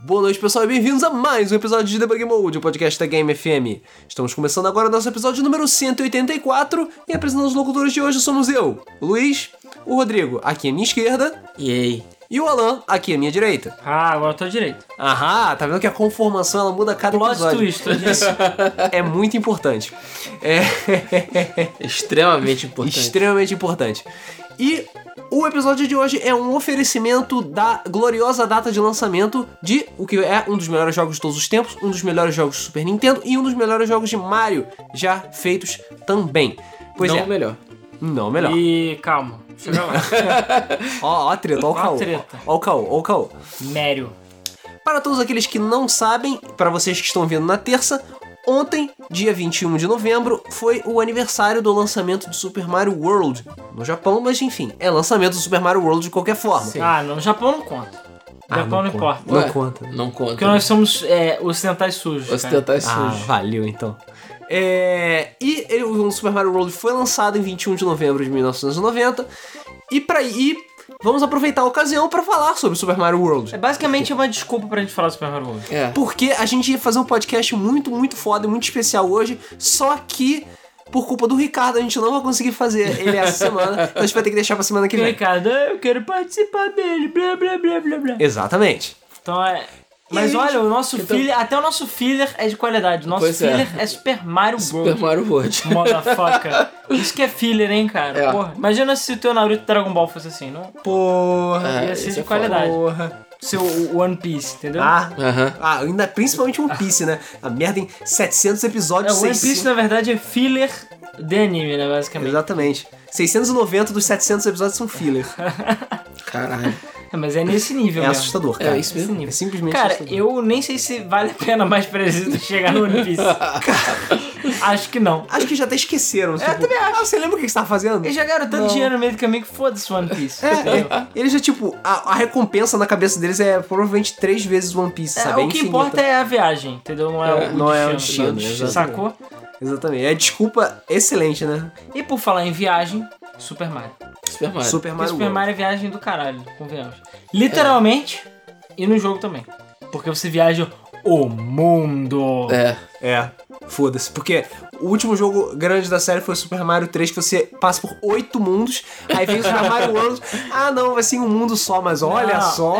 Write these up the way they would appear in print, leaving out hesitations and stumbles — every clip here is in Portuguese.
Boa noite, pessoal, e bem-vindos a mais um episódio de Debug Mode, o podcast da Game FM. Estamos começando agora o nosso episódio número 184 e apresentando os locutores de hoje somos eu, o Luiz, o Rodrigo, aqui à minha esquerda, e o Alan, aqui à minha direita. Ah, agora eu tô à direita. Aham, tá vendo que a conformação ela muda a cada episódio. Plot twist, isso. É muito importante. Extremamente importante. Extremamente importante. E o episódio de hoje é um oferecimento da gloriosa data de lançamento de o que é um dos melhores jogos de todos os tempos, um dos melhores jogos do Super Nintendo e um dos melhores jogos de Mario já feitos também. Pois Não é. o melhor. Não, melhor. E calma, chega lá. Ó a treta, ó o caô. Ó o caô. Mério. Para todos aqueles que não sabem, para vocês que estão vendo na terça, ontem, dia 21 de novembro, foi o aniversário do lançamento de Super Mario World no Japão, mas enfim, é lançamento do Super Mario World de qualquer forma. Sim. Ah, no Japão não conta. No Japão não importa. Não Ué, conta. Não conta. Porque nós somos ocidentais sujos. Ocidentais Ah, sujos. valeu então. O Super Mario World foi lançado em 21 de novembro de 1990 e vamos aproveitar a ocasião para falar sobre Super Mario World. É basicamente uma desculpa pra gente falar do Super Mario World. É. Porque a gente ia fazer um podcast muito, muito foda e muito especial hoje, só que por culpa do Ricardo a gente não vai conseguir fazer ele essa semana, então a gente vai ter que deixar pra semana que vem. Ricardo, eu quero participar dele, blá blá blá blá blá. Exatamente. Então é... Mas aí, olha, o nosso filler, até o nosso filler é de qualidade. O nosso Pois é. filler é Super Mario World. Super Mario World. Motherfucker. Isso que é filler, hein, cara? É. Porra. Imagina se o teu Naruto Dragon Ball fosse assim, não? Porra. Ia ser isso de é foda. qualidade. Porra. Seu One Piece, entendeu? Aham. Ainda principalmente One Piece, né? A merda em 700 episódios. O One Piece, 600... na verdade, é filler de anime, né, basicamente. Exatamente. 690 dos 700 episódios são filler. Caralho. É, mas é nesse nível É mesmo. assustador, cara. É isso mesmo. Nesse nível. É simplesmente Cara, assustador. eu nem sei se vale a pena mais pra eles chegar no One Piece. Acho que não. Acho que já até esqueceram. Tipo, também acho. você lembra o que você tava fazendo? Eles já ganharam tanto Não. dinheiro no meio do caminho que foda-se o One Piece. entendeu? Eles já, tipo, a recompensa na cabeça deles é provavelmente 3 vezes One Piece, sabe? O que importa é a viagem, entendeu? Não é, não é o destino. destino, exatamente. Sacou? Exatamente. É desculpa excelente, né? E por falar em viagem, Super Mario. Super Mario. Super Porque Mario Super World. Mario é viagem do caralho, convenhamos. Literalmente, e no jogo também. Porque você viaja o mundo. É. Foda-se. Porque o último jogo grande da série foi o Super Mario 3, que você passa por 8 mundos, aí vem o Super Mario World. Ah, não, vai ser um mundo só, mas olha Não, só.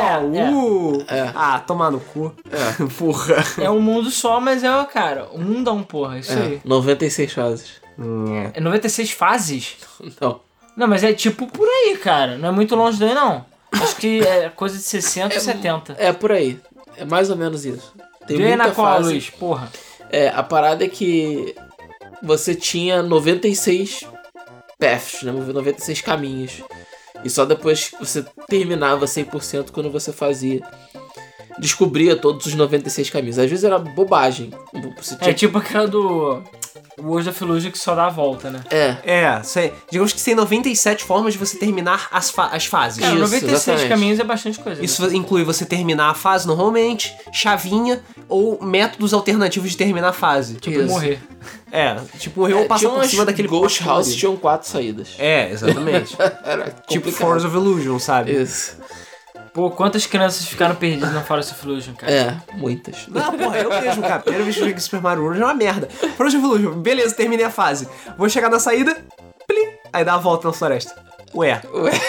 É. Ah, tomar no cu. Porra. É um mundo só, mas cara, um mundão, porra, isso aí. 96 fases. É 96 fases? Não. Não, mas é tipo por aí, cara. Não é muito longe daí, não. Acho que é coisa de 60, 70. É por aí. É mais ou menos isso. Tem Vê muita na qual, fase. Luiz, porra. A parada é que você tinha 96 paths, né? 96 caminhos. E só depois que você terminava 100% quando você descobria todos os 96 caminhos. Às vezes era bobagem. Você tinha... É tipo aquela do World of Illusion que só dá a volta, né? Digamos que tem 97 formas de você terminar as fases. Cara, Isso, 96 exatamente. caminhos é bastante coisa. Isso inclui você terminar a fase normalmente, chavinha ou métodos alternativos de terminar a fase. Tipo, Isso. morrer. Tipo, morreu ou passar por cima daquele Ghost poste House colorido. tinham 4 saídas. Exatamente. Era Tipo complicado. Force of Illusion, sabe? Isso. Pô, quantas crianças ficaram perdidas na Forest of Illusion, cara? Muitas. Não, porra, eu mesmo, cara. Primeira vez que eu joguei Super Mario World é uma merda. Force of Illusion, beleza, terminei a fase. Vou chegar na saída, plim, aí dá a volta na floresta. Ué.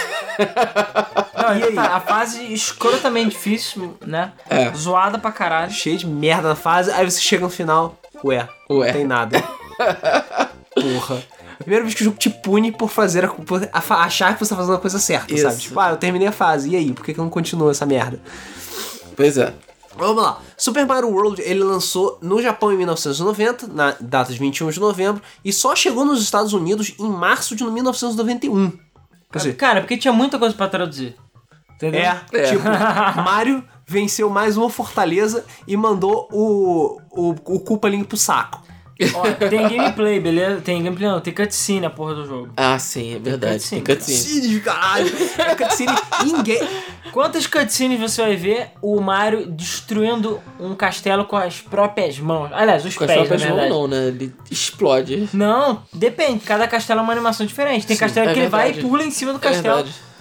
Não, E aí? tá, a fase escrotamente difícil, né? Zoada pra caralho. Cheio de merda na fase, aí você chega no final, ué. Não tem nada. Porra. A primeira vez que o jogo te pune por achar que você tá fazendo a coisa certa, Isso. sabe? Tipo, eu terminei a fase, e aí? Por que eu não continuo essa merda? Pois é. Vamos lá. Super Mario World, ele lançou no Japão em 1990, na data de 21 de novembro, e só chegou nos Estados Unidos em março de 1991. Quer dizer, Cara, porque tinha muita coisa pra traduzir. Entendeu? tipo, Mario venceu mais uma fortaleza e mandou o Koopaling pro saco. Ó, tem gameplay, beleza? Tem gameplay não, tem cutscene a porra do jogo. Ah, sim, é verdade. Tem cutscene. Cutscene, caralho. É cutscene em game. Quantas cutscenes você vai ver o Mario destruindo um castelo com as próprias mãos? Aliás, os Com as pés, na próprias mãos verdade. não, né? Ele explode. Não, depende. Cada castelo é uma animação diferente. Tem Sim, castelo é que ele vai e verdade. pula em cima do É castelo. verdade.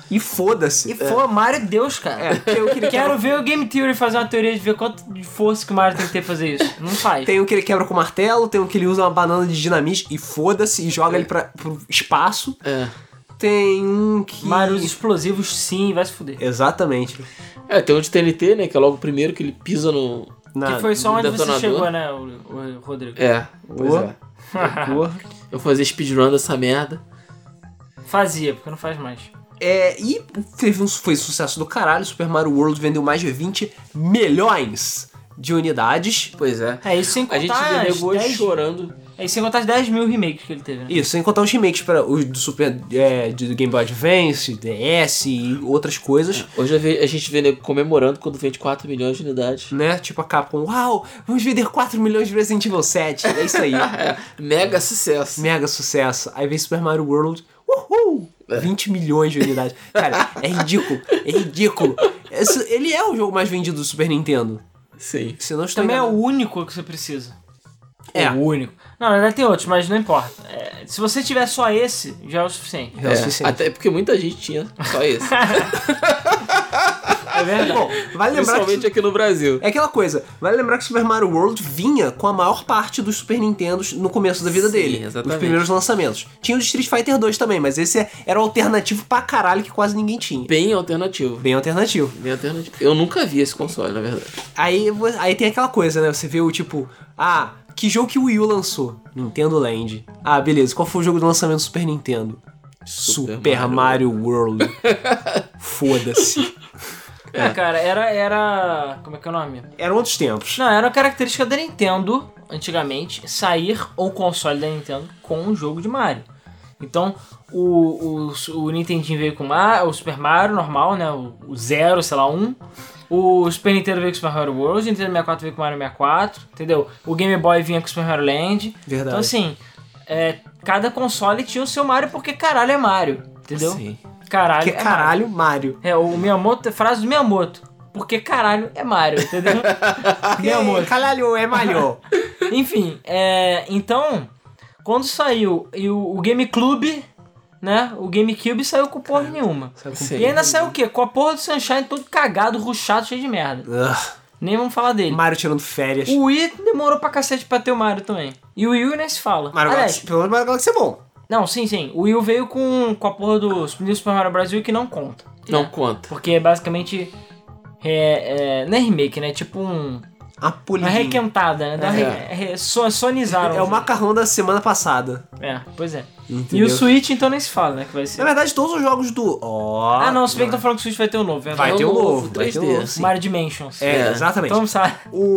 E foda-se. E foi Mario Deus, cara. Quero ver o Game Theory fazer uma teoria de ver quanto de força que o Mario tem que ter pra fazer isso. Não faz. Tem um que ele quebra com martelo, tem um que ele usa uma banana de dinamite e foda-se e joga ele pro espaço. Tem um que... Mario usa explosivos sim, vai se fuder. Exatamente. Tem um de TNT, né? Que é logo o primeiro que ele pisa no... Que foi só onde detonador. você chegou, né, o Rodrigo? Pois é. Porra. Eu fazia speedrun dessa merda. Fazia, porque não faz mais. E foi sucesso do caralho. Super Mario World vendeu mais de 20 milhões de unidades. Pois é. Isso sem contar A gente vê nego hoje 10 chorando. sem contar os 10 mil remakes que ele teve, né? Isso, sem contar os remakes para os do Super do Game Boy Advance, DS e outras coisas. Hoje a gente vê nego comemorando quando vende 4 milhões de unidades. Né? Tipo a Capcom, uau, vamos vender 4 milhões de Resident Evil 7. É isso aí. Mega sucesso. Mega sucesso. Aí vem Super Mario World, uhul! 20 milhões de unidades. Cara, é ridículo. É ridículo. Ele é o jogo mais vendido do Super Nintendo. Sim. Se eu não estou Também é o enganado. único que você precisa. É. O único. Não, na verdade tem outros, mas não importa. Se você tiver só esse, já é o suficiente. É o suficiente. Até porque muita gente tinha só esse. É verdade. Bom, vale lembrar Principalmente que... aqui no Brasil. É aquela coisa, vale lembrar que Super Mario World vinha com a maior parte dos Super Nintendos no começo da vida Sim, dele. exatamente. Os primeiros lançamentos. Tinha o de Street Fighter 2 também, mas esse era o alternativo pra caralho que quase ninguém tinha. Bem alternativo. Bem alternativo. Bem alternativo. Eu nunca vi esse console, na verdade. Aí tem aquela coisa, né? Você vê o tipo, que jogo que o Wii U lançou? Nintendo Land. Beleza, qual foi o jogo do lançamento do Super Nintendo? Super Mario World. Foda-se. Cara, era... Como é que é o nome? Eram outros tempos. Não, era uma característica da Nintendo, antigamente, sair o console da Nintendo com um jogo de Mario. Então, o Nintendinho veio com o Super Mario normal, né? O 0, sei lá, 1. O Super Nintendo veio com o Super Mario World, o Nintendo 64 veio com o Mario 64, entendeu? O Game Boy vinha com o Super Mario Land. Verdade. Então, assim, cada console tinha o seu Mario porque caralho é Mario, entendeu? Sim. Caralho Que caralho, Mario. o Miyamoto, frase do Miyamoto. Porque caralho é Mario, entendeu? Miyamoto. Caralho, é Mario. Enfim, então, quando saiu o GameCube, né? O GameCube saiu com porra nenhuma. Sim. E ainda saiu o quê? Com a porra do Sunshine todo cagado, ruchado, cheio de merda. Nem vamos falar dele. Mario tirando férias. O Wii demorou pra cacete pra ter o Mario também. E o Wii U nem se fala. Mario Aliás, Galaxy, pelo menos Mario Galaxy é bom. não, sim. O Wii U veio com a porra do New Super Mario Brasil que não conta. Não né? conta. Porque é basicamente... não é remake, né? Tipo A uma polidinha. requentada, né? Sonizaram. É o macarrão da semana passada. Pois é. Entendeu? E o Switch então nem se fala, né? Que vai ser. Na verdade, todos os jogos do... Não, se bem que estão falando que o Switch vai ter um novo. Vai ter um novo, vai ter um 3D. novo, sim. Mario Dimensions. Exatamente. Então sabe.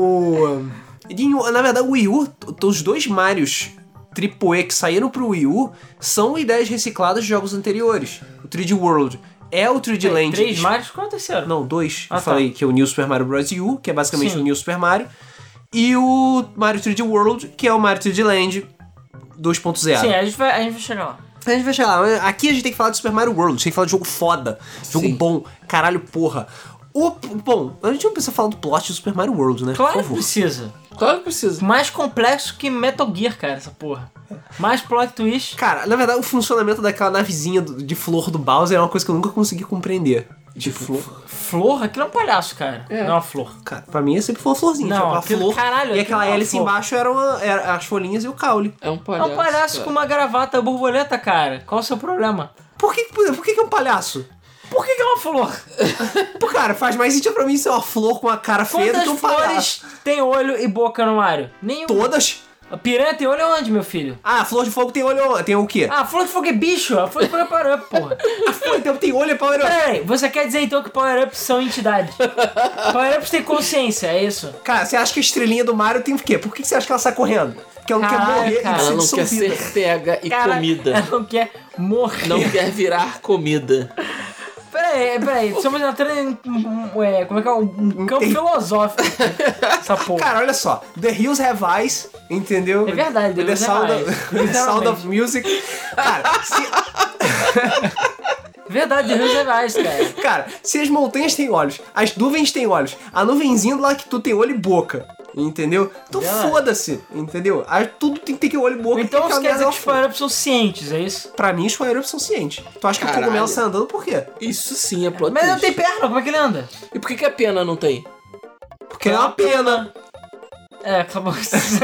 Na verdade, o Wii U, os dois Marios AAA que saíram pro Wii U são ideias recicladas de jogos anteriores. O 3D World é o 3D Land. 3 Marios? Qual é o terceiro? Não, 2. Ah, Eu falei que é o New Super Mario Bros. U, que é basicamente Sim. o New Super Mario. E o Mario 3D World, que é o Mario 3D Land 2.0. Sim, a gente vai chegar lá. A gente vai chegar lá. Aqui a gente tem que falar de Super Mario World. A gente tem que falar de jogo foda. Jogo Sim. bom. Caralho, porra. Bom, a gente não precisa falar do plot de Super Mario World, né? Claro Por que favor. precisa. Claro que precisa. Mais complexo que Metal Gear, cara, essa porra. Mais plot twist. Cara, na verdade, o funcionamento daquela navezinha de flor do Bowser é uma coisa que eu nunca consegui compreender. De flor. Flor? Aquilo é um palhaço, cara. Não é uma flor. Cara, pra mim sempre foi uma florzinha. Não, tipo, uma aquilo- flor. caralho, e aquilo aquela é uma hélice flor. embaixo eram as folhinhas e o caule. É um É palhaço. um palhaço cara. com uma gravata borboleta, cara. Qual o seu problema? Por que é um palhaço? Por que é uma flor? Pô, cara, faz mais sentido pra mim ser uma flor com uma cara feia do Quantas que um palhaço. flores tem olho e boca no Mario? Nenhum. Todas? A piranha tem olho onde, meu filho? A flor de fogo tem olho. Tem o quê? Ah, a flor de fogo é bicho. A flor de fogo é power-up, porra. A flor então tem olho para olho. Peraí, você quer dizer então que power-ups são entidades? Power-ups têm consciência, é isso? Cara, você acha que a estrelinha do Mario tem o quê? Por que você acha que ela sai correndo? Porque ela não Caralho, quer morrer cara. e ser Ela não quer dissolvida. ser pega e Cara, comida. ela não quer morrer. Não quer virar comida. Peraí, estamos entrando em como é que é? Um campo filosófico. Essa porra. Cara, olha só. The Hills Have Eyes, entendeu? É verdade, The The Hills Sound, Have of, Eyes, The Sound of Music. Cara, Verdade, Deus é mais, cara. Cara, se as montanhas têm olhos, as nuvens têm olhos, a nuvenzinha do lá que tu tem olho e boca. Entendeu? Então Verdade. foda-se, entendeu? Aí tudo tem que ter olho e boca. Então que isso quer dizer que os foda. power-ups são cientes, é isso? Pra mim, os power-ups são cientes. Tu acha que o Caralho. cogumelo sai andando por quê? Isso sim é plot Mas não tem twist. perna, como é que ele anda? E por que a pena não tem? Porque é uma pena. É, acabou.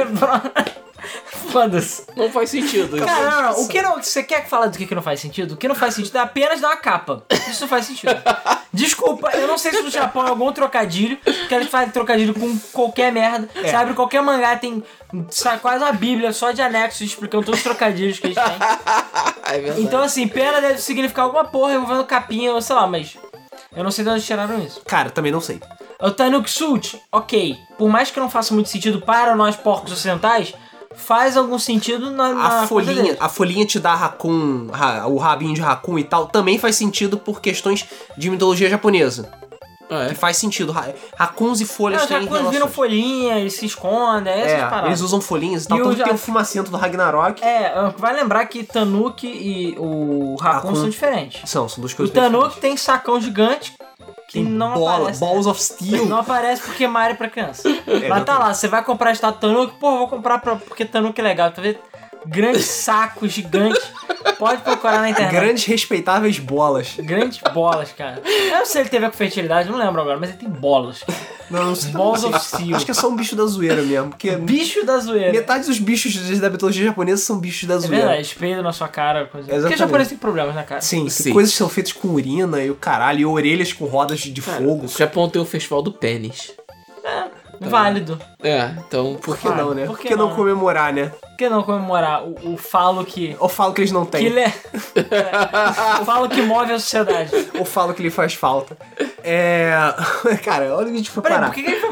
Foda-se. Não faz sentido. Cara, não. O que não. Você quer falar do que não faz sentido? O que não faz sentido é apenas dar uma capa. Isso não faz sentido. Desculpa, eu não sei se no Japão é algum trocadilho, que eles fazem trocadilho com qualquer merda. Você abre qualquer mangá, tem quase uma bíblia só de anexos explicando todos os trocadilhos que eles têm. É verdade. Então, assim, pena deve significar alguma porra envolvendo capinha ou sei lá, mas eu não sei de onde tiraram isso. Cara, também não sei. O Tanuki Suit, ok. Por mais que não faça muito sentido para nós porcos ocidentais, faz algum sentido na A folhinha te dá raccoon, o rabinho de raccoon e tal, também faz sentido por questões de mitologia japonesa. Ah, Que é? faz sentido. Raccoons e folhas Os têm raccoons viram relações. folhinha, eles se escondem, essas paradas. Eles usam folhinhas e tal. E Tanto o que tem ja- o fumacento do Ragnarok. Vai lembrar que Tanuki e o Raccoon Raccoon. são diferentes. São duas O coisas Tanuki tem sacão gigante que não aparece. Balls of Steel. Não aparece porque é Mario pra criança. Mas tá exatamente. lá, você vai comprar a estátua Tanuki, pô, vou comprar porque Tanuki é legal, tá vendo? Grandes sacos gigantes. Pode procurar na internet. Grandes respeitáveis bolas. Grandes bolas, cara. Eu não sei se ele teve a ver com fertilidade, não lembro agora, mas ele tem bolas. Não sei. Balls of Steel. Acho que é só um bicho da zoeira mesmo. Porque Bicho da zoeira. metade dos bichos da mitologia japonesa são bichos da É zoeira. verdade, espelho na sua cara. Coisa. Porque Exatamente. japonês tem problemas na cara. Sim, Sim. coisas que são feitas com urina e o caralho, e orelhas com rodas de fogo. O Japão tem o festival do pênis. Válido. É, então... Por que não, né? Por Por que que não não? comemorar, né? Por que não comemorar o falo que... Ou falo que eles não que têm. ele é... o falo que move a sociedade. Ou falo que ele faz falta. Cara, olha o que a gente foi Peraí, parar. por que ele foi...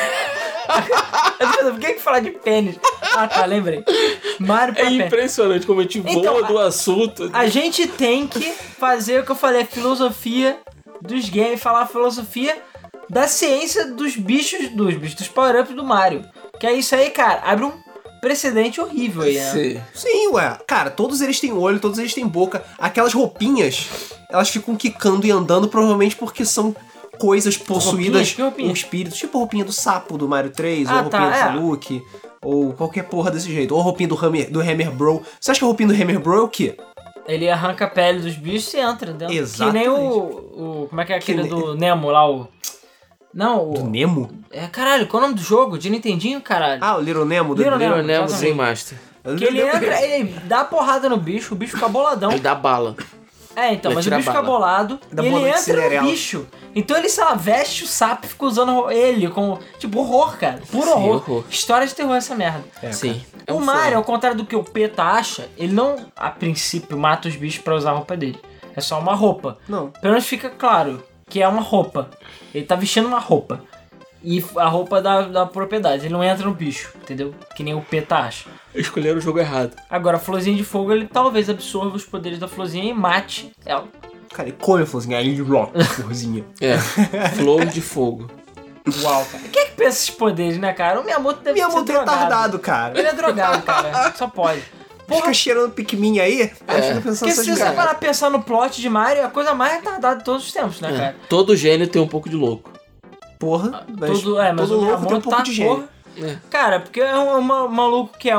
Por que falar de pênis? Ah, tá, lembrei. Mario pra É pênis. impressionante como a gente Então, voa do assunto. A gente tem que fazer o que eu falei, a filosofia dos games, falar a filosofia da ciência dos bichos, dos power-ups do Mario. Que é isso aí, cara, abre um precedente horrível aí, né? Sim. Sim, ué. Cara, todos eles têm olho, todos eles têm boca. Aquelas roupinhas, elas ficam quicando e andando, provavelmente porque são coisas possuídas Que roupinha? com espíritos. Tipo a roupinha do sapo do Mario 3, ou Ah, a roupinha tá, do Luke, ou qualquer porra desse jeito. Ou a roupinha do Hammer Bro. Você acha que a roupinha do Hammer Bro é o quê? Ele arranca a pele dos bichos e entra dentro. Exatamente. Que nem o como é que é aquele Que do Nemo lá, o... Não, Do o... Nemo? Caralho, qual é o nome do jogo? De Nintendinho, caralho. Ah, o Little Nemo. do Little Little Nemo, Nemo exatamente. Dream Master. Que ele entra, ele dá porrada no bicho, o bicho fica boladão. Ele dá bala. Então, Ele mas o tira bicho a fica bala. bolado Dá e ele bola de entra Cinderela. no bicho. Então ele, sei lá, veste o sapo e fica usando ele como... Tipo, horror, cara. Puro Sim, horror. horror. História de terror essa merda. Sim. É O um Mario, sonho. ao contrário do que o Peta acha, ele não, a princípio, mata os bichos pra usar a roupa dele. É só uma roupa. Não. Pelo menos fica claro que é uma roupa. Ele tá vestindo uma roupa. E a roupa da propriedade. Ele não entra no bicho, entendeu? Que nem o Peta acha. Escolheram o jogo errado. Agora, a florzinha de fogo, ele talvez absorva os poderes da florzinha e mate ela. Cara, ele come a florzinha. Aí ele bloca a florzinha. É. Flor de fogo. Uau, cara. Quem é que pensa esses poderes, né, cara? O Miyamoto deve Minha ser mão é drogado. retardado, cara. Ele é drogado, cara. Só pode. Fica cheirando Pikmin aí, aí fica pensando Porque se essas você merdas. parar pra pensar no plot de Mario, é a coisa mais retardada de todos os tempos, né, cara? Todo gênio tem um pouco de louco. Porra, mas Mas todo o louco tem um Miyamoto pouco tá de gênio. porra. É. Cara, porque é um maluco que é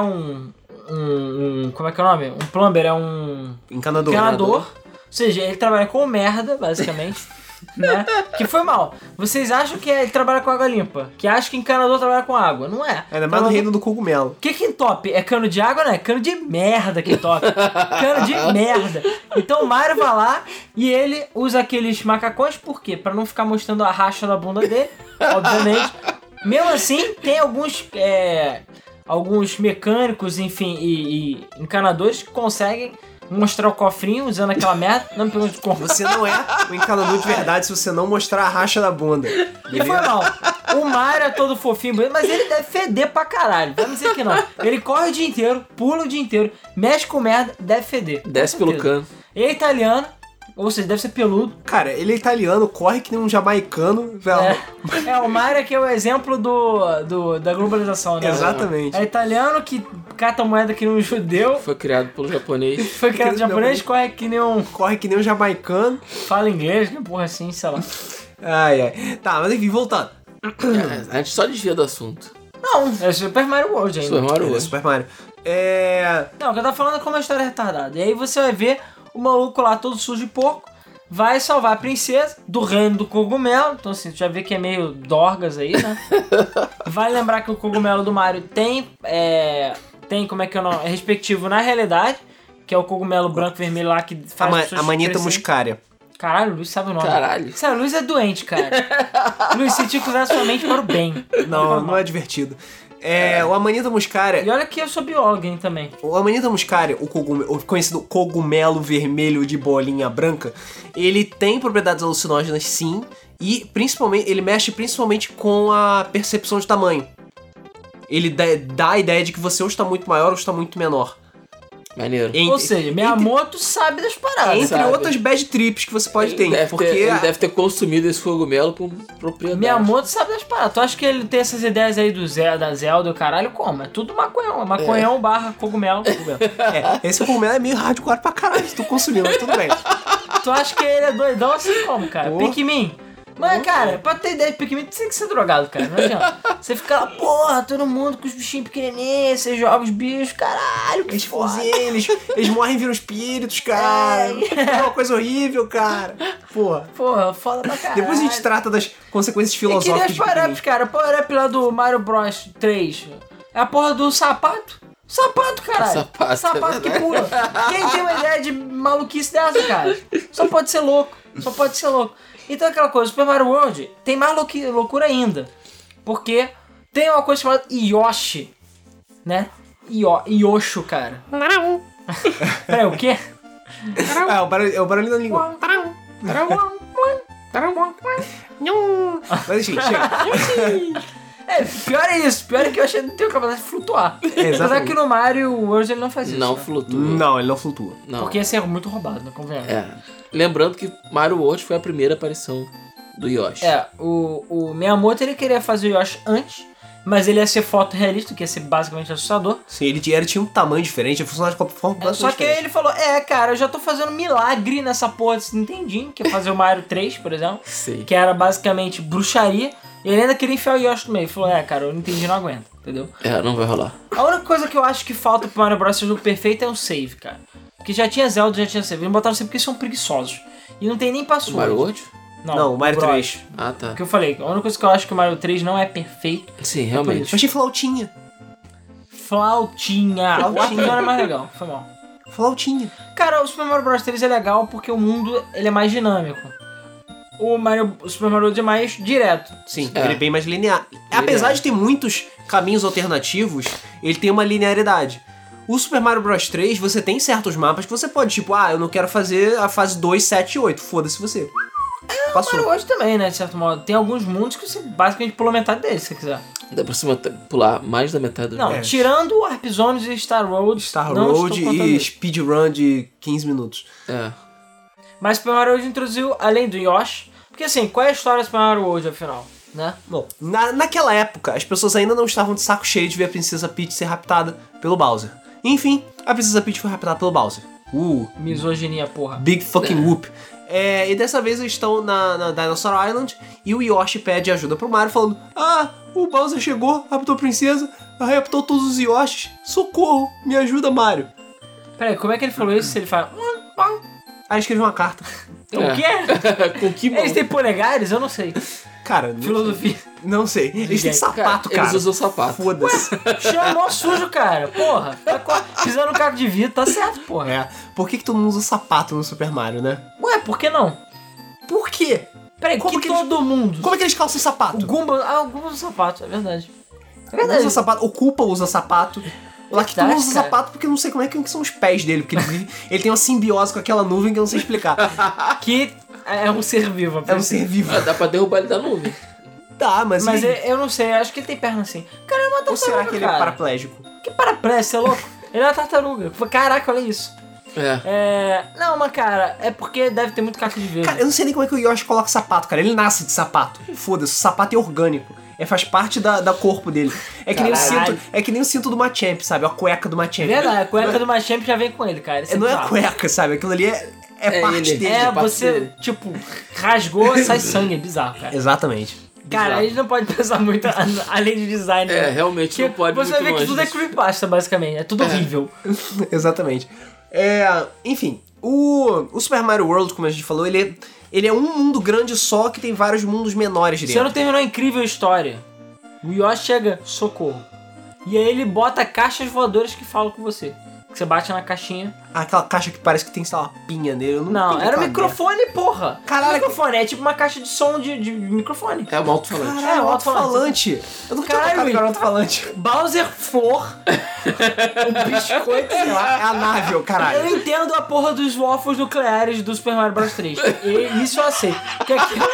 como é que é o nome? Um plumber, é um Encanador. encanador. Ou seja, ele trabalha com merda, basicamente. Né? Que foi mal. Vocês acham que ele trabalha com água limpa? Que acham que encanador trabalha com água? Não é. Ainda mais no reino do cogumelo. O que entope? É cano de água, não é? Cano de merda que entope. Cano de merda. Então o Mario vai lá e ele usa aqueles macacões, por quê? Pra não ficar mostrando a racha na bunda dele, obviamente. Mesmo assim, tem alguns mecânicos, enfim, e encanadores que conseguem mostrar o cofrinho usando aquela merda. Não me pergunte como. Você não é o encanador de verdade se você não mostrar a racha da bunda. E foi Beleza? mal. O Mario é todo fofinho, bonito, mas ele deve feder pra caralho. Vamos dizer que não. Ele corre o dia inteiro, pula o dia inteiro, mexe com merda, deve feder. Com Desce pelo certeza. cano. Ele é italiano, ou seja, deve ser peludo. Cara, ele é italiano, corre que nem um jamaicano. O Mario aqui é o exemplo da globalização, né? Exatamente. É italiano que cata moeda que nem um judeu, Foi criado pelo japonês. foi criado japonês, corre que nem um... Corre que nem um jamaicano. Fala inglês, que porra assim, sei lá. Ai, ai. Tá, mas enfim, voltando. A gente só desvia do assunto. Não, Não, é Super Mario World ainda. Super Mario Ele é World. Super Mario. Não, o que eu tava falando é como a história é retardada. E aí você vai ver o maluco lá todo sujo de porco, vai salvar a princesa do reino do cogumelo. Então assim, tu já vê que é meio dorgas aí, né? Vai lembrar que o cogumelo do Mario tem, como é que é o nome? É respectivo na realidade, que é o cogumelo branco e vermelho lá que faz as pessoas A manita crescerem. muscária. Caralho, o Luiz sabe o nome. Caralho. Sério, o Luiz é doente, cara. Luiz, você tinha que usar sua mente para o bem. Não é divertido. O Amanita muscaria. E olha que eu sou biólogo, hein, também. O Amanita muscaria, o conhecido cogumelo vermelho de bolinha branca, ele tem propriedades alucinógenas, sim, e principalmente ele mexe principalmente com a percepção de tamanho. Ele dá a ideia de que você ou está muito maior ou está muito menor. Maneiro. Ou seja, Miyamoto sabe das paradas. Entre sabe. outras bad trips que você pode ter. Ele deve ter consumido esse cogumelo por propriedade. Miyamoto sabe das paradas. Tu acha que ele tem essas ideias aí da Zelda e o caralho? Como? É tudo maconhão. É maconhão barra cogumelo. Esse cogumelo é meio hardcore pra caralho se tu consumir, mas tudo bem. Tu acha que ele é doidão assim como, cara? Oh. Pikmin. Mas, cara, pra ter ideia de Pikmin, tu tem que ser drogado, cara. Não adianta. Você fica lá, porra, todo mundo com os bichinhos pequenininhos, você joga os bichos, caralho, que Eles foda. fuzem eles morrem e viram espíritos, cara. É uma coisa horrível, cara. Porra. Porra, foda pra caralho. Depois a gente trata das consequências E que nem filosóficas os de power-ups, Pikmin. cara. O power-up lá do Mario Bros 3 é a porra do sapato. Sapato, caralho. Sapato, Que pula. Quem tem uma ideia de maluquice dessa, cara? Só pode ser louco. Então aquela coisa, Super Mario World tem mais loucura ainda. Porque tem uma coisa chamada Yoshi, né? Yosho, cara. Peraí, o quê? É o barulho da língua. Mas enfim, chega. Pior é isso. Pior é que eu achei que não tem a capacidade de flutuar. Apesar exatamente. que no Mario World ele não faz isso. Não né? flutua. Não, ele não flutua. Não. Porque ia ser muito roubado, né? Convenhamos. Lembrando que Mario World foi a primeira aparição do Yoshi. O Miyamoto ele queria fazer o Yoshi antes, mas ele ia ser fotorrealista, que ia ser basicamente assustador. Sim, ele tinha um tamanho diferente, ele funcionava de qualquer forma Só basicamente que aí ele falou, cara, eu já tô fazendo milagre nessa porra desse Nintendinho, que é fazer o Mario 3, por exemplo, Sim. que era basicamente bruxaria, e ele ainda queria enfiar o Yoshi no meio. Ele falou, cara, o Nintendinho não aguenta, entendeu? Não vai rolar. A única coisa que eu acho que falta pro Mario Bros ser um jogo perfeito é um save, cara. Porque já tinha Zelda, já tinha save. Eles botaram save porque são preguiçosos. E não tem nem password. Mario World? Não, o Mario Bros. 3. Ah, tá. O que eu falei, a única coisa que eu acho que o Mario 3 não é perfeito. Sim, Eu realmente. achei flautinha. Flautinha. O Flautinha era mais legal, foi mal. Flautinha. Cara, o Super Mario Bros 3 é legal porque o mundo ele é mais dinâmico. O Super Mario World é mais direto. Sim, É. ele é bem mais linear. Apesar de ter muitos caminhos alternativos, ele tem uma linearidade. O Super Mario Bros 3, você tem certos mapas que você pode, tipo, eu não quero fazer a fase 2, 7 e 8. Foda-se você. O Passou. Mario World também, né, de certo modo. Tem alguns mundos que você basicamente pula metade deles, se você quiser. Dá pra cima pular mais da metade do Não, jogo. tirando o Warp Zones e Star Road. Star não Road estou contando e isso. speedrun de 15 minutos. Mas Super Mario World introduziu, além do Yoshi... Porque assim, qual é a história do Super Mario World, afinal? Né? Bom, naquela época, as pessoas ainda não estavam de saco cheio de ver a Princesa Peach ser raptada pelo Bowser. Enfim, a Princesa Peach foi raptada pelo Bowser. Misoginia, porra. Big fucking whoop. E dessa vez eles estão na Dinosaur Island e o Yoshi pede ajuda pro Mario falando: o Bowser chegou, raptou a princesa, raptou todos os Yoshis. Socorro, me ajuda, Mario. Peraí, como é que ele falou isso se ele fala... Aí escreveu uma carta. O quê? Com que mão? Eles têm polegares? Eu não sei. Cara, Filosofia. não sei. Eles têm sapato, cara. Eles usam sapato. Foda-se. Chama mó sujo, cara. Porra. Tá pisando no caco de vidro, tá certo, porra. Por que todo mundo usa sapato no Super Mario, né? Ué, por que não? Por quê? Peraí, Como que que eles- todo mundo... Como é que eles calçam sapato? O Gumba usa sapato, é verdade. É Não verdade. usa sapato. O Koopa usa sapato. O Lacto não Verdade, usa cara. sapato porque eu não sei como é que são os pés dele. Porque ele tem uma simbiose com aquela nuvem que eu não sei explicar. Que é um ser vivo. É um ser vivo. Dá pra derrubar ele da nuvem. Tá, mas eu não sei, acho que ele tem perna assim. Cara, é uma tartaruga, ou será que ele é cara. paraplégico? Que paraplégico, você é louco? Ele é uma tartaruga. Caraca, olha isso. Não, mas cara, é porque deve ter muito caco de verde. Cara, eu não sei nem como é que o Yoshi coloca sapato, cara. Ele nasce de sapato. Foda-se, o sapato é orgânico. Faz parte da corpo dele. É que, nem o Caralho. cinto, é que nem o cinto do Machamp, sabe? A cueca do Machamp. Verdade, a cueca do Machamp já vem com ele, cara. Isso Não é a bizarro. cueca, sabe? Aquilo ali é parte ele. dele. É, parte você, dele. tipo, rasgou e sai sangue, é bizarro, cara. Exatamente. Cara, a gente não pode pensar muito além de design. É, né? realmente não pode Você vai ver muito que longe tudo é disso. creepypasta, basicamente. É tudo horrível. Exatamente. Enfim, o Super Mario World, como a gente falou, ele é um mundo grande só que tem vários mundos menores dentro. Você não terminou a incrível história. O Yoshi chega, socorro. E aí ele bota caixas voadoras que falam com você. Que você bate na caixinha. Aquela caixa que parece que tem, sei lá, uma pinha nele. Eu Não, entendi era um aquela microfone, porra. Caralho, microfone, é tipo uma caixa de som de microfone. É um alto-falante. merda. Caralho, É, o alto-falante. Eu não tinha Caralho, tocado em alto-falante. Bowser Flor. Um biscoito, sei lá. É a nave, caralho. Eu entendo a porra dos waffles nucleares do Super Mario Bros 3. E isso eu aceito. Porque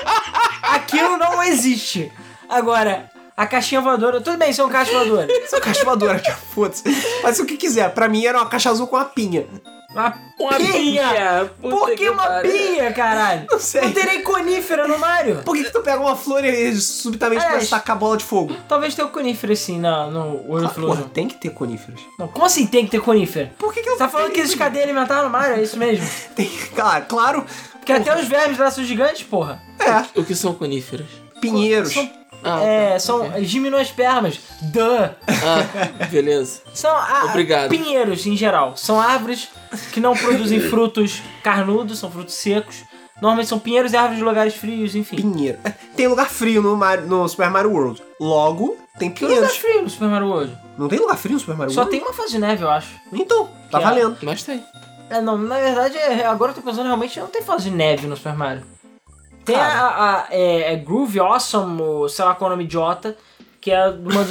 aquilo não existe. Agora, a caixinha voadora... Tudo bem, isso é uma caixa voadora. Essa caixa voadora, que foda-se. Mas o que quiser. Pra mim era uma caixa azul com uma pinha. Uma Uma pinha! Puta Por que uma pariu. pinha, caralho? Não sei. Não terei conífera no Mario. Por que tu pega uma flor e subitamente começa a tacar bola de fogo? Talvez tenha conífera sim no World of Porra, Illusion. tem que ter coníferas. Não, como assim tem que ter conífera? Por que não Você tá falando que existe cadeia alimentar no Mario? É isso mesmo? tem? Claro. Porque até os vermes lá são gigantes, porra. O que são coníferas? Pinheiros. São gimnospermas. Duh. Ah, beleza. São Obrigado. pinheiros, em geral. São árvores que não produzem frutos carnudos, são frutos secos. Normalmente são pinheiros e árvores de lugares frios, enfim. Pinheiro. Tem lugar frio no Super Mario World. Logo, tem Tem lugar pinheiros. frio no Super Mario World. Não tem lugar frio no Super Mario Só World? tem uma fase de neve, eu acho. Então, tá Que é- valendo. Mas tem. Não, na verdade, agora eu tô pensando, realmente não tem fase de neve no Super Mario. Tem Cara. a Groove Awesome, ou sei lá qual é o nome idiota, que é uma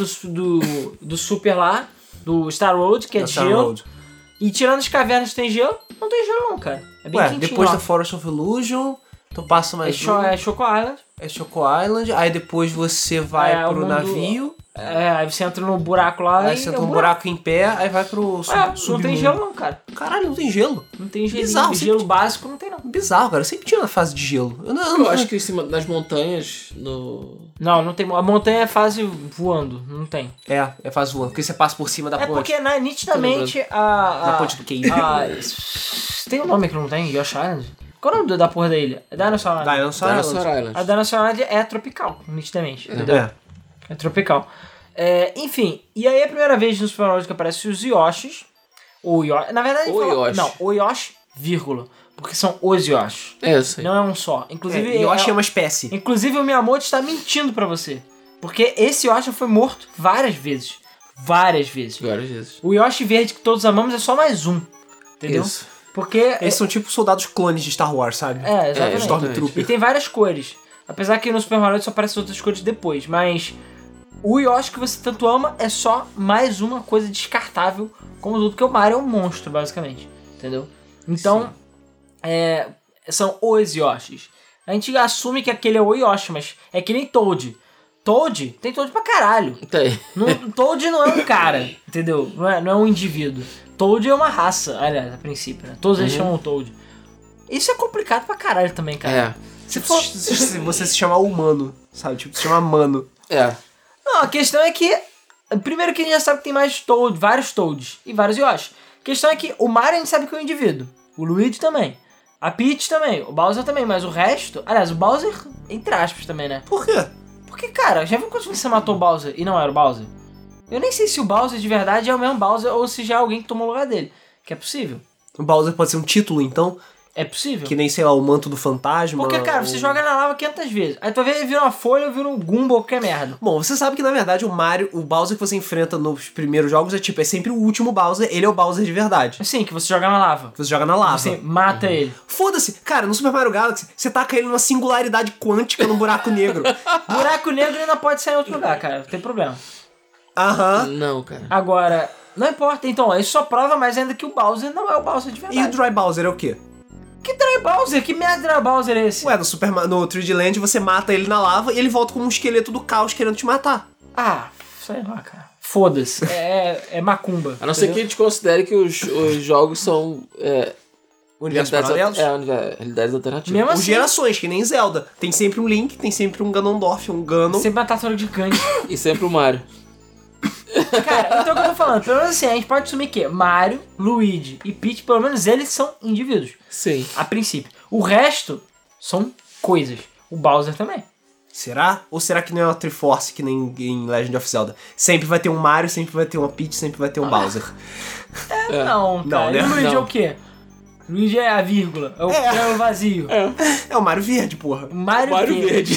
do Super lá, do Star Road, que é No de Star gelo. Road. E tirando as cavernas que tem gelo, não tem gelo não, cara. É bem Ué, quentinho depois lá. da Forest of Illusion, tu passa mais É Choco Island. é Choco Island, aí depois você vai É, o pro mundo- navio, Aí você entra no buraco lá aí e você é entra num buraco em pé, aí vai pro Não submundo. tem gelo não, cara. Caralho, não tem gelo. Não tem gelo. Bizarro, Gelo básico não tem não. Bizarro, cara. Sempre tinha na fase de gelo. Eu acho que em cima das montanhas, no... Não tem. A montanha é fase voando, não tem. É fase voando, porque você passa por cima da É ponte. porque nitidamente Na a ponte do Cave. tem um nome que não tem? Yoshi Island? Qual é o nome da porra da ilha? É Dinosaur Island. Dinosaur Dinosaur Island. Island. A Dinosaur Island é tropical, nitidamente. Entendeu? É. É tropical. Enfim, e aí a primeira vez no Super Mario que aparece os Yoshis. O Yoshi. Na verdade, O Yoshi. Não, o Yoshi, vírgula. Porque são os Yoshi. É, eu sei. Não é um só. Inclusive, Yoshi é uma espécie. inclusive o Miyamoto está mentindo pra você. Porque esse Yoshi foi morto várias vezes. Várias vezes. Várias vezes. O Yoshi verde que todos amamos é só mais um. Entendeu? Isso. Porque. Eles são tipo soldados clones de Star Wars, sabe? Exatamente. Stormtrooper. E tem várias cores. Apesar que no Super Mario só aparecem outras cores depois. Mas o Yoshi que você tanto ama é só mais uma coisa descartável, como tudo, porque o Mario é um monstro, basicamente. Entendeu? Então, são os Yoshis. A gente assume que aquele é o Yoshi, mas é que nem Toad. Toad tem Toad pra caralho. Tem. Toad não é um cara, entendeu? Não é um indivíduo. Toad é uma raça, aliás, a princípio, né? Todos eles chamam Toad. Isso é complicado pra caralho também, cara. Se você se chamar humano, sabe? Tipo, se chamar mano. Não, a questão é que... Primeiro que a gente já sabe que tem vários Toads e vários Yoshi. A questão é que o Mario a gente sabe que é um indivíduo. O Luigi também. A Peach também. O Bowser também. Mas o resto... Aliás, o Bowser, entre aspas, também, né? Por quê? Porque, cara, já viu quantas vezes você matou o Bowser e não era o Bowser? Eu nem sei se o Bowser de verdade é o mesmo Bowser ou se já é alguém que tomou o lugar dele. Que é possível. O Bowser pode ser um título, então, É possível. que nem, sei lá, o manto do fantasma. Porque, cara, você joga na lava 500 vezes. Aí tu vê ele vira uma folha ou vira um Goomba ou qualquer merda. Bom, você sabe que na verdade o Bowser que você enfrenta nos primeiros jogos é sempre o último Bowser, ele é o Bowser de verdade. Assim, que você joga na lava. Você joga na lava. Você mata ele. Foda-se, cara, no Super Mario Galaxy, você taca ele numa singularidade quântica num buraco negro. Buraco negro ainda pode sair em outro lugar, cara. Não tem problema. Aham. Não, cara. Agora, não importa. Então, isso só prova mais ainda que o Bowser não é o Bowser de E o verdade. Dry Bowser é o quê? Que Dry Bowser? Que merda de Dry Bowser é esse? Ué, no 3D Land você mata ele na lava e ele volta como um esqueleto do caos querendo te matar. Ah, sei lá, cara. Foda-se. É macumba. A não ser que a gente considere que os jogos são... Universos realidades paralelos? realidades alternativas. Mesmo Ou assim, gerações, que nem Zelda. Tem sempre um Link, tem sempre um Ganondorf, um Ganon. sempre uma tartaruga gigante. E sempre o Mario. Cara, então o que eu tô falando? Pelo menos assim, a gente pode assumir que Mario, Luigi e Peach, pelo menos eles são indivíduos. Sim. A princípio. O resto são coisas. O Bowser também. Será? Ou será que não é uma Triforce que nem em Legend of Zelda? Sempre vai ter um Mario, sempre vai ter uma Peach, sempre vai ter um Bowser. Não, cara. né? E o Luigi é Não. o quê? O Luigi é a vírgula, é o vazio. É o Mario Verde, porra. O Mario Verde.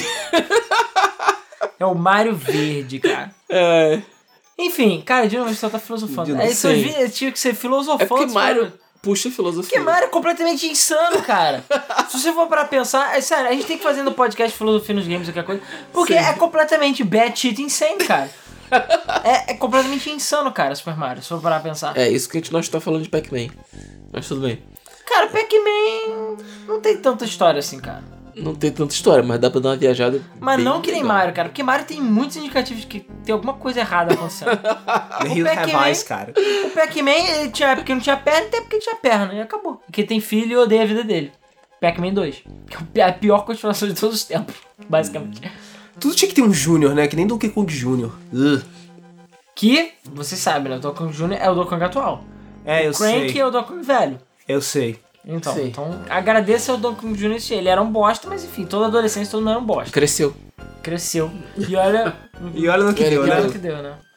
É o Mario Verde, cara. É. Enfim, cara, de novo a gente só tá filosofando. De novo, Aí sim. tinha que ser filosofando. É porque Mario puxa filosofia. Porque Mario é completamente insano, cara. Se você for pra pensar, é sério, a gente tem que fazer no podcast filosofia nos games ou qualquer coisa. Porque Sim. é completamente batshit insane, cara. É completamente insano, cara, Super Mario, se for parar pra pensar. É isso que nós tá falando de Pac-Man. Mas tudo bem. Cara, Pac-Man não tem tanta história assim, cara. Não tem tanta história, mas dá pra dar uma viajada. Mas bem não que nem legal. Mario, cara. Porque Mario tem muitos indicativos de que tem alguma coisa errada acontecendo. The Hill Pac-Man- Have Eyes, cara. O Pac-Man, ele tinha época que não tinha perna, tem época que tinha perna, e acabou. Porque tem filho e odeia a vida dele. Pac-Man 2. Que é a pior continuação de todos os tempos, basicamente. Tudo tinha que ter um Júnior, né? Que nem Donkey Kong Jr. Que, você sabe, né? O Donkey Kong Jr. é o Donkey Kong atual. É, eu O Crank sei. é o Donkey Kong velho. Eu sei. Então, Sim. agradeça ao Donkey Kong Jr. Ele era um bosta, mas enfim, toda adolescência todo mundo era um bosta. Cresceu. Cresceu. E olha... E olha no que E deu, E olha né? o que deu, né?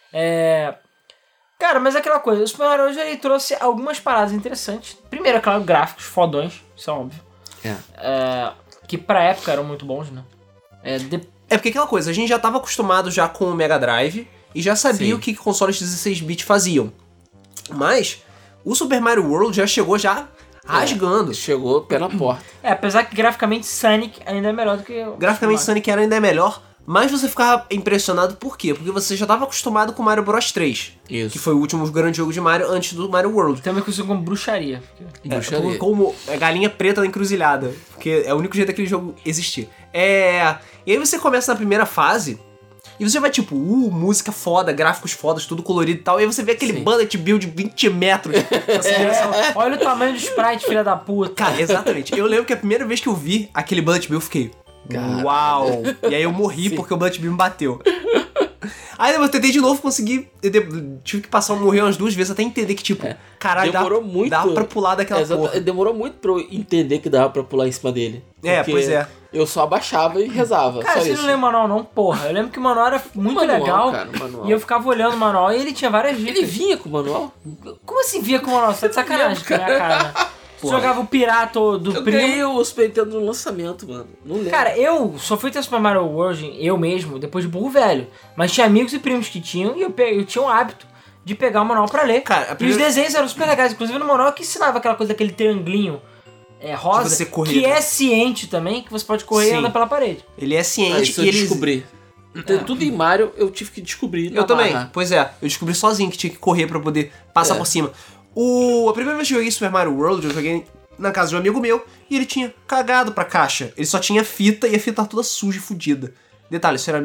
Cara, mas é aquela coisa, o Super Mario hoje ele trouxe algumas paradas interessantes. Primeiro, é claro, gráficos fodões, isso é óbvio. Que pra época eram muito bons, né? É porque aquela coisa, a gente já tava acostumado já com o Mega Drive e já sabia Sim. o que consoles 16-bit faziam. Mas o Super Mario World já chegou já rasgando. Chegou pé na porta. apesar que graficamente Sonic ainda é melhor do que o Graficamente Super Mario. Sonic era ainda é melhor, mas você ficava impressionado por quê? Porque você já tava acostumado com Mario Bros 3, Isso. que foi o último grande jogo de Mario antes do Mario World. Também conhecido como bruxaria. Bruxaria. Como a galinha preta da encruzilhada. Porque é o único jeito daquele jogo existir. E aí você começa na primeira fase. E você vai tipo, música foda, gráficos fodas, tudo colorido e tal. E aí você vê aquele Sim. bullet bill de 20 metros. Olha o tamanho do sprite, filha da puta. Cara, exatamente. Eu lembro que a primeira vez que eu vi aquele bullet bill, eu fiquei, Caralho. uau! E aí eu morri porque o bullet bill me bateu. Aí eu tentei de novo, consegui. Tive que passar, morrer umas 2 vezes até entender que, tipo, caralho, Demorou muito. dá pra pular daquela porra. Demorou muito pra eu entender que dava pra pular em cima dele. É, Porque pois é. Eu só abaixava e rezava. Cara, só você isso. não lembra o manual não? Porra, eu lembro que o manual era muito Manual, legal. cara, manual. E eu ficava olhando o manual e ele tinha várias dicas. Ele vinha com o manual? Como assim via com o manual? Você tá de sacanagem com a minha cara, né? Você Porra. jogava o pirata do Eu primo. ganhei o Super Nintendo no lançamento, mano. Não lembro. Cara, eu só fui ter Super Mario World eu mesmo, depois de burro velho. Mas tinha amigos e primos que tinham, e eu tinha o hábito de pegar o manual pra ler. Cara, a E os primeira- desenhos eram super legais. Inclusive no manual que ensinava aquela coisa daquele triangulinho rosa, você correr, que né? é ciente também, que você pode correr e Sim. andar pela parede. Ele é ciente Isso e eu ele. descobri. Tudo em Mario eu tive que descobrir. Eu na também, marra. pois é. Eu descobri sozinho que tinha que correr pra poder passar É. por cima. A primeira vez que eu joguei Super Mario World, eu joguei na casa de um amigo meu e ele tinha cagado pra caixa. Ele só tinha fita e a fita tava toda suja e fodida. Detalhe, isso era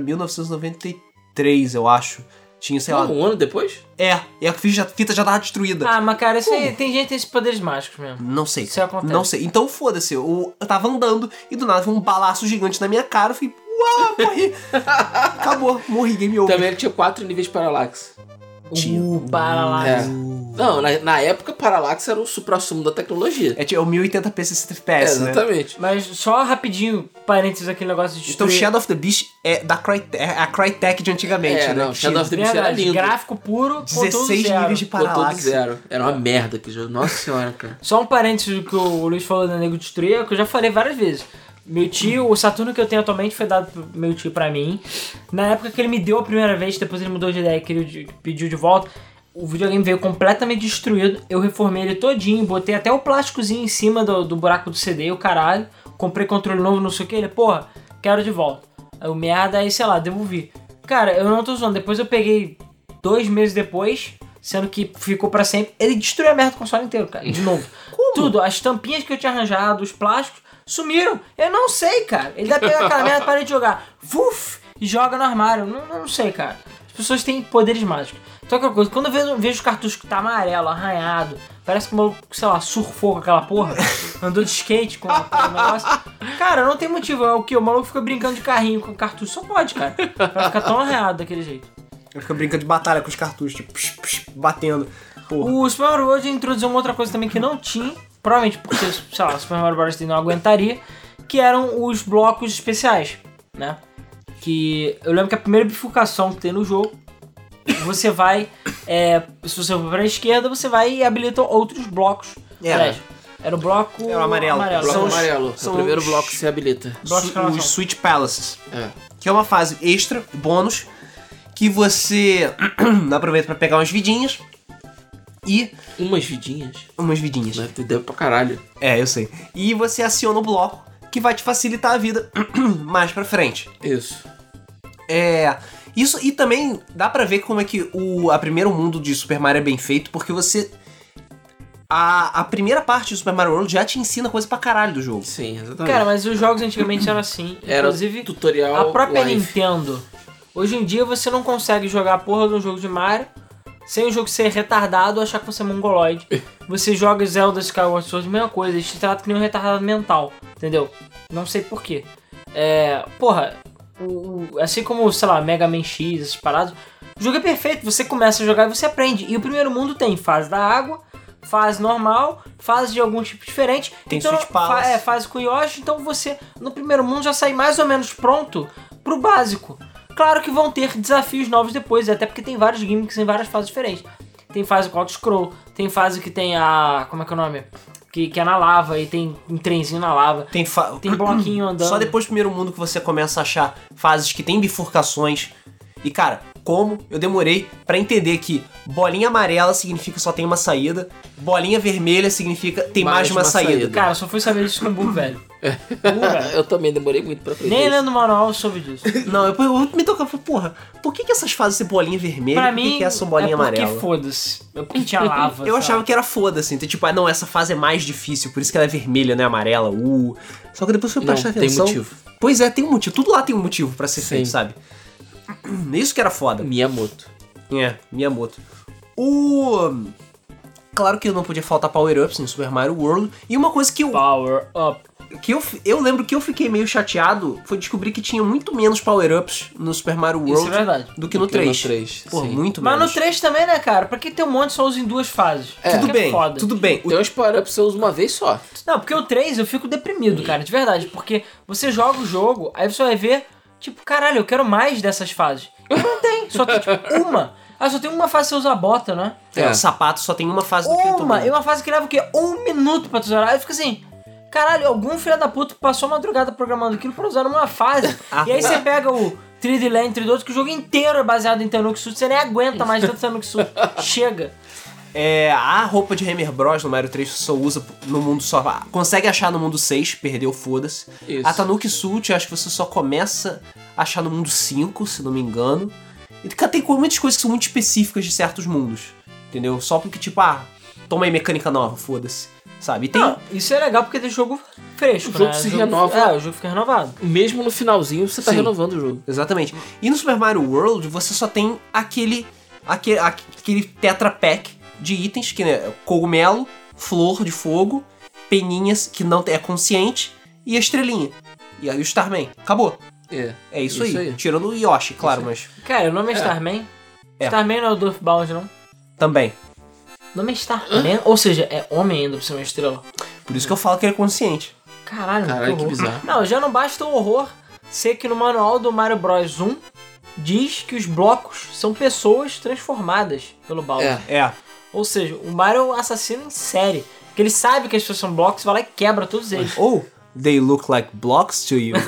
1993, eu acho. Tinha, sei lá. Não, um ano depois? E a fita já tava destruída. Ah, mas cara, isso aí, tem gente que tem esses poderes mágicos mesmo. Não sei. Isso acontece. Não sei. Então foda-se. Eu tava andando e do nada foi um balaço gigante na minha cara. Eu fiquei, uau, morri. Acabou, morri, game over. Também ele tinha 4 níveis de Parallax. Para lá. É. Não, na época Parallax era o supra-sumo da tecnologia. É o 1080p 60 FPS, né? Exatamente. Mas só rapidinho, parênteses, aquele negócio de Então destruir. Shadow of the Beast é a Crytek de antigamente, né? Não, Shadow of the Beast era Verdade, lindo. gráfico puro, contudo 16 zero. níveis de Ficou todo paralaxe. zero. Era uma merda que jogo. Nossa senhora, cara. Só um parênteses do que o Luiz falou do Nego Destruir, é o que eu já falei várias vezes. Meu tio, o Saturno que eu tenho atualmente foi dado pro meu tio pra mim. Na época que ele me deu a primeira vez, depois ele mudou de ideia e pediu de volta, o videogame veio completamente destruído. Eu reformei ele todinho, botei até o plásticozinho em cima do buraco do CD, o caralho. Comprei controle novo, não sei o que. Ele, porra, quero de volta. Aí o merda, aí sei lá, devolvi. Cara, eu não tô zoando. Depois eu peguei 2 meses depois, sendo que ficou pra sempre. Ele destruiu a merda do console inteiro, cara. De novo. Tudo, as tampinhas que eu tinha arranjado, os plásticos, sumiram. Eu não sei, cara. Ele vai pegar aquela merda, para de jogar. Vuf! E joga no armário. Não sei, cara. As pessoas têm poderes mágicos. Então aquela coisa, quando eu vejo os cartuchos que tá amarelo, arranhado, parece que o maluco, sei lá, surfou com aquela porra, andou de skate com aquele negócio. Cara, não tem motivo. É o que? O maluco fica brincando de carrinho com cartucho. Só pode, cara. Pra ficar tão arranhado daquele jeito. Eu fico brincando de batalha com os cartuchos, tipo, batendo. Porra. O Super Mario World introduziu uma outra coisa também que não tinha, provavelmente porque, sei lá, o Super Mario Bros. Não aguentaria, que eram os blocos especiais, né? Que eu lembro que a primeira bifurcação que tem no jogo, você vai, se você for pra esquerda, você vai e habilita outros blocos. Aliás, era o bloco Era o amarelo. Bloco amarelo. são o primeiro os- bloco que se habilita. Os Switch Palaces. É. Que é uma fase extra, bônus, que você aproveita pra pegar umas vidinhas e... Umas vidinhas. Umas vidinhas. Deve ter ideia pra caralho. É, eu sei. E você aciona o bloco, que vai te facilitar a vida mais pra frente. Isso. Isso, e também dá pra ver como é que a primeiro mundo de Super Mario é bem feito, porque você... A primeira parte do Super Mario World já te ensina coisa pra caralho do jogo. Sim, exatamente. Cara, mas os jogos antigamente eram assim. Era Inclusive, tutorial a própria live. Nintendo. Hoje em dia você não consegue jogar a porra de um jogo de Mario sem o jogo ser retardado ou achar que você é mongoloide. Você joga Zelda Skyward Sword, mesma coisa, eles te tratam que nem um retardado mental, entendeu? Não sei porquê. Assim como, sei lá, Mega Man X, essas paradas, o jogo é perfeito, você começa a jogar e você aprende. E o primeiro mundo tem fase da água, fase normal, fase de algum tipo diferente. Tem então, Switch Palace. fase com Yoshi, então você, no primeiro mundo, já sai mais ou menos pronto pro básico. Claro que vão ter desafios novos depois, até porque tem vários gimmicks em várias fases diferentes. Tem fase com auto-scroll, tem fase que tem a... como é que é o nome? Que é na lava e tem um trenzinho na lava. Tem bloquinho andando. Só depois do primeiro mundo que você começa a achar fases que tem bifurcações. E cara, como eu demorei pra entender que bolinha amarela significa só tem uma saída, bolinha vermelha significa tem mais de uma saída. Cara, eu só fui saber disso com o Bug, velho. Bug, velho. Eu também demorei muito pra aprender. Nem isso. lendo o manual eu soube disso. Não, eu me tocava, porra, por que essas fases ser bolinha vermelha Pra e por mim, que essa bolinha é porque amarela? foda-se. É porque tinha lava. Eu achava que era foda-se, então, tipo, não, essa fase é mais difícil, por isso que ela é vermelha, não é amarela. Só que depois eu fui Não, prestar tem atenção. motivo. Pois é, tem um motivo. Tudo lá tem um motivo pra ser Sim. feito, sabe? Isso que era foda. Miyamoto. Miyamoto. Claro que não podia faltar power-ups em Super Mario World. E uma coisa que Power up. eu lembro que eu fiquei meio chateado foi descobrir que tinha muito menos power-ups no Super Mario World Isso é verdade. do que no 3. No 3, Pô, sim. muito Mas menos. no 3 também, né, cara? Pra que ter um monte só usa em duas fases? Tudo Que bem, é foda. tudo bem. Tem uns power-ups que você usa uma vez só. Não, porque o 3 eu fico deprimido, cara, de verdade. Porque você joga o jogo, aí você vai ver, tipo, caralho, eu quero mais dessas fases. E não tem, só tem tipo uma. Ah, só tem uma fase que você usa a bota, né? O sapato só tem uma fase do quinto Uma! mundo. E uma fase que leva o quê? 1 minuto pra tu zerar. Aí eu fico assim, caralho, algum filho da puta passou a madrugada programando aquilo pra usar numa fase. E aí você pega o 3D Land 3D, que o jogo inteiro é baseado em Tanuki-Suit, você nem aguenta mais tanto Tanuki-Suit. Chega. A roupa de Hammer Bros no Mario 3 você só usa no mundo só. Consegue achar no mundo 6, perdeu, foda-se. Isso. A Tanuki Suit, acho que você só começa a achar no mundo 5, se não me engano. E tem muitas coisas que são muito específicas de certos mundos. Entendeu? Só porque, tipo, toma aí mecânica nova, foda-se. Sabe? E tem. Não, isso é legal porque deixa o jogo fresco, O jogo né? se renova. O jogo fica renovado. Mesmo no finalzinho você tá Sim. renovando o jogo. Exatamente. E no Super Mario World você só tem aquele Tetra Pack de itens, que é cogumelo, flor de fogo, peninhas, que não é consciente, e a estrelinha. E aí o Starman. Acabou. É isso aí. Tirando o Yoshi, claro, mas Cara, o nome é Starman. É. Starman não é o Earthbound, não. também. O nome é Starman, ou seja, é homem ainda por ser uma estrela. Por isso que eu falo que ele é consciente. Caralho, Caralho, que horror. bizarro. Não, já não basta o horror ser que no manual do Mario Bros 1 diz que os blocos são pessoas transformadas pelo Bowser. É. Ou seja, o Mario é um assassino em série. Porque ele sabe que as pessoas são blocos, vai lá e quebra todos eles. Ou they look like blocks to you.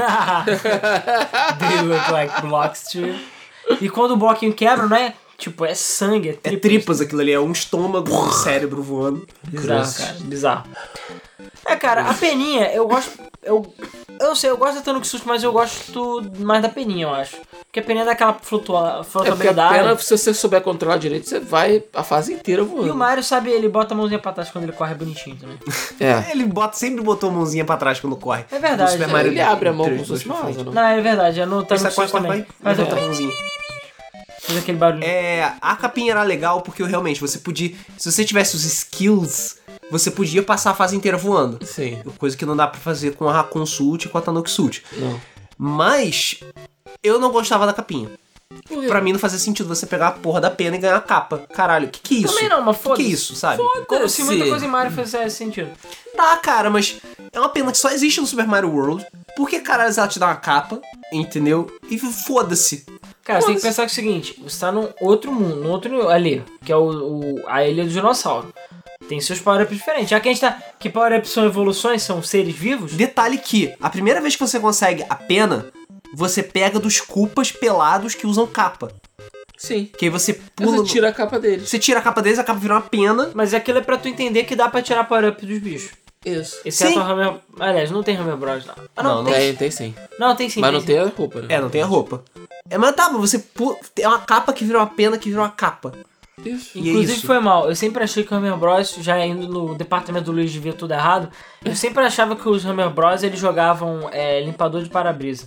They look like blocks to you. E quando o bloquinho quebra, não é? Tipo, é sangue, é É tripas. tripas aquilo ali, é um estômago, um cérebro voando. Bizarro, cara, bizarro. Cara, a peninha, eu gosto... Eu não sei, eu gosto da Tanuki-Suit, mas eu gosto mais da peninha, eu acho. Porque a peninha dá aquela Porque a flutabilidade. pena, se você souber controlar direito, você vai a fase inteira voando. E o Mario, sabe, ele bota a mãozinha pra trás quando ele corre bonitinho também. Ele sempre botou a mãozinha pra trás quando corre. É verdade, No Super Mario Ele abre a mão 3, como se fosse uma 2 pra asa, frente. não? Não, é verdade, é no Essa Tanuki-Suit corre, também. vai. Mas Levanta a mãozinha. faz aquele barulho. A capinha era legal porque realmente você podia... Se você tivesse os skills, você podia passar a fase inteira voando. Sim. Coisa que não dá pra fazer com a Raccoon Suit e com a Tanuki Suit. Não. Mas eu não gostava da capinha. Pra mim não fazia sentido você pegar a porra da pena e ganhar a capa. Caralho, que é isso? Também não, mas Que foda-se. é isso, sabe? Como se muita Foda-se. coisa em Mario fizesse sentido. Tá, cara, mas é uma pena que só existe no Super Mario World. Por que caralho ela te dá uma capa entendeu? E foda-se. Cara, você tem que pensar que é o seguinte, você tá num outro mundo, num outro ali, que é a Ilha do Dinossauro. Tem seus power-ups diferentes. Já que a gente tá... Que power-ups são evoluções? São seres vivos? Detalhe que, a primeira vez que você consegue a pena, você pega dos Koopas pelados que usam capa. Sim. Que aí você pula... Você tira a capa deles. Você tira a capa deles, a capa vira uma pena. Mas aquilo é pra tu entender que dá pra tirar power-up dos bichos. Isso. Exceto Sim. a Hammer... Aliás, não tem Hammer Bros, não. Ah, Não, Tem sim. Não, tem sim. Mas tem não sim. tem a roupa, né? Não tem a roupa. Mas tá, mas você pula... É uma capa que vira uma pena que vira uma capa. Isso. E é Inclusive isso. foi mal. Eu sempre achei que o Hammer Bros, já indo no departamento do Luiz de ver tudo errado, eu sempre achava que os Hammer Bros, eles jogavam limpador de para-brisa.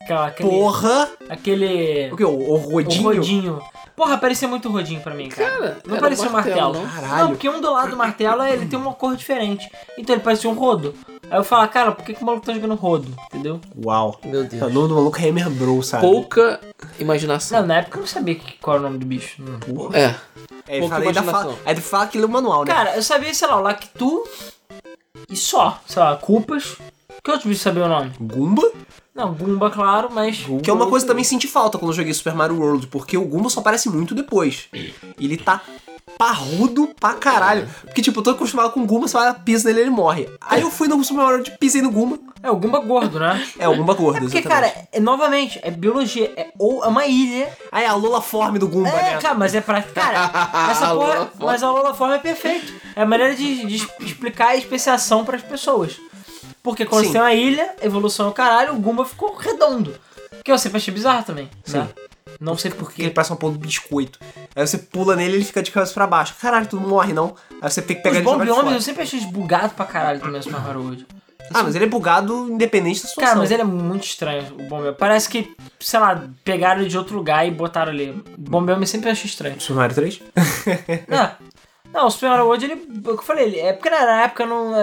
Porra! Aquele... O que? O rodinho? O rodinho. Porra, parecia muito rodinho pra mim, cara. Cara, não era parecia um martelo. não? Caralho. Não, porque um do lado do martelo, ele tem uma cor diferente. Então ele parecia um rodo. Aí eu falo, cara, por que o maluco tá jogando rodo? Entendeu? Uau. Meu O Deus. nome do maluco é Hammer Bro, sabe? Pouca imaginação. Não, na época eu não sabia qual era o nome do bicho. Porra. É. Aí pouca ele imaginação. fala que lê o manual, né? Cara, eu sabia, sei lá, o Lactu e só. Sei lá, Koopas. Que outro bicho sabia o nome? Goomba? Não, Goomba, claro, mas... Que é uma coisa que também senti falta quando eu joguei Super Mario World, porque o Goomba só aparece muito depois. Ele tá parrudo pra caralho. Porque, tipo, eu tô acostumado com o Goomba, você vai pisa nele e ele morre. Aí eu fui no Super Mario World, pisei no Goomba. É o Goomba gordo, né? É, o Goomba gordo, Porque, exatamente. cara, novamente, é biologia. É uma ilha. Aí a Lola Form do Goomba, né? Cara, mas é pra... Cara, essa porra... Mas a Lola Form é perfeito. É a maneira de explicar a especiação pras pessoas. Porque quando Sim. você tem uma ilha, evolução é o caralho, o Goomba ficou redondo. Que eu sempre achei bizarro também. Sim. Né? Não sei Porque porquê. ele parece uma porra do biscoito. Aí você pula nele e ele fica de cabeça pra baixo. Caralho, tu não morre, não. Aí você tem que pegar Os ele e jogar de Bombiomes eu fora. sempre achei bugado pra caralho também, o Super Mario World. Ah, mas ele é bugado independente da situação. Cara, mas ele é muito estranho, o Bombiome. Parece que, sei lá, pegaram ele de outro lugar e botaram ali. O Bombiome eu sempre achei estranho. Super Mario 3? Não, o Super Mario World, ele, o que eu falei, é porque na época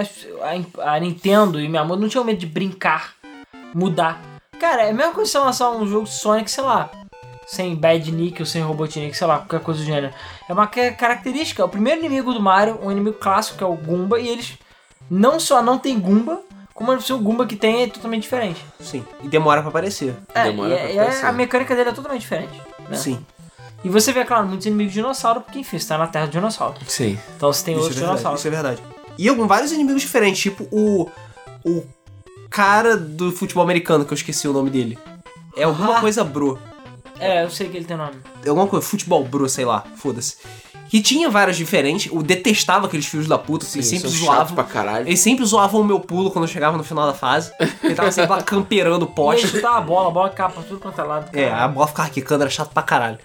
a Nintendo e Miyamoto não tinham medo de brincar, mudar. Cara, é a mesma coisa se você lançar um jogo Sonic, sei lá, sem Bad Nick ou sem Robotnik, sei lá, qualquer coisa do gênero. É uma característica, o primeiro inimigo do Mario, um inimigo clássico, que é o Goomba, e eles não só não tem Goomba, como o Goomba que tem é totalmente diferente. Sim. E demora pra aparecer. Demora pra aparecer. A mecânica dele é totalmente diferente. Né? Sim. E você vê, claro, muitos inimigos de dinossauro, porque enfim, você tá na terra do dinossauro. Sim. Então você tem outros dinossauros. Isso é verdade. E com vários inimigos diferentes, tipo o cara do futebol americano, que eu esqueci o nome dele. É alguma coisa bro. É, eu sei que ele tem nome. É alguma coisa, futebol bro, sei lá, foda-se. Que tinha várias diferentes, eu detestava aqueles filhos da puta, Sim, eles sempre são zoavam. chatos pra caralho. Eles sempre zoavam o meu pulo quando eu chegava no final da fase. Ele tava sempre lá camperando o E ele poste. chutava a bola capa pra tudo quanto é lado. É, a bola ficava quicando, era chato pra caralho.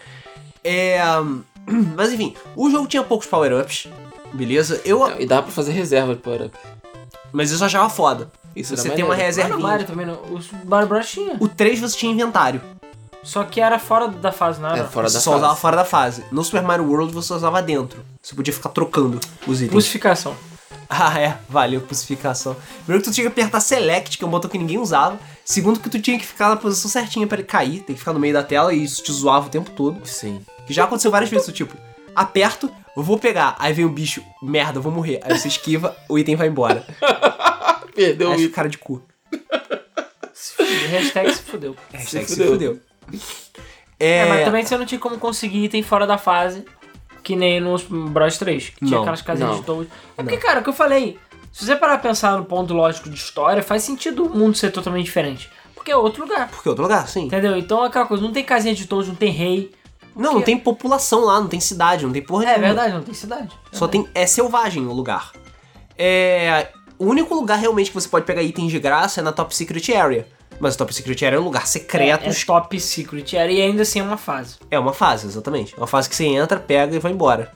Mas enfim, o jogo tinha poucos power-ups, beleza? E dá pra fazer reserva de power-up. Mas isso eu achava foda. Isso Você era tem uma maneiro. Mas no reservinha. Mario também, o Mario Bros tinha. O 3 você tinha inventário. Só que era fora da fase, não era? É, fora Você da só fase. usava fora da fase. No Super Mario World você usava dentro. Você podia ficar trocando os itens. Pulsificação. Ah, é. Valeu, pulsificação. Primeiro que tu tinha que apertar Select, que é um botão que ninguém usava. Segundo que tu tinha que ficar na posição certinha pra ele cair. Tem que ficar no meio da tela e isso te zoava o tempo todo. Sim. Que já aconteceu várias vezes, tipo... Aperto, eu vou pegar. Aí vem o bicho, merda, eu vou morrer. Aí você esquiva, o item vai embora. Perdeu Aí o fica item. cara de cu. Hashtag se fudeu. Hashtag se fudeu. fudeu. Mas também você não tinha como conseguir item fora da fase, que nem no Bros 3, que tinha Não, aquelas casinhas não. de todos. É porque, cara, o que eu falei, se você parar pra pensar no ponto lógico de história, faz sentido o mundo ser totalmente diferente. Porque é outro lugar. Porque é outro lugar, sim. Entendeu? Então é aquela coisa, não tem casinha de todos, não tem rei. Não tem população lá, não tem cidade, não tem porra É nenhuma. verdade, não tem cidade. Só tem... É selvagem o lugar. O único lugar realmente que você pode pegar itens de graça é na Top Secret Area. Mas a Top Secret Area é um lugar secreto. É top secret, era, e ainda assim é uma fase. É uma fase, exatamente. É uma fase que você entra, pega e vai embora.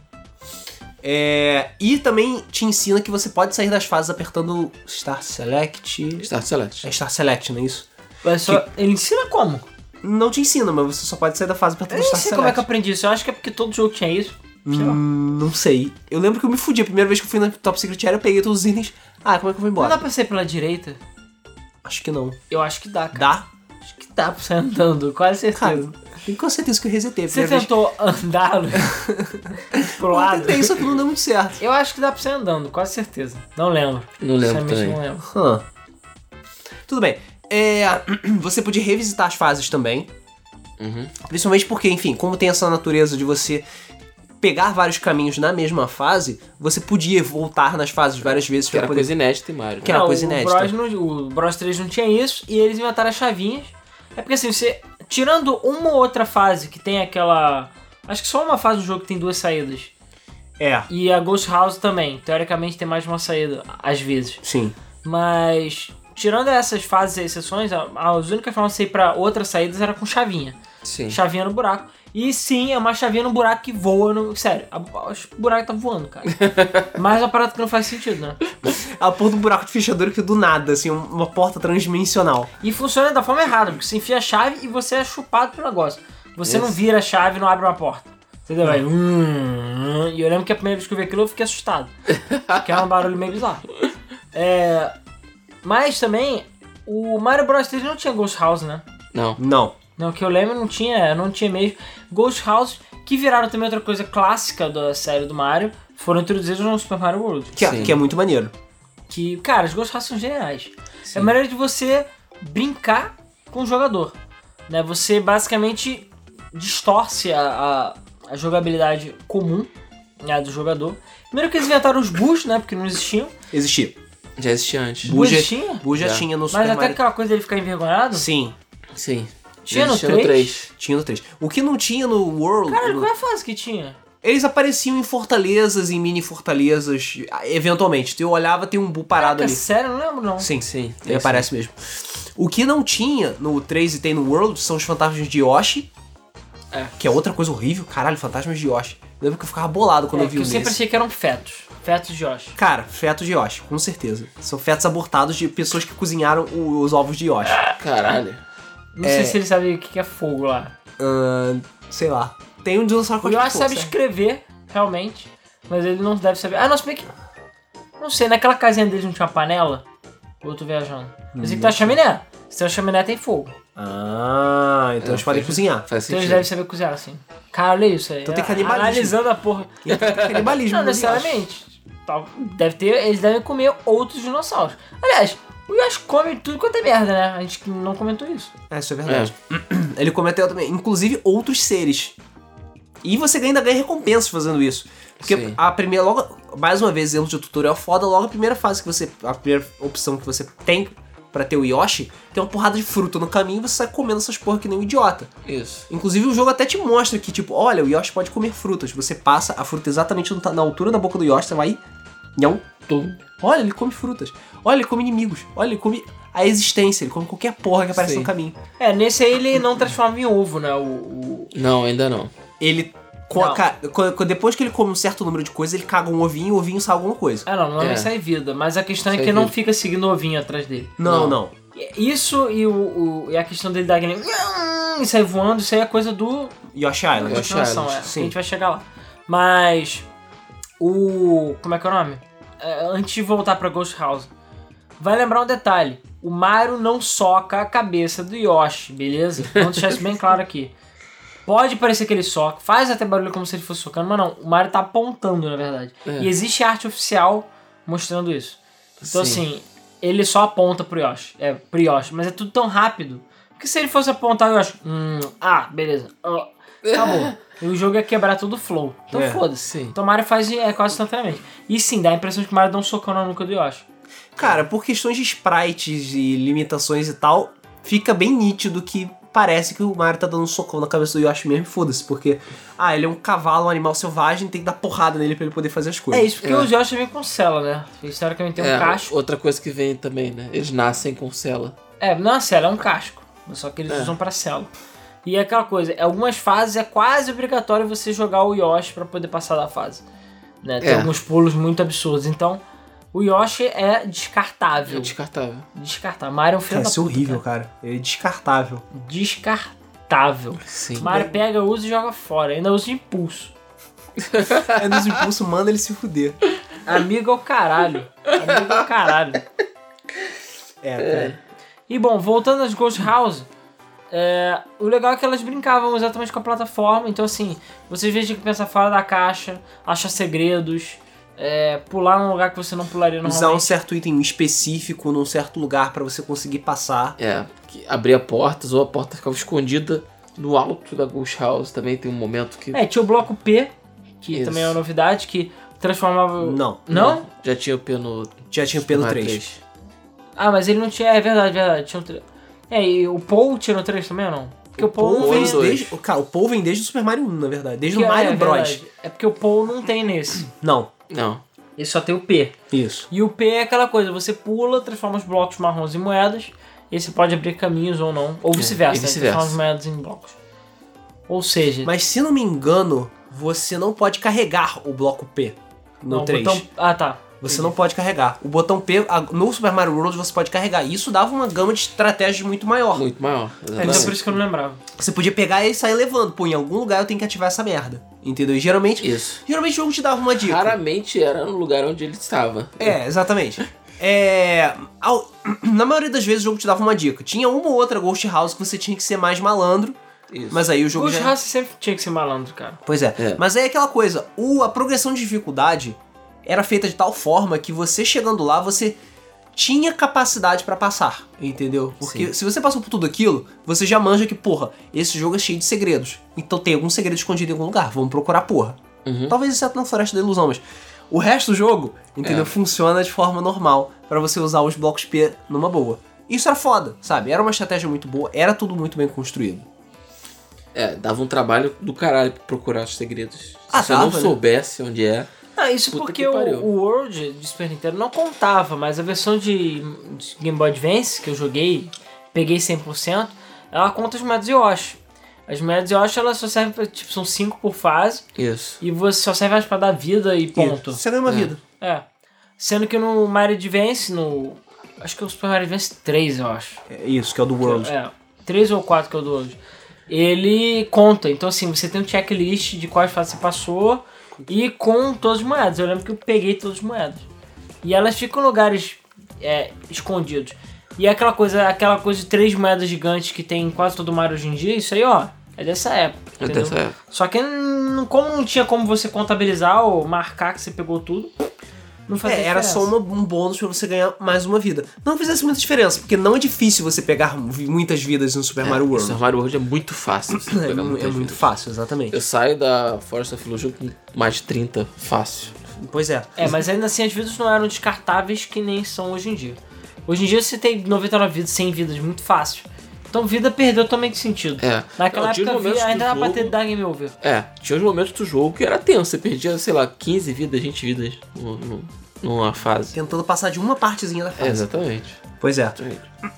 E também te ensina que você pode sair das fases apertando Star Select. Start Select. É Star Select, não é isso? Mas só, ele ensina como? Não te ensina, mas você só pode sair da fase apertando Eu nem Star sei Select. como é que eu aprendi isso, eu acho que é porque todo jogo tinha isso. Sei lá. Não sei. Eu lembro que eu me fudi. A primeira vez que eu fui na Top Secret Area, eu peguei todos os itens. Ah, como é que eu vou Não embora? dá pra ser pela direita? Acho que não. Eu acho que dá, cara. Dá? Acho que dá pra você andando, quase certeza. Cara, tenho com certeza que eu resetei. A Você primeira vez. tentou andar pro Eu lado? tentei, só que não deu muito certo. Eu acho que dá pra você andando, quase certeza. Não lembro. Não lembro Sinceramente, também. não lembro. Tudo bem. você podia revisitar as fases também. Uhum. Principalmente porque, enfim, como tem essa natureza de você pegar vários caminhos na mesma fase, você podia voltar nas fases várias vezes Que era pra poder... coisa inédita em Mario. Que era coisa o inédita. O Bros 3 não tinha isso e eles inventaram as chavinhas. É porque assim, você... Tirando uma ou outra fase que tem aquela... Acho que só uma fase do jogo que tem 2 saídas. E a Ghost House também. Teoricamente tem mais de uma saída, às vezes. Sim. Mas... Tirando essas fases e exceções, as únicas formas de você ir pra outras saídas era com chavinha. Sim. Chavinha no buraco. E sim, é uma chavinha no buraco que voa no... Sério, o buraco tá voando, cara. Mas é uma parada que não faz sentido, né? A porra do buraco de fechadura que do nada, assim, uma porta transdimensional. E funciona da forma errada, porque você enfia a chave e você é chupado pelo negócio. Você não vira a chave e não abre uma porta. Entendeu? Vai... E eu lembro que a primeira vez que eu vi aquilo eu fiquei assustado. Porque era um barulho meio bizarro. Mas também, o Mario Bros 3 não tinha Ghost House, né? Não. Não, que eu lembro não tinha mesmo. Ghost House, que viraram também outra coisa clássica da série do Mario, foram introduzidos no Super Mario World. Que é muito maneiro. Que, cara, os Ghost House são geniais. É a maneira de você brincar com o jogador. Né? Você basicamente distorce a jogabilidade comum, né, do jogador. Primeiro que eles inventaram os Boos, né? Porque não existiam. Existia. Já existia antes. Boo existia? já tinha no Mas Super até Mario. aquela coisa dele ficar envergonhado. Sim. Sim. Tinha Já no existia 3? Tinha no 3. O que não tinha no World... Caralho, qual é a fase que tinha? Eles apareciam em fortalezas, em mini fortalezas, eventualmente. Eu olhava, tem um Boo parado ali. Sério? Não lembro, não. Sim, Sim. ele aparece mesmo. O que não tinha no 3 e tem no World são os fantasmas de Yoshi. Que é outra coisa horrível. Caralho, fantasmas de Yoshi. Eu lembro que eu ficava bolado quando eu vi eu um sempre desse. achei que eram fetos. Fetos de Yoshi. Cara, fetos de Yoshi, com certeza. São fetos abortados de pessoas que cozinharam os ovos de Yoshi. Caralho. Não sei se ele sabe o que é fogo lá. Sei lá. Tem um dinossauro com O Yoshi sabe escrever, realmente. Mas ele não deve saber. Ah, não, se bem que... Não sei, naquela casinha deles não tinha uma panela? Ou eu tô viajando? Eu sei que tem uma chaminé. Se tem uma chaminé, tem fogo. Então eles podem cozinhar. Faz Então eles sentido. devem saber cozinhar, assim. Cara, olha isso aí. Então tem canibalismo. Analisando a porra. Então tem canibalismo. Não no Yoshi. necessariamente. Eles devem comer outros dinossauros. Aliás, o Yoshi come tudo quanto é merda, né? A gente não comentou isso. Isso é verdade. Ele cometeu também, inclusive outros seres. E você ainda ganha recompensas fazendo isso. Porque Sim. a primeira, logo, mais uma vez, exemplo de tutorial foda, logo a primeira fase que você, a primeira opção que você tem pra ter o Yoshi, tem uma porrada de fruta no caminho e você sai comendo essas porra que nem um idiota. Isso. Inclusive o jogo até te mostra que, tipo, olha, o Yoshi pode comer frutas. Você passa a fruta exatamente na altura da boca do Yoshi, você vai... Não. Olha, ele come frutas. Olha, ele come inimigos. Olha, ele come a existência. Ele come qualquer porra que aparece Sim. no caminho. Nesse aí ele não transforma em ovo, né? Não, ainda não. Ele... Não. Depois que ele come um certo número de coisas, ele caga um ovinho e o ovinho sai alguma coisa. Não é sai vida. Mas a questão é Sai que não vida. fica seguindo o ovinho atrás dele. Não. Isso e a questão dele dar aquele... E sair voando, isso aí é coisa do... Yoshi Island. Yoshi continuação, Island, sim. A gente vai chegar lá. Mas... Como é que é o nome? Antes de voltar pra Ghost House. Vai lembrar um detalhe. O Mario não soca a cabeça do Yoshi, beleza? Vamos deixar isso bem claro aqui. Pode parecer que ele soca, faz até barulho como se ele fosse socando, mas não. O Mario tá apontando, na verdade. E existe arte oficial mostrando isso. Então, Sim. assim, ele só aponta pro Yoshi. Mas é tudo tão rápido. Porque se ele fosse apontar o Yoshi... beleza. Acabou. E o jogo ia quebrar todo o flow. Então foda-se. Sim. Então o Mario faz quase instantaneamente. E sim, dá a impressão de que o Mario dá um socão na nuca do Yoshi. Cara, por questões de sprites e limitações e tal, fica bem nítido que parece que o Mario tá dando um socão na cabeça do Yoshi mesmo, foda-se, porque, ele é um cavalo, um animal selvagem, tem que dar porrada nele pra ele poder fazer as coisas. É isso, porque os Yoshi vêm com cela, né? Eles teoricamente tem um casco. Outra coisa que vem também, né? Eles nascem com cela. Não é uma cela, é um casco. Só que eles usam pra cela. E é aquela coisa, algumas fases é quase obrigatório você jogar o Yoshi pra poder passar da fase. Né? Tem alguns pulos muito absurdos. Então, o Yoshi é descartável. É descartável. Descartável. Mario é um filho Cara, da isso é puta, horrível, cara. Ele é descartável. Descartável. Sim. Mario pega, usa e joga fora. Ainda usa impulso. Nos impulsos, manda ele se fuder. Amigo é o caralho. Amigo é o caralho. Cara. E bom, voltando às Ghost House, o legal é que elas brincavam exatamente com a plataforma. Então assim, você às vezes tinha que pensar fora da caixa, achar segredos, pular num lugar que você não pularia Usar um normalmente. certo item específico num certo lugar pra você conseguir passar. Que abria portas ou a porta ficava escondida no alto da Ghost House. Também tem um momento que... Tinha o bloco P, que Isso. também é uma novidade, que transformava... Não. Não? Já tinha o P no... Já tinha o P no Super Mario 3. Ah, mas ele não tinha... É verdade. Tinha e o Paul tinha no 3 também ou não? Porque o Paul não vem vem... dois. Cara, o Paul vem desde o Super Mario 1, na verdade. Desde o Mario Bros. Verdade. É porque o Paul não tem nesse. Não. Não. Ele só tem o P. Isso. E o P é aquela coisa, você pula, transforma os blocos marrons em moedas, e você pode abrir caminhos ou não. Ou vice-versa, e vice-versa. transforma as moedas em blocos. Ou seja... Mas se não me engano, você não pode carregar o bloco P no não, 3. Ah, tá. Você não pode carregar. O botão P, no Super Mario World, você pode carregar. E isso dava uma gama de estratégias muito maior. Muito maior. Então Exatamente. por isso que eu não lembrava. Você podia pegar e sair levando. Pô, em algum lugar eu tenho que ativar essa merda. Entendeu? E geralmente Isso. o jogo te dava uma dica. Raramente era no lugar onde ele estava. Exatamente. Na maioria das vezes o jogo te dava uma dica. Tinha uma ou outra Ghost House que você tinha que ser mais malandro. Isso. Mas aí o jogo Ghost já... House sempre tinha que ser malandro, cara. Pois é. Mas aí é aquela coisa. A progressão de dificuldade era feita de tal forma que você chegando lá, você tinha capacidade pra passar, entendeu? Porque se você passou por tudo aquilo, você já manja que, porra, esse jogo é cheio de segredos. Então tem algum segredo escondido em algum lugar, vamos procurar, porra. Talvez exceto na Floresta da Ilusão, mas o resto do jogo, entendeu? Funciona de forma normal pra você usar os blocos P numa boa. Isso era foda, sabe? Era uma estratégia muito boa, era tudo muito bem construído. Dava um trabalho do caralho pra procurar os segredos. Se você dava, não né? soubesse onde é... Isso Puta porque que pariu. o World de Super Nintendo não contava, mas a versão de Game Boy Advance que eu joguei, peguei 100%, ela conta as moedas Yoshi. As moedas Yoshi, elas só servem pra, tipo, são 5 por fase, Isso. e você só serve elas pra dar vida e ponto. Você ganha uma vida. Sendo que no Mario Advance, acho que é o Super Mario Advance 3, eu acho. É isso, que é o do World. 3 ou 4 que é o do World. Ele conta, então assim, você tem um checklist de quais fases você passou e com todas as moedas. Eu lembro que eu peguei todas as moedas. E elas ficam em lugares escondidos. E aquela coisa de 3 moedas gigantes que tem em quase todo o Mario hoje em dia, isso aí, ó, é dessa época. É Entendeu? dessa época. Só que como não tinha como você contabilizar ou marcar que você pegou tudo, não fazia Era diferença. só um bônus pra você ganhar mais uma vida. Não fizesse muita diferença, porque não é difícil você pegar muitas vidas no Super Mario O World. Super Mario World é muito fácil. Você pegar muitas muito vidas. fácil, exatamente. Eu saio da Forest of Illusion com mais de 30, fácil. Pois é. Mas ainda assim as vidas não eram descartáveis que nem são hoje em dia. Hoje em dia você tem 99 vidas, 100 vidas, muito fácil. Então vida perdeu totalmente sentido. Naquela Não, tinha época momentos ainda do dava pra jogo- ter dar game over. Tinha uns momentos do jogo que era tenso. Você perdia, sei lá, 15 vidas, 20 vidas numa fase. Tentando passar de uma partezinha da fase. Exatamente. Pois é. Exatamente.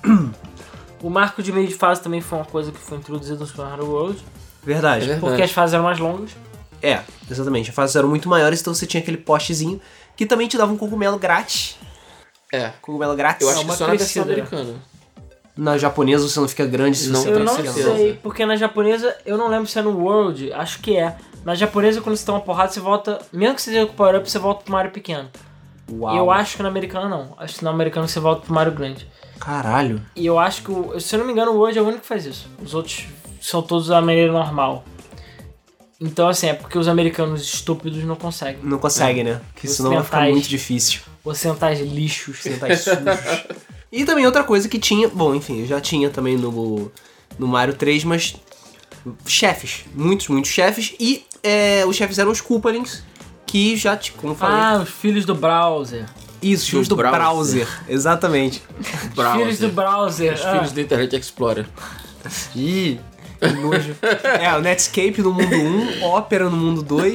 O marco de meio de fase também foi uma coisa que foi introduzida no Super Mario World. Verdade. É verdade. Porque as fases eram mais longas. Exatamente. As fases eram muito maiores, então você tinha aquele postezinho que também te dava um cogumelo grátis. Cogumelo grátis. Eu acho que uma só na versão crescida. americana. Na japonesa você não fica grande se Não, você Eu tenho não certeza. sei, porque na japonesa, eu não lembro se é no World, acho que é. Na japonesa, quando você dá uma porrada, você volta. Mesmo que você seja com o power up, você volta pro Mario pequeno. Uau. E eu acho que na americana não. Acho que na americana você volta pro Mario grande. Caralho. E eu acho que, se eu não me engano, o World é o único que faz isso. Os outros são todos da maneira normal. Então, assim, é porque os americanos estúpidos não conseguem. Não consegue, né? Porque senão vai ficar Ocidentais. muito difícil. Ocidentais lixos. Ocidentais sujos. E também outra coisa que tinha... Bom, enfim, eu já tinha também no Mario 3, mas... Chefes. Muitos chefes. E os chefes eram os Koopalings, que já, como eu falei... Os filhos do browser. Isso, filhos do browser. Exatamente. Filhos do browser. Os filhos do Internet Explorer. Ih, que nojo. O Netscape no mundo 1, Opera no mundo 2,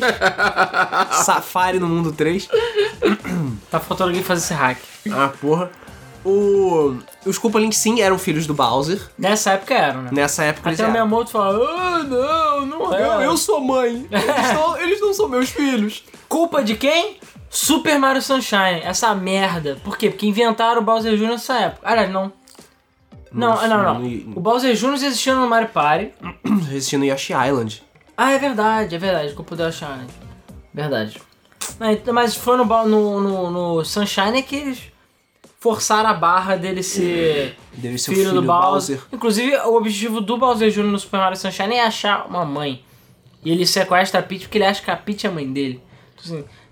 Safari no mundo 3. Tá faltando alguém fazer esse hack. Porra. Os Koopalings, sim, eram filhos do Bowser. Nessa época eram, né? Nessa época Até o eles eram. Miyamoto fala, não é. Eu sou mãe. Eles não são meus filhos. Culpa de quem? Super Mario Sunshine. Essa merda. Por quê? Porque inventaram o Bowser Jr. nessa época. Aliás, não. Não. O Bowser Jr. existia no Mario Party. Existia no Yoshi Island. É verdade. Culpa do Yoshi Island. Verdade. Mas foi no Sunshine que eles forçaram a barra dele ser Deve ser filho o filho do Bowser. Inclusive, o objetivo do Bowser Jr. no Super Mario Sunshine é achar uma mãe. E ele sequestra a Peach porque ele acha que a Peach é a mãe dele. Então, assim,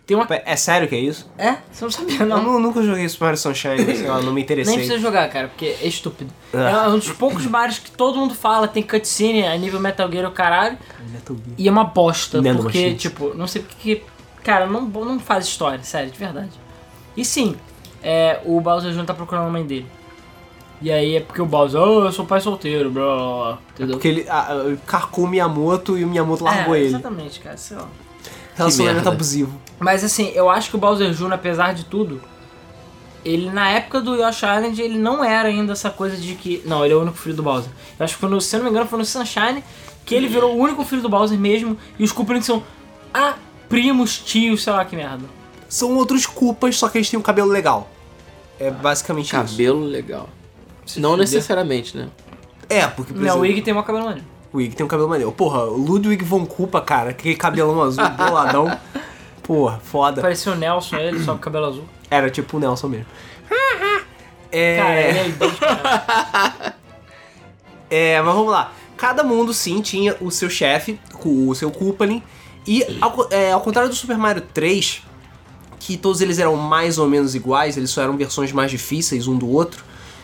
Tem uma... É sério que é isso? É? Você não sabia, Eu não. nunca joguei Super Mario Sunshine, sei lá, não me interessei. Nem precisa jogar, cara, porque é estúpido. Ah. É um dos poucos Marios que todo mundo fala, tem cutscene a nível Metal Gear o caralho. Metal Gear. E é uma bosta, Nano porque, Machines. tipo, não sei porque... Cara, não faz história, sério, de verdade. E sim, o Bowser Jr. tá procurando a mãe dele. E aí é porque o Bowser, eu sou pai solteiro, blá, blá, blá, entendeu? Porque ele carcou o Miyamoto e o Miyamoto largou ele. Exatamente, cara, sei lá. Relacionamento merda. abusivo. Mas assim, eu acho que o Bowser Jr., apesar de tudo, ele na época do Yoshi Island, ele não era ainda essa coisa de que... Não, ele é o único filho do Bowser. Eu acho que foi se eu não me engano, foi no Sunshine que ele virou o único filho do Bowser mesmo, e os Koopalings são primos, tios, sei lá que merda. São outros culpas, só que eles têm um cabelo legal. É basicamente isso. Cabelo legal. Não necessariamente, né? É, porque, por Não, o exemplo, Iggy tem uma cabelo maneiro. o Iggy tem um cabelo maneiro. Porra, o Ludwig von Koopa, cara, aquele cabelão azul, boladão. Porra, foda. Parecia o Nelson, ele, só com cabelo azul. Era tipo o Nelson mesmo. Cara, ele é idêntico, cara. Mas vamos lá. Cada mundo, sim, tinha o seu chefe, o seu Koopaling. E, ao contrário do Super Mario 3, que todos eles eram mais ou menos iguais, eles só eram versões mais difíceis um do outro.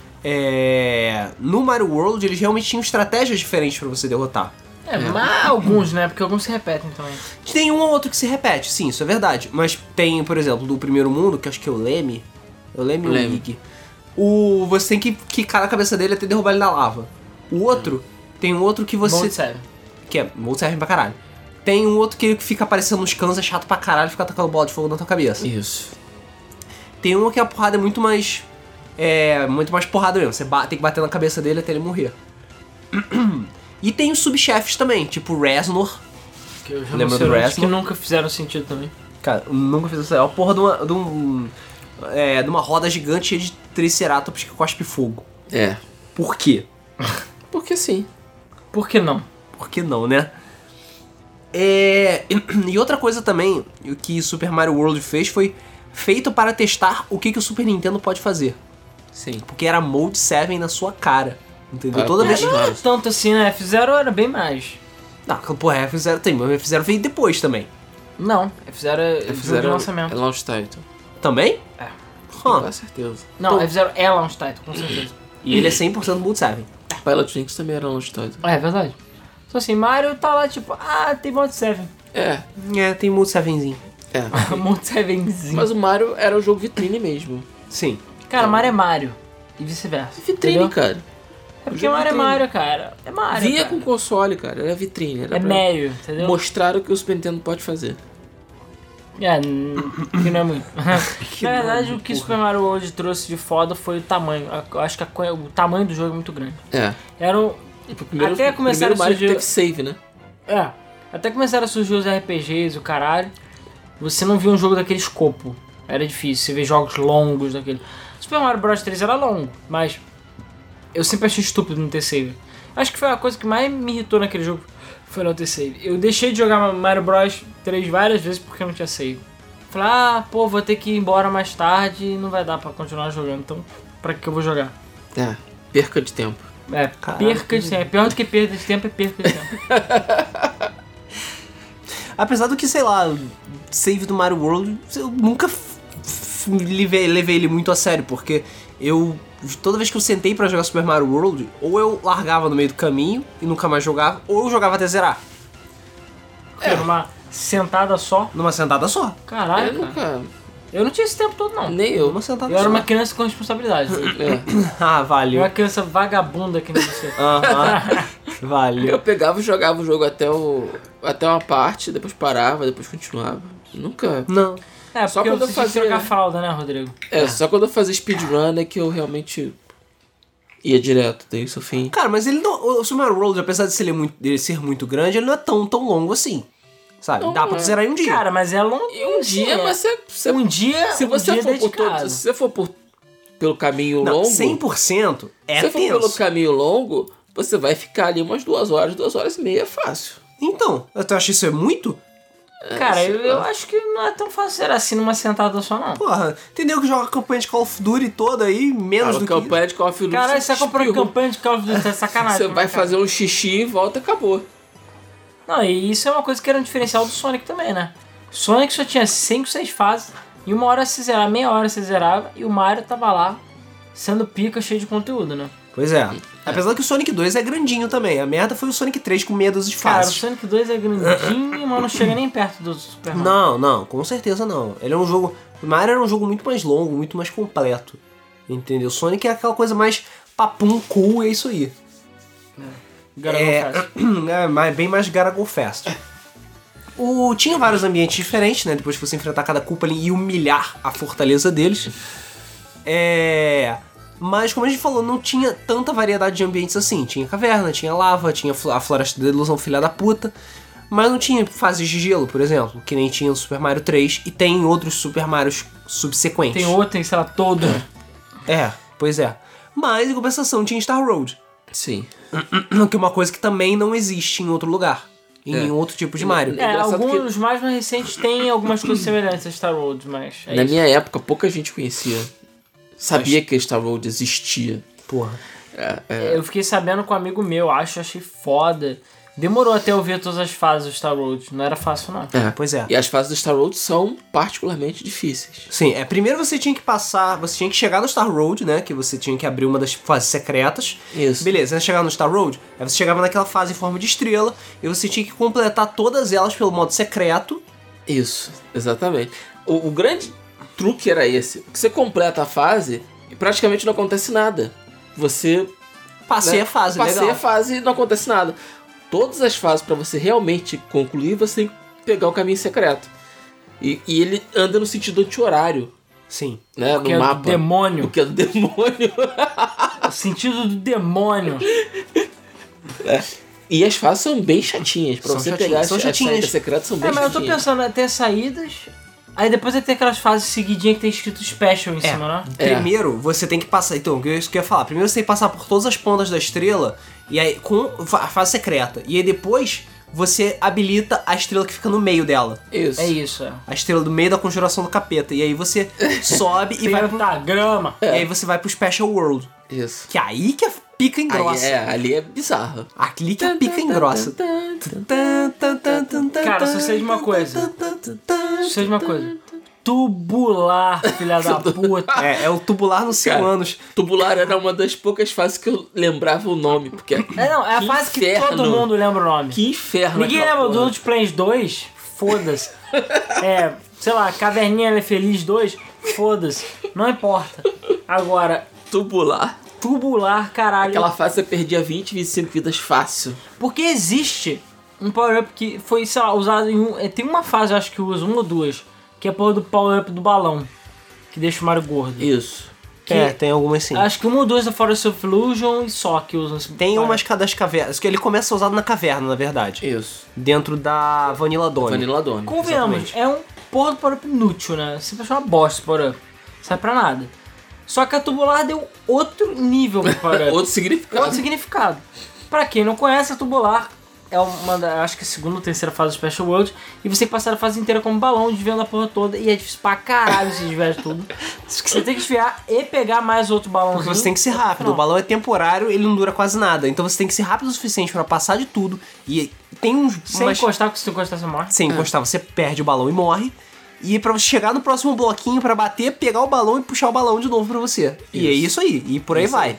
No Mario World, eles realmente tinham estratégias diferentes pra você derrotar. Mas alguns, né? Porque alguns se repetem também. Tem um ou outro que se repete, sim, isso é verdade. Mas tem, por exemplo, do primeiro mundo, que acho que é o Leme. É o Leme ou o Iggy. Você tem que quicar na cabeça dele até derrubar ele na lava. O outro, tem um outro que você... Mode 7. Que é Mode 7 pra caralho. Tem um outro que fica aparecendo nos cans, é chato pra caralho, fica atacando bola de fogo na tua cabeça. Isso. Tem um que a porrada é muito mais porrada mesmo. Você tem que bater na cabeça dele até ele morrer. E tem os subchefes também, tipo o Reznor. Que eu já Lembra do que Reznor? nunca fizeram sentido também. Cara, eu nunca fiz isso. É uma porra de uma roda gigante cheia de triceratops que cospe fogo. É. Por quê? Porque sim. Por que não? Por que não, né? E outra coisa também que Super Mario World fez foi feito para testar o que o Super Nintendo pode fazer. Sim. Porque era Mode 7 na sua cara. Entendeu? Toda vez. Não era tanto assim, né? F0 era bem mais. Não, porra, F0 tem, mas F0 veio depois também. Não, F0 é jogo de É lançamento. launch title. Também? É. Com certeza. Não, F0 é launch title, com certeza. E ele é 100% Mode 7. Pilot Wings também era launch title. É verdade. Então assim, Mario tá lá tipo, tem Mode 7. É. Tem Mode 7zinho. É. Mode 7zinho. Mas o Mario era o jogo vitrine mesmo. Sim. Cara, Mario é Mario. E vice-versa. Vitrine, entendeu? cara. É porque Mario é Mario, cara. É Mario. Vinha cara. com console, cara. Era vitrine. Era É pra Mario, entendeu? mostrar o que o Super Nintendo pode fazer. Que não é muito. Na verdade, o que Super Mario World trouxe de foda foi o tamanho. Eu acho que o tamanho do jogo é muito grande. É. Era um... E pro primeiro, Até começaram primeiro Mario a surgir... teve save, né? Até começaram a surgir os RPGs, o caralho. Você não via um jogo daquele escopo. Era difícil, você vê jogos longos daquele... Super Mario Bros 3 era longo, mas... Eu sempre achei estúpido não ter save. Acho que foi a coisa que mais me irritou naquele jogo. Foi não ter save. Eu deixei de jogar Mario Bros 3 várias vezes porque não tinha save. Falei, vou ter que ir embora mais tarde e não vai dar pra continuar jogando. Então, pra que eu vou jogar? É. Perca de tempo. Perca de tempo. É pior do que perda de tempo, é perca de tempo. Apesar do que, sei lá, save do Mario World, eu nunca levei ele muito a sério, porque toda vez que eu sentei pra jogar Super Mario World, ou eu largava no meio do caminho e nunca mais jogava, ou eu jogava até zerar. Numa sentada só. Numa sentada só. Caralho, Eu cara. nunca... Eu não tinha esse tempo todo, não. Nem eu. Numa sentada Eu só. era uma criança com responsabilidade. É. Ah, Eu valeu. era uma criança vagabunda que nem você. Aham. Eu Valeu. pegava e jogava o jogo até uma parte, depois parava, depois continuava. Nunca... Não. Só quando eu você tinha que fazia- trocar fralda, né, Rodrigo? Só quando eu fazia speedrun é que eu realmente ia direto, daí isso fim. Cara, mas ele não. O Super Mario World, apesar dele ser muito grande, ele não é tão longo assim. Sabe? Não, Dá pra tu zerar em um dia. Cara, mas é longo. E um dia, mas você Um dia, se você dia for por dedicado. todo, se você for pelo caminho Não, longo, 100% é se você for pelo tenso. caminho longo, você vai ficar ali umas 2 horas e meia é fácil. Então, eu acho isso é muito? Cara, sei eu lá. acho que não é tão fácil ser assim numa sentada só, não. Porra, entendeu que joga a campanha de Call of Duty toda aí, menos A do que... campanha de Call of Duty. Caralho, você comprou espirrou. campanha de Call of Duty, é sacanagem. Você né, vai cara? fazer um xixi e volta e acabou. Não, e isso é uma coisa que era um diferencial do Sonic também, né? Sonic só tinha 5, 6 fases, e uma hora você zerava, meia hora você zerava, e o Mario tava lá, sendo pica, cheio de conteúdo, né? Pois é. Apesar que o Sonic 2 é grandinho também. A merda foi o Sonic 3 com meia dúzia de Cara, o fases. Sonic 2 é grandinho, mas não chega nem perto do Super Mario. Não, com certeza não. Ele é um jogo... O Mario era um jogo muito mais longo, muito mais completo. Entendeu? O Sonic é aquela coisa mais papum, cool, e é isso aí. Bem mais Gotta Go Fast. Tinha vários ambientes diferentes, né? Depois que você enfrentar cada culpa ali e humilhar a fortaleza deles. Mas, como a gente falou, não tinha tanta variedade de ambientes assim. Tinha caverna, tinha lava, tinha a Floresta da Ilusão, filha da puta. Mas não tinha fases de gelo, por exemplo, que nem tinha no Super Mario 3 e tem em outros Super Marios subsequentes. Tem outro, tem, sei lá, todo. Pois é. Mas, em compensação, tinha Star Road. Sim. Que é uma coisa que também não existe em outro lugar. Em nenhum outro tipo de Mario. Alguns dos mais recentes têm algumas coisas semelhantes a Star Road, mas Na minha época, pouca gente conhecia. Sabia que Star Road existia. Porra. Eu fiquei sabendo com um amigo meu, achei foda. Demorou até eu ver todas as fases do Star Road, não era fácil não. Pois é. E as fases do Star Road são particularmente difíceis. Sim, primeiro você tinha que chegar no Star Road, né, que você tinha que abrir uma das fases secretas. Isso. Beleza, você chegava no Star Road, aí você chegava naquela fase em forma de estrela, e você tinha que completar todas elas pelo modo secreto. Isso, exatamente. O grande truque era esse, que você completa a fase e praticamente não acontece nada. Você... Passei a fase, legal. Passei a fase e não acontece nada. Todas as fases, pra você realmente concluir, você tem que pegar o caminho secreto. E ele anda no sentido anti-horário. Sim. Né? Porque no mapa. É do demônio. Porque é do demônio. O sentido do demônio. E as fases são bem chatinhas. Pra São você chatinhas, pegar são as chatinhas. saídas secretas, são bem Mas eu chatinhas. tô pensando, ter saídas, aí depois vai ter aquelas fases seguidinhas que tem escrito special em cima, né? Primeiro, você tem que passar... Então, isso que eu ia falar. Primeiro você tem que passar por todas as pontas da estrela, e aí com a fase secreta. E aí depois você habilita a estrela que fica no meio dela. Isso. É isso, A estrela do meio da conjuração do capeta. E aí você sobe e vai pro... da grama. E aí você vai pro Special World. Isso. Que aí que a pica engrossa. Ali é bizarro. Ali que a pica engrossa. Cara, só sei de uma coisa. Tubular, filha da puta. É o tubular nos Cara, anos. Tubular era uma das poucas fases que eu lembrava o nome, porque... É a fase que todo mundo lembra o nome. Que inferno. Ninguém aquela lembra do porra. Outplanes 2? Foda-se. Sei lá, Caverninha Ela é Feliz 2? Foda-se. Não importa. Agora, Tubular, caralho. aquela fase você perdia 20, 25 vidas fácil. Porque existe um power-up que foi, sei lá, usado em tem uma fase, eu acho que usa, uma ou duas, que é a porra do power-up do balão, que deixa o Mario gordo. Isso. Tem algumas sim. Acho que uma ou duas da Forest of Illusion e só que usam esse Tem power-up. umas das cavernas, que ele começa a usar na caverna, na verdade. Isso. Dentro da Vanilla Dawn. Vanilla Dawn. Convenhamos, Exatamente. é um porra do power-up inútil, né? Você achar uma bosta esse power-up. Não serve pra nada. Só que a Tubular deu outro nível pro power-up. Outro significado. Outro significado. Pra quem não conhece, a Tubular é acho que a segunda ou terceira fase do Special World, e você tem que passar a fase inteira como balão, desviando a porra toda, e é difícil pra caralho se desviar de tudo. Você tem que desviar e pegar mais outro balãozinho. Porque você tem que ser rápido. O balão é temporário, ele não dura quase nada. Então você tem que ser rápido o suficiente pra passar de tudo. E tem uns... Sem encostar, porque se tu encostar você morre. Sem encostar, você perde o balão e morre. E pra você chegar no próximo bloquinho pra bater, pegar o balão e puxar o balão de novo pra você. E é isso aí. E por aí vai.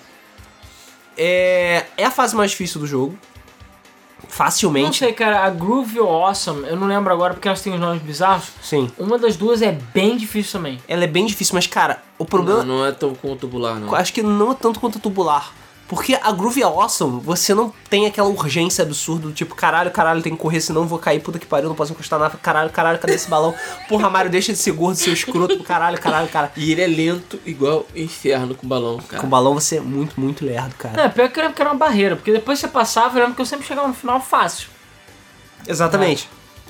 É a fase mais difícil do jogo. Facilmente. Não sei, cara, a Groove ou Awesome, eu não lembro agora porque elas têm os nomes bizarros. Sim. Uma das duas é bem difícil também. Ela é bem difícil, mas cara, o problema... Não é tão como o Tubular, não. Acho que não é tanto quanto a Tubular. Porque a Groove Awesome, você não tem aquela urgência absurda do tipo, caralho, tem que correr, senão eu vou cair, puta que pariu, não posso encostar nada, caralho, cadê esse balão? Porra, Mario, deixa de ser gordo, seu escroto, caralho. E ele é lento igual inferno com balão, cara. Com balão você é muito, muito lerdo, cara. Não, pior que eu lembro que era uma barreira, porque depois você passava, eu lembro que eu sempre chegava no final fácil. Exatamente.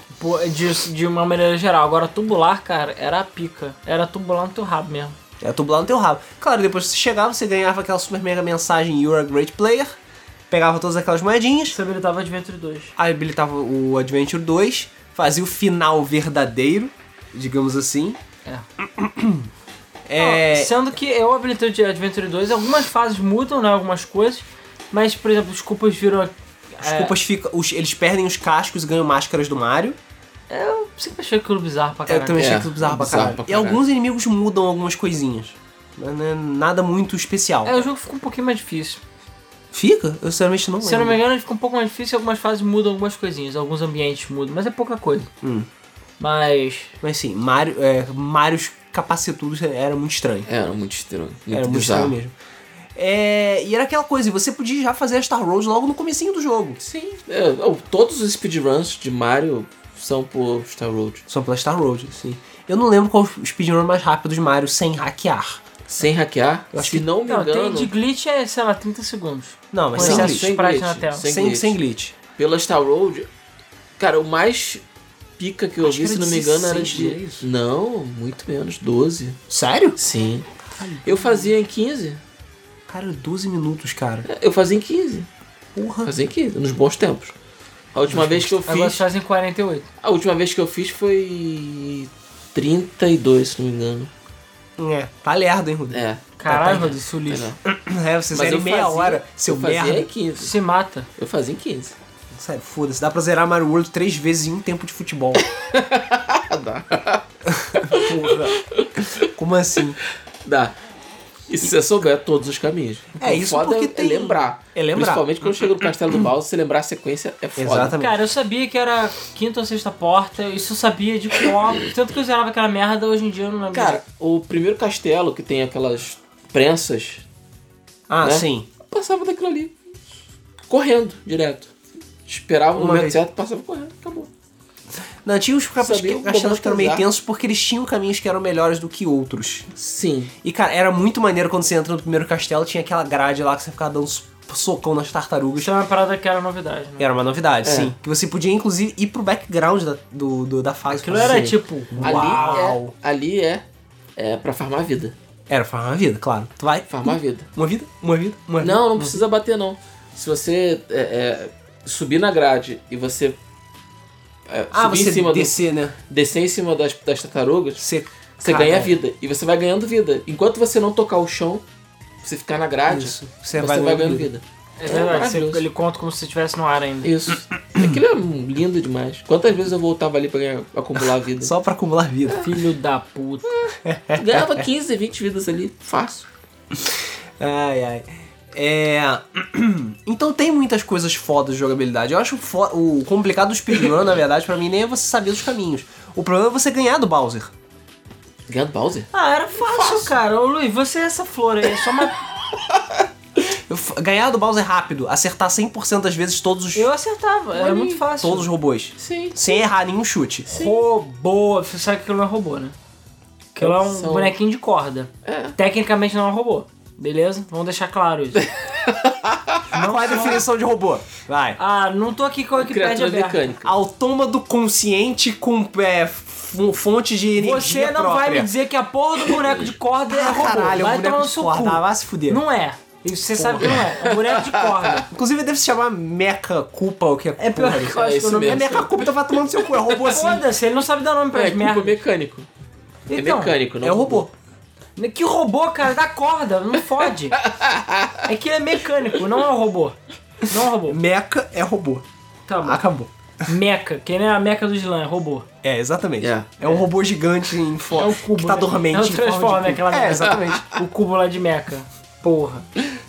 De uma maneira geral. Agora, Tubular, cara, era a pica. Era tubular no teu rabo mesmo. É tubular no teu rabo. Claro, depois que você chegava, você ganhava aquela super mega mensagem You're a Great Player, pegava todas aquelas moedinhas, Você habilitava Adventure 2. habilitava o Adventure 2, fazia o final verdadeiro, digamos assim. Sendo que eu habilitei o Adventure 2, algumas fases mudam, né, algumas coisas, mas, por exemplo, os culpas viram... Eles perdem os cascos e ganham máscaras do Mario. Eu sempre achei aquilo bizarro pra Eu caralho. também achei É, aquilo bizarro pra bizarro caralho. pra E caralho. alguns inimigos mudam algumas coisinhas. Não é nada muito especial. O jogo ficou um pouquinho mais difícil. Fica? Eu sinceramente não Se eu não lembro. me engano, ele fica um pouco mais difícil e algumas fases mudam algumas coisinhas, alguns ambientes mudam, mas é pouca coisa. Mas. Mas sim, Marios capacetudos era muito estranho. Era muito estranho. Muito Era muito bizarro. estranho mesmo. E era aquela coisa, e você podia já fazer a Star Road logo no comecinho do jogo. Sim. Todos os speedruns de Mario são por Star Road. Só pela Star Road, sim. Eu não lembro qual o speedrun mais rápido de Mario sem hackear. Sem hackear, Eu acho se não me Não, tem engano, de glitch é, sei lá, 30 segundos. Não, mas Com sem excesso glitch. de sprite na glitch, tela. Sem glitch. pela Star Road, cara, o mais pica que eu Acho vi, que se era não me engano, era 16, não é de... isso? Não, muito menos, 12. Sério? Sim. Eu fazia em 15. Cara, 12 minutos, cara. Eu fazia em 15. Porra. Fazia em 15, nos bons tempos. A última vez que eu Agora fiz... fazem 48. A última vez que eu fiz foi 32, se não me engano. Tá lerdo, hein, Rodrigo? É. Caralho, Tá, Rodrigo, seu lixo. Vocês Mas eram eu meia fazia- hora, seu eu fazia merda. em 15. Se mata. Eu fazia em 15. Sério, foda-se. Dá pra zerar Mario World 3 vezes em um tempo de futebol. Dá. Porra. Como assim? Dá. E se você souber todos os caminhos. É, isso foda porque é tem- lembrar. é lembrar. Principalmente quando chega no Castelo do Bowser, você lembrar a sequência é foda. Exatamente. Cara, eu sabia que era quinta ou sexta porta, isso eu sabia de cor. Tanto que eu zerava aquela merda, hoje em dia eu não lembro. Cara, o primeiro castelo que tem aquelas prensas, Ah, né? sim. passava daquilo ali. Correndo, direto. Esperava o Uma momento vez. certo, passava correndo. Acabou. Não, tinha os capas Sabia castelos que eram meio monetizar. tensos porque eles tinham caminhos que eram melhores do que outros. Sim. E, cara, era muito maneiro quando você entra no primeiro castelo, tinha aquela grade lá que você ficava dando socão nas tartarugas. Isso é uma parada que era novidade, né? Era uma novidade, É. sim. Que você podia, inclusive, ir pro background da fase. Aquilo era Sim. tipo. Uau! Ali é pra farmar vida. Era farmar a vida, claro. Tu vai. Farmar vida. Uma vida, uma vida, uma vida. Não precisa bater, não. Se você subir na grade e você subir você em cima descer, né? descer em cima das tartarugas, Você ganha caga. vida. E você vai ganhando vida. Enquanto você não tocar o chão, você ficar na grade, Isso. você vai ganhando vida. É verdade, maravilhoso. ele conta como se você estivesse no ar ainda. Isso. Aquilo é lindo demais. Quantas vezes eu voltava ali pra acumular vida? Só pra acumular vida. Filho da puta. Ganhava 15, 20 vidas ali, fácil. Ai, ai. Então tem muitas coisas fodas de jogabilidade. Eu acho o complicado do speedrun, na verdade, pra mim, nem é você saber os caminhos. O problema é você ganhar do Bowser. Ganhando Bowser? Ah, era fácil, cara. Ô Luiz, você é essa flor aí, é só uma. Ganhar do Bowser rápido, acertar 100% das vezes todos os Era muito fácil. todos os robôs. Sim. Sem errar nenhum chute. Robô. Você sabe que aquilo não é robô, né? Aquilo é um São- bonequinho de corda. É. Tecnicamente não é um robô. Beleza? Vamos deixar claro isso. Qual é a definição de robô? Vai. Ah, não tô aqui com a Wikipédia Criatura aberta. mecânica. Autômato consciente com fonte de energia Você não própria. vai me dizer que a porra do boneco de corda é robô. Caralho, vai o tomar boneco no de seu corda. cu. Vai se fuder. Não é. Isso você sabe que não é. É um boneco de corda. Inclusive deve se chamar Mecha Culpa, o que é É pior porra. que eu acho que isso o nome mesmo. É Mecha Culpa, então vai tomando seu cu, é robô assim. Foda-se, ele não sabe dar nome pra É as culpa merdas. mecânico. Então, É mecânico, não É o robô. Que robô, cara? Da corda, não fode. É que ele é mecânico, não é um robô. Não é um robô. Mecha é robô. Tá bom. Acabou. Mecha, que nem a meca do Slam, é robô. É, exatamente. É. É um robô gigante em É forma. o cubo, que tá né? dormente. É o em forma de Transformer, cubo. aquela É, merda. exatamente. O cubo lá de meca. Porra.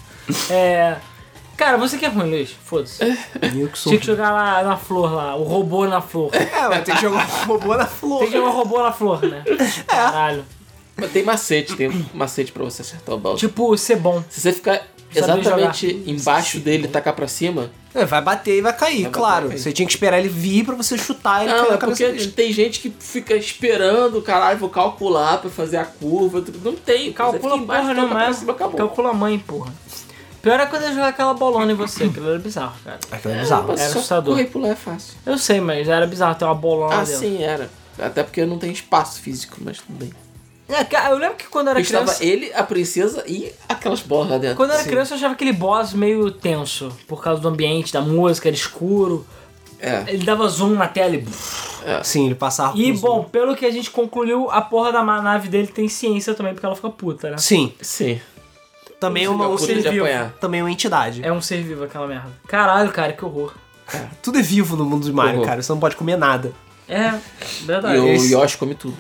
Cara, você que é ruim, Luiz. Foda-se. Eu que sou. Tinha que jogar lá na flor lá, o robô na flor. Vai ter que jogar um robô na flor. Tem que jogar o robô na flor, né? Caralho. Mas tem um macete pra você acertar o Bowser. Tipo, ser bom. Se você ficar Saber exatamente jogar. embaixo dele e tacar pra cima... Vai bater e vai cair, Vai bater claro. e vai cair. Você tinha que esperar ele vir pra você chutar ele cair Não, na é cabeça porque dele. tem gente que fica esperando, caralho, vou calcular pra fazer a curva. Não tem. Calcula você fica embaixo, porra toca não pra mais. cima, acabou. Calcula a mãe, porra. Pior é quando eu jogar aquela bolona em você, aquilo era bizarro, cara. Aquilo é bizarro. Mas Era só assustador. correr e pular é fácil. Eu sei, mas era bizarro ter uma bolona lá Ah, dentro. sim, era. Até porque não tem espaço físico, mas tudo bem. Cara, eu lembro que quando eu era Estava criança. ele, a princesa e aquelas bolas lá dentro. Quando eu era Sim. criança eu achava aquele boss meio tenso. Por causa do ambiente, da música, era escuro. É. Ele dava zoom na tela e. Sim, ele passava E por bom, pelo que a gente concluiu, a porra da nave dele tem ciência também, porque ela fica puta, né? Sim, Sim. também é Fica uma, puto de ser vivo, apanhar. também é uma entidade. É um ser vivo aquela merda. Caralho, cara, que horror. Tudo é vivo no mundo de Mario, Horror. cara. Você não pode comer nada. É, verdade. E o Esse- Yoshi come tudo.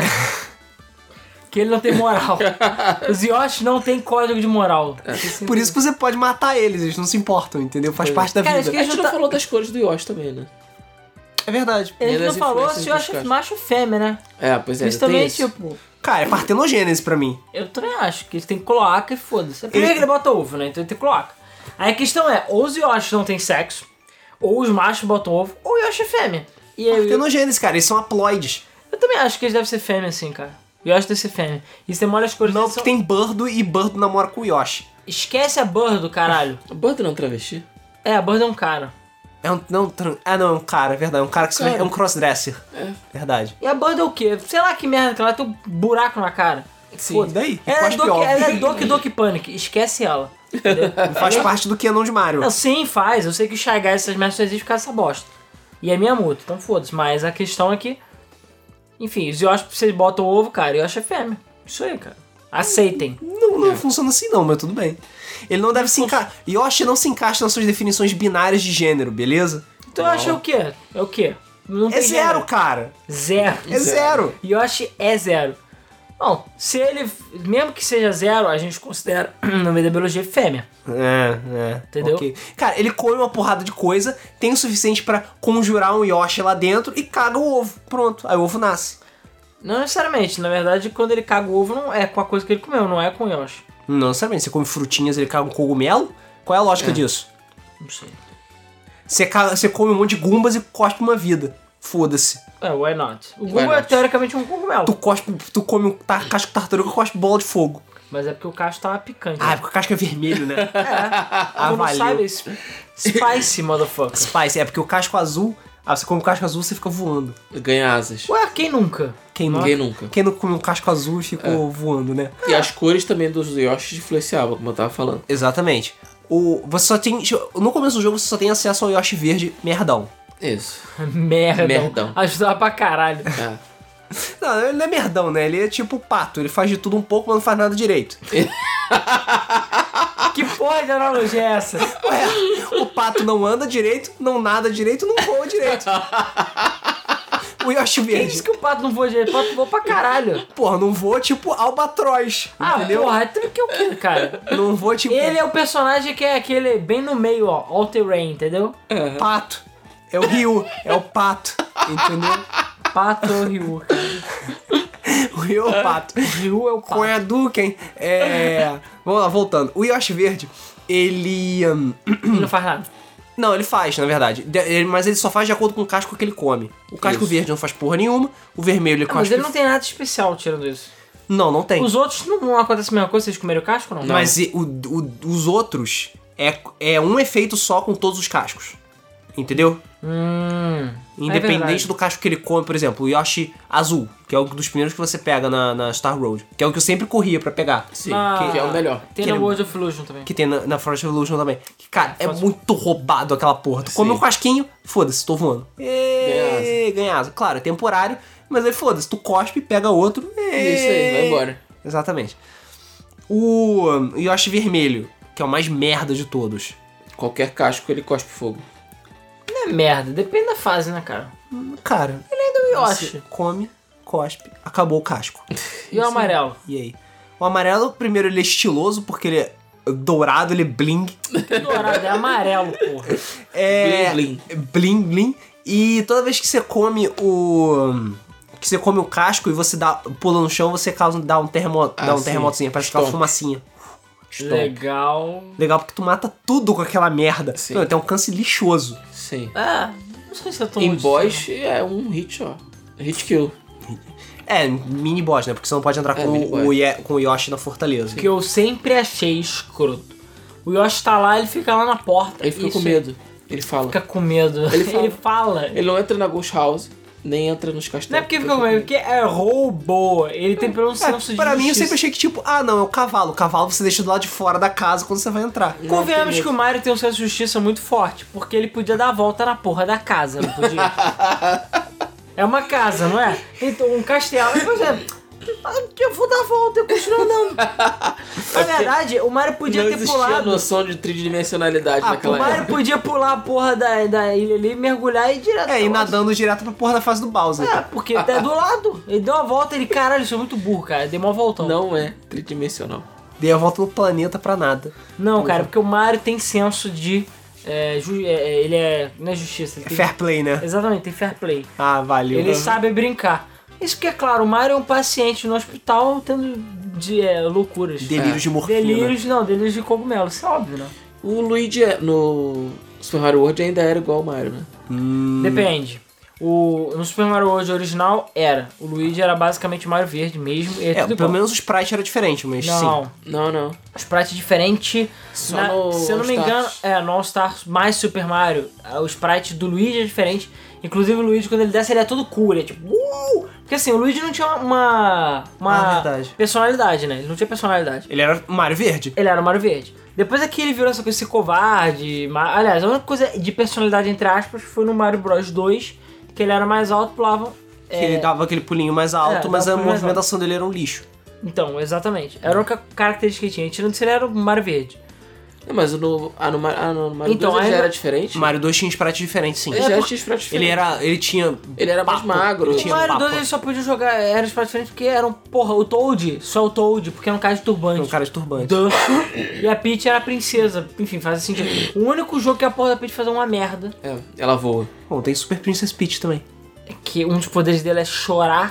Que ele não tem moral. Os Yoshi não tem código de moral. Por isso que você pode matar eles não se importam, entendeu? Faz parte da Cara, vida. acho A gente não não tá- falou das cores do Yoshi também, né? É verdade. Ele Nem não das falou influências se dos Yoshi é caras. macho ou fêmea, né? É, pois é, Isso tem também, isso. tipo... Cara, é partenogênese pra mim. Eu também acho que ele tem cloaca e foda-se. Primeiro que ele bota ovo, né? Então ele tem cloaca. Aí a questão é, ou os Yoshi não tem sexo, ou os machos botam ovo, ou o Yoshi é fêmea. E eu Partenogênese, cara, eles são haploides. também acho que eles devem ser fêmea, assim, cara. Yoshi deve ser fêmea. E você molha as cores Não, deles, porque tem Birdo e Birdo namora com o Yoshi. Esquece a Bird, caralho. O Bird não é um travesti? É, a Bird é um cara. É um. Não, não, é um cara, é verdade. É um cara que Cara. é um crossdresser. É. Verdade. E a Bird é o quê? Sei lá que merda que ela tem um buraco na cara. Sim. Pô, daí? Ela é, Cospe ovo. ela é Doki Doki Panic. Esquece ela. Entendeu? Faz parte do Canon de Mario. Não, sim, faz. Eu sei que o Shy Guys e essas merdas só existem por causa dessa bosta. E é minha multa, então foda-se. Mas a questão é que... Enfim, os Yoshi, vocês botam o ovo, cara, Yoshi é fêmea. Isso aí, cara. Aceitem. Não funciona assim não, mas tudo bem. Ele não deve se encaixar. Yoshi não se encaixa nas suas definições binárias de gênero, beleza? Então eu acho o quê? É o quê? Não É tem zero, gênero. cara. Zero. É zero. Yoshi é zero. Bom, se ele... Mesmo que seja zero, a gente considera, no meio da biologia, fêmea. Entendeu? ok. Cara, ele come uma porrada de coisa, tem o suficiente pra conjurar um Yoshi lá dentro e caga o ovo. Pronto, aí o ovo nasce. Não necessariamente. Na verdade, quando ele caga o ovo, não é com a coisa que ele comeu, não é com o Yoshi. Não, necessariamente. Você come frutinhas, ele caga um cogumelo? Qual é a lógica disso? Não sei. Você come um monte de gumbas e cospe uma vida. Foda-se. É, why not? O Why Google é not? teoricamente um cogumelo. Tu come um casco de tartaruga e cospe bola de fogo. Mas é porque o cacho tava picante. Ah, é porque o casco é vermelho, né? Ah, não valeu. sabe? Spicy, motherfucker. Spice, é porque o casco azul... Ah, você come o casco azul, você fica voando. Ganha asas. Ué, quem nunca? Quem não, Ninguém nunca. quem não come um casco azul e ficou voando, né? E as cores também dos Yoshi influenciavam, como eu tava falando. Exatamente. Você só tem... No começo do jogo, você só tem acesso ao Yoshi verde merdão. Isso. Merda. Merdão. Ajudava pra caralho. É. Não, ele não é merdão, né? Ele é tipo pato. Ele faz de tudo um pouco, mas não faz nada direito. Que porra de analogia é essa? Ué, o pato não anda direito, não nada direito, não voa direito. O Yoshi Quem verde. disse que o pato não voa direito? O pato voa pra caralho. Porra, não voa tipo albatroz, Ah, entendeu? porra, é tudo que eu quero, cara. Não voa tipo Ele é o personagem que é aquele bem no meio, ó. All terrain, entendeu? pato. É o Ryu, é o pato, entendeu? Pato ou Ryu, cara. O Ryu é o pato. Ryu é o pato. Com a Duken, Vamos lá, voltando. O Yoshi verde, ele... Ele não faz nada. Não, ele faz, na verdade. Mas ele só faz de acordo com o casco que ele come. O casco Isso. verde não faz porra nenhuma, o vermelho ele Ah, mas cospe... ele não tem nada especial tirando isso. Não tem. Os outros não acontece a mesma coisa, vocês comeram o casco ou não? Mas os outros é um efeito só com todos os cascos. Entendeu? Independente verdade. do casco que ele come, por exemplo, o Yoshi azul, que é um dos primeiros que você pega na Star Road. Que é o que eu sempre corria pra pegar. Sim, Ah, que é o melhor. Tem Que no ele- World of Illusion também. Que tem na Forest Revolution também. Que, cara, é Faz- muito roubado aquela porra. Tu come Sim. um casquinho, foda-se, tô voando. Ganha asa. Claro, é temporário, mas aí foda-se, tu cospe, pega outro. Isso aí, vai embora. Exatamente. O Yoshi vermelho, que é o mais merda de todos. Qualquer casco ele cospe fogo. Não é merda, depende da fase, né, cara? Cara, Do você Yoshi. come, cospe, acabou o casco. E o amarelo? E aí? O amarelo, primeiro, ele é estiloso, porque ele é dourado, ele é bling. Que dourado, é amarelo, porra. É... Bling, Bling, bling. E toda vez que você come o casco e você pula no chão, você dá um sim. terremotozinho, parece aquela Stomp. fumacinha. Legal. Legal porque tu mata tudo com aquela merda. Sim. Não, tem um câncer lixoso. Sim. Ah, não sei se eu tô Em muito boss é um hit só. Hit kill. É, mini boss, né? Porque você não pode entrar mini boss. com o Yoshi na fortaleza. Que eu sempre achei escroto. O Yoshi tá lá, ele fica lá na porta. Ele fica Isso, com medo. Ele fala. Fica com medo. Ele fala. Ele fala. Ele não entra na Ghost House, nem entra nos castelos. Não é porque fica com medo, porque é roubo. Ele tem pelo menos um senso de Pra mim, eu justiça. sempre achei que, tipo, não, é o cavalo. O cavalo você deixa do lado de fora da casa quando você vai entrar. Convenhamos que o Mario tem um senso de justiça muito forte, porque ele podia dar a volta na porra da casa, não podia? É uma casa, não é? Então, um castelo. Por exemplo, Eu vou dar a volta, eu continuo andando. Na verdade, o Mario podia Não ter existia pulado. noção de tridimensionalidade O naquela Mario época. podia pular a porra da ilha ali, mergulhar e ir direto. É, e pra lá. nadando direto pra porra da fase do Bowser. É, porque tá do lado. Ele deu uma volta, ele, caralho, eu sou muito burro, cara. Deu uma voltão. Não é tridimensional. Dei a volta no planeta pra nada. Não, cara, porque o Mario tem senso de. Ele é. Não é justiça, ele tem. Fair play, né? Exatamente, tem fair play. Ah, valeu. Ele sabe brincar. Isso que é claro, o Mario é um paciente no hospital tendo loucuras. Delírios de morfina. Delírios de cogumelo, isso é óbvio, né? O Luigi no Super Mario World ainda era igual ao Mario, né? Depende. No Super Mario World original o Luigi era basicamente Mario Verde mesmo. E tudo pelo igual. menos o sprite era diferente, mas sim. Não. O sprite é diferente. Só no Se eu não me All engano, Stars. no All Stars mais Super Mario, o sprite do Luigi é diferente. Inclusive o Luigi, quando ele desce, ele é todo cool, ele é tipo... Porque assim, o Luigi não tinha uma verdade. personalidade, né? Ele não tinha personalidade. Ele era Mario Verde. Ele era o Mario Verde. Depois é que ele virou essa coisa de ser covarde. Aliás, a única coisa de personalidade, entre aspas, foi no Mario Bros 2, que ele era mais alto, pulava... Que ele dava aquele pulinho mais alto, mas dava a pulinho mais movimentação dele era um lixo. Então, exatamente. Era a única característica que ele tinha. Tirando isso, ele era o Mario Verde. Mas no Mario Então, 2 ele já ainda- era diferente? O Mario 2 tinha sprite diferente, sim. Ele já tinha sprite diferente. Ele tinha... Ele era mais papo, magro. ele O tinha Mario papo. 2 ele só podia jogar, era espaço diferente porque era o Toad, só o Toad, porque era um cara de turbante. Um cara de turbante. Duh. E a Peach era a princesa. Enfim, faz sentido. O único jogo que a porra da Peach fazia uma merda É, ela voa. Bom, tem Super Princess Peach também. é que um dos poderes dele é chorar.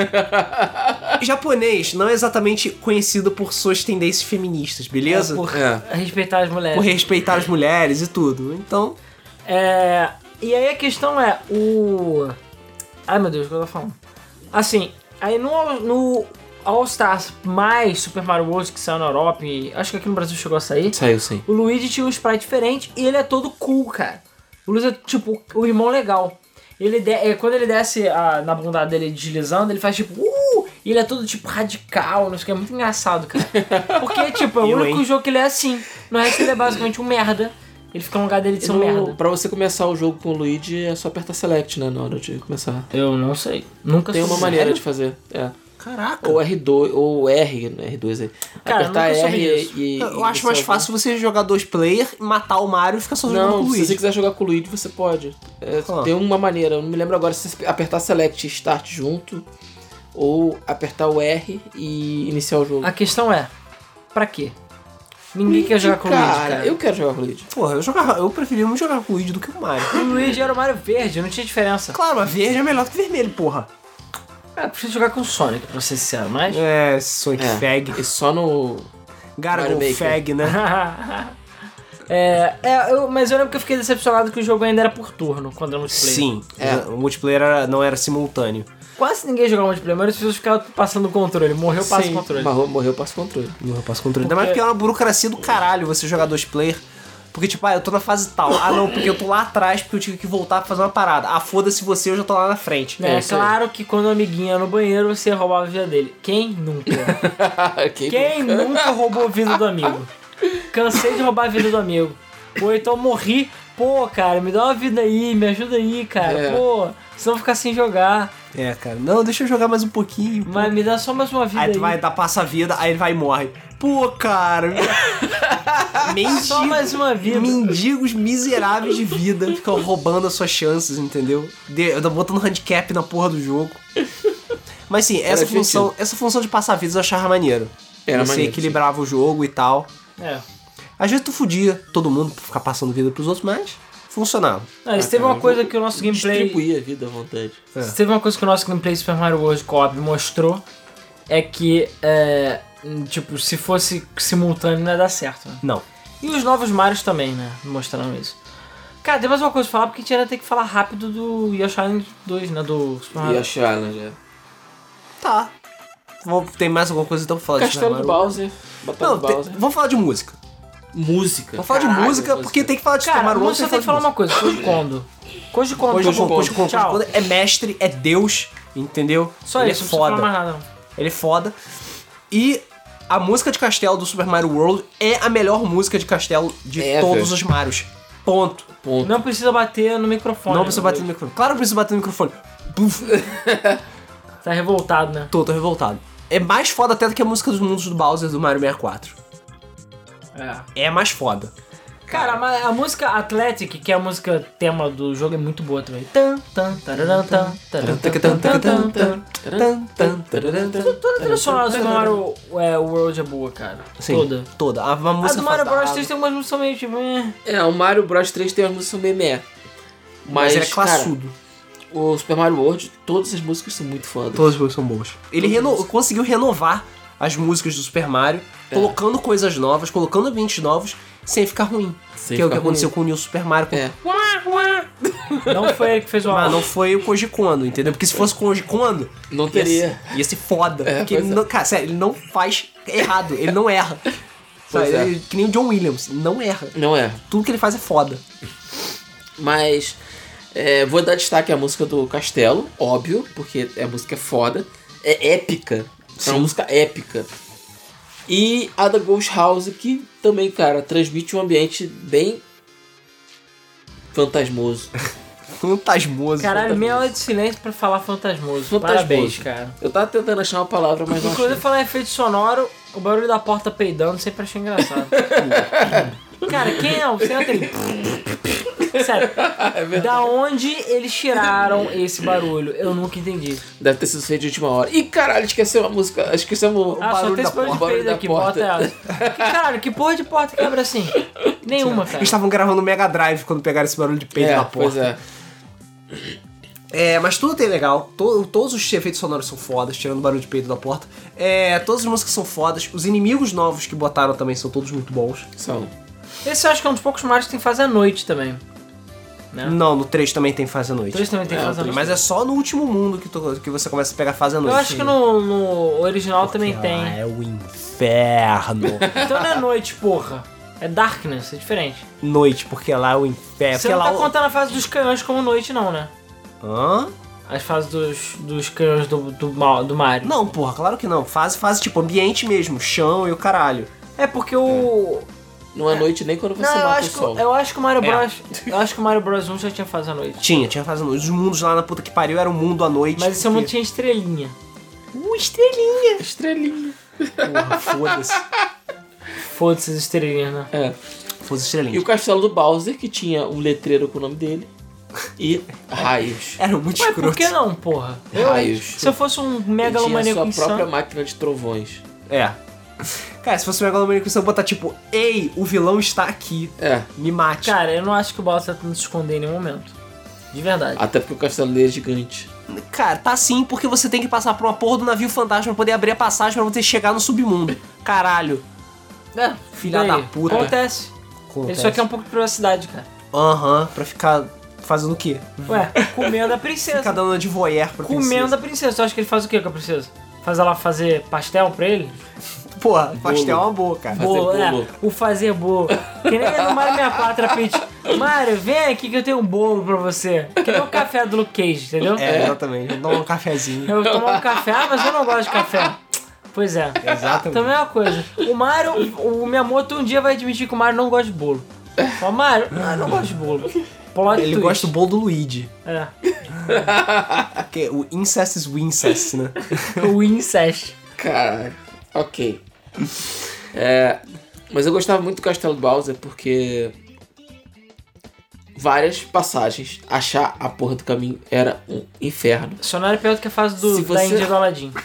Japonês não é exatamente conhecido por suas tendências feministas, beleza? Por É. respeitar as mulheres. Por respeitar as mulheres e tudo. Então, E aí a questão é Ai meu Deus, o que eu tô falando? Assim, aí no All Stars mais Super Mario World que saiu na Europa e acho que aqui no Brasil chegou a sair, Saiu sim. o Luigi tinha um sprite diferente e ele é todo cool, cara. O Luigi é tipo o irmão legal. Quando ele desce na bunda dele deslizando, ele faz tipo e ele é todo tipo radical, não sei o que, é muito engraçado, cara. Porque tipo, é o Eu, único hein? jogo que ele é assim. No resto ele é basicamente um merda. Ele fica no lugar dele de ser um merda. Pra você começar o jogo com o Luigi é só apertar Select, né? Na hora de começar. Eu não sei. Nunca Tem uma soube. maneira Sério? de fazer. É. caraca. Ou R2, ou R, né? R2 aí. Cara, Apertar nunca soube R disso. e. Eu acho mais fácil você jogar 2 player, matar o Mario e ficar só jogando com Não, o se Luigi. você quiser jogar com o Luigi, você pode. Tem uma maneira, eu não me lembro agora se você apertar Select e Start junto, ou apertar o R e iniciar o jogo. A questão é, pra quê? Ninguém quer jogar com o Luigi, cara. Eu quero jogar com o Luigi. Porra, eu preferia muito jogar com o Luigi do que com o Mario. O Luigi era o Mario verde, não tinha diferença. Claro, mas verde é melhor do que vermelho, porra. Eu preciso jogar com o Sonic, pra ser sincero, mas... É, Sonic Fag. E só no. Gargle Mario Maker. Fag, né? Mas eu lembro que eu fiquei decepcionado que o jogo ainda era por turno, quando era multiplayer. Sim, É. o multiplayer não era simultâneo. Quase ninguém jogava multiplayer, mas as pessoas ficavam passando o controle. Morreu, passa o controle. Morreu, passa o controle. Não passo controle. Ainda mais porque é uma burocracia do caralho você jogar 2 player. Porque, tipo, eu tô na fase tal. Ah, não, porque eu tô lá atrás porque eu tive que voltar pra fazer uma parada. Ah, foda-se você, eu já tô lá na frente. É isso aí. claro que quando o amiguinho ia no banheiro, você roubava a vida dele. Quem nunca? Quem nunca roubou a vida do amigo? Cansei de roubar a vida do amigo. Pô, então morri. Pô, cara, me dá uma vida aí, me ajuda aí, cara. É. Pô, senão eu vou ficar sem jogar. É, cara. Não, deixa eu jogar mais um pouquinho. Mas me dá só mais uma vida Aí aí. tu vai dar passa a vida, aí ele vai e morre. Pô, cara. Só mais uma vida. Mendigos miseráveis de vida ficam roubando as suas chances, entendeu? Botando handicap na porra do jogo. Mas sim, essa função de passar vidas eu achava maneiro. Era você maneiro, equilibrava o jogo e tal. É. Às vezes tu fudia todo mundo pra ficar passando vida pros outros, mas funcionava. Não, isso teve uma coisa que o nosso gameplay... Distribuir a vida à vontade. Se teve uma coisa que o nosso gameplay Super Mario World Co-op mostrou, é que, tipo, se fosse simultâneo não ia dar certo, né? Não. E os novos Marios também, né? Mostrando isso. Cara, tem mais uma coisa pra falar, porque a gente ainda tem que falar rápido do Yoshi Island 2, né? Do Super Mario. Yoshi Island, é. Tá. Tem mais alguma coisa então pra falar Castelo de do Super Mario? Bowser. Batalha Não, do Bowser. vamos falar de música. Música. Vamos falar de Caralho, música, porque tem que falar de Super Cara, Mario World. você tem que falar uma coisa, Koji Kondo. Koji Kondo. Koji Kondo Tchau. é mestre, é Deus, entendeu? Só ele isso, é não precisa foda. falar mais nada, não. Ele é foda. E a música de castelo do Super Mario World é a melhor música de castelo de Ever. todos os Marios. Ponto. Não precisa bater no microfone. Não precisa bater no microfone. Claro que precisa bater no microfone. Puf. Tá revoltado, né? Tô revoltado. é mais foda até do que a música dos mundos do Bowser do Mario 64. É mais foda. Cara, mas a música Athletic, que é a música tema do jogo, é muito boa também. Tan, tan, tararam, tan, tararam, tan, tan, tan, tan. Toda a trilha sonora do Super Mario World é boa, cara. Sim, toda. A A música do Mario Bros. faz 3 tem umas músicas meio tipo... O Mario Bros 3 tem uma música meio meh. Mas ele é classudo. Cara, o Super Mario World, todas as músicas são muito fodas. Todas as músicas são boas. Ele conseguiu renovar as músicas do Super Mario, colocando coisas novas, colocando ambientes novos, sem ficar ruim. Que é o que aconteceu com o New Super Mario. Não foi ele que fez o Mas álbum. não foi o Koji Kondo, entendeu? Porque se fosse o Koji Kondo, Não teria. ia ser foda. Porque ele não, cara, sério, ele não faz errado, ele não erra. Pois Sabe? é. Ele, que nem o John Williams, não erra. Não é. Tudo que ele faz é foda. Mas vou dar destaque à música do Castelo, óbvio, porque a música é foda. É épica. É uma música épica. E a da Ghost House, que também, cara, transmite um ambiente bem fantasmoso. Fantasmoso. Caralho, meia hora de silêncio pra falar fantasmoso. Fantasmoso. Parabéns, cara. Eu tava tentando achar uma palavra, mas não achei. Inclusive, falar em efeito sonoro, o barulho da porta peidando sempre achei engraçado. Cara, quem não? Você não tem... Sério, da onde eles tiraram esse barulho? Eu nunca entendi. Deve ter sido feito de última hora. Ih, caralho, esqueceu a música. Esquecemos o Ah, só barulho tem da esse barulho de porta. peido aqui, bota ela. Caralho, que porra de porta que abre assim? Nenhuma, cara. Eles estavam gravando Mega Drive quando pegaram esse barulho de peido na porta. Pois é. Mas tudo tem legal. Todos os efeitos sonoros são fodas, tirando o barulho de peido da porta. Todas as músicas são fodas. Os inimigos novos que botaram também são todos muito bons. São. Esse eu acho que é um dos poucos Marios que tem fase à noite também. Né? Não, no 3 também tem fase à noite. 3 também tem fase à noite. Mas é só no último mundo que você começa a pegar fase à noite. Eu acho que no original também tem. Ah, é o inferno. Então não é noite, porra. É Darkness, é diferente. Noite, porque lá é o inferno. Você Porque não lá tá contando a fase dos canhões como noite, não, né? Hã? As fases dos canhões do Mario. Não, porra, claro que não. Fase tipo ambiente mesmo, chão e o caralho. É porque o... Não é noite nem quando você Não, mata o sol. eu acho que o Mario Bros. Eu acho que o Mario Bros 1 já tinha fase à noite. Tinha fase à noite. Os mundos lá na puta que pariu era um mundo à noite. Mas esse mundo tinha estrelinha. Estrelinha. Estrelinha. Porra, foda-se. Foda-se as estrelinhas, né? É. Foda-se E estrelinha. o castelo do Bowser, que tinha um letreiro com o nome dele. E raios. Era muito Ué, escroto. por que não, porra? Raios. Se eu fosse um E tinha megalomaníaco sua insano... própria máquina de trovões. Cara, se fosse o Megalomaníaco, você botar tipo, ei, o vilão está aqui. Me mate. Cara, eu não acho que o Bowser tá tentando se esconder em nenhum momento. De verdade. Até porque o castelo dele é gigante. Cara, tá sim, porque você tem que passar por uma porra do navio fantasma pra poder abrir a passagem pra você chegar no submundo. Caralho. Filha da puta. Acontece. Ele só quer um pouco de privacidade, cara. Pra ficar fazendo o quê? Ué, comendo a princesa. Ficar dando de voyeur pra princesa. Comendo a princesa. Tu acha que ele faz o quê com a princesa? Faz ela fazer pastel pra ele? Porra, pastel é uma boa, cara. Bolo, bolo. o fazer bolo. Que nem no Mario 64 a Peach. Mario, vem aqui que eu tenho um bolo pra você. Que nem o café do Luke Cage, entendeu? Exatamente. Eu dou um cafezinho. Eu vou tomar um café, mas eu não gosto de café. Pois é. Exatamente. Também é uma coisa. O Mario, o Miyamoto um dia vai admitir que o Mario não gosta de bolo. Fala, Mario, eu não gosto de bolo. Plot Ele twist. gosta do bolo do Luigi. É. Que o incest is wincest, né? O incest. Caralho. Ok. Mas eu gostava muito do Castelo do Bowser porque várias passagens, achar a porra do caminho era um inferno. Só não era pior do que a fase Se da você- Índia do Aladdin.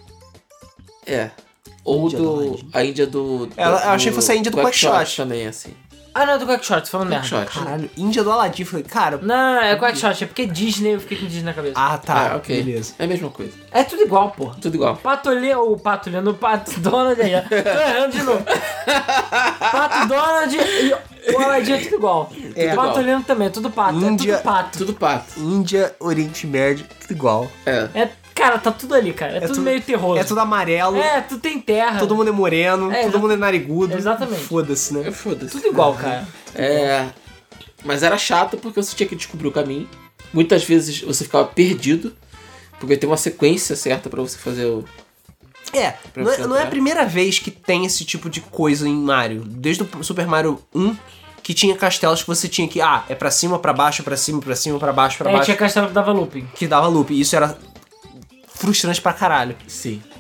Ou Índia do do. Aladdin. A Índia do. Eu achei que fosse a Índia do Quackshot. também, assim. Ah, não, é do Quackshot, tô falando merda. Quackshot. Caralho, Índia do Aladdin. Falei, cara... Não, é Quackshot, é porque Disney, eu fiquei com Disney na cabeça. Ah, tá. Ok. Beleza. É a mesma coisa. É tudo igual, porra. Tudo igual. O Pato Donald aí, ó. Tô errando de novo. Pato Donald e o Aladdin é tudo igual. É. O Pato Leandro também, é tudo pato. Índia- É tudo pato. Tudo pato. Índia, Oriente Médio, tudo igual. Cara, tá tudo ali, cara. É tudo meio terroso. É tudo amarelo. Tudo tem terra. Todo mundo é moreno, É, todo mundo é narigudo. Exatamente. Foda-se, né? Foda-se. Tudo igual, cara. Mas era chato porque você tinha que descobrir o caminho. Muitas vezes você ficava perdido. Porque tem uma sequência certa pra você fazer o. Não é a primeira vez que tem esse tipo de coisa em Mario. Desde o Super Mario 1, que tinha castelos que você tinha que... é pra cima, pra baixo, pra cima, pra cima, pra baixo, pra baixo. Tinha castelo que dava looping. Que dava loop. E isso era frustrante pra caralho. Sim.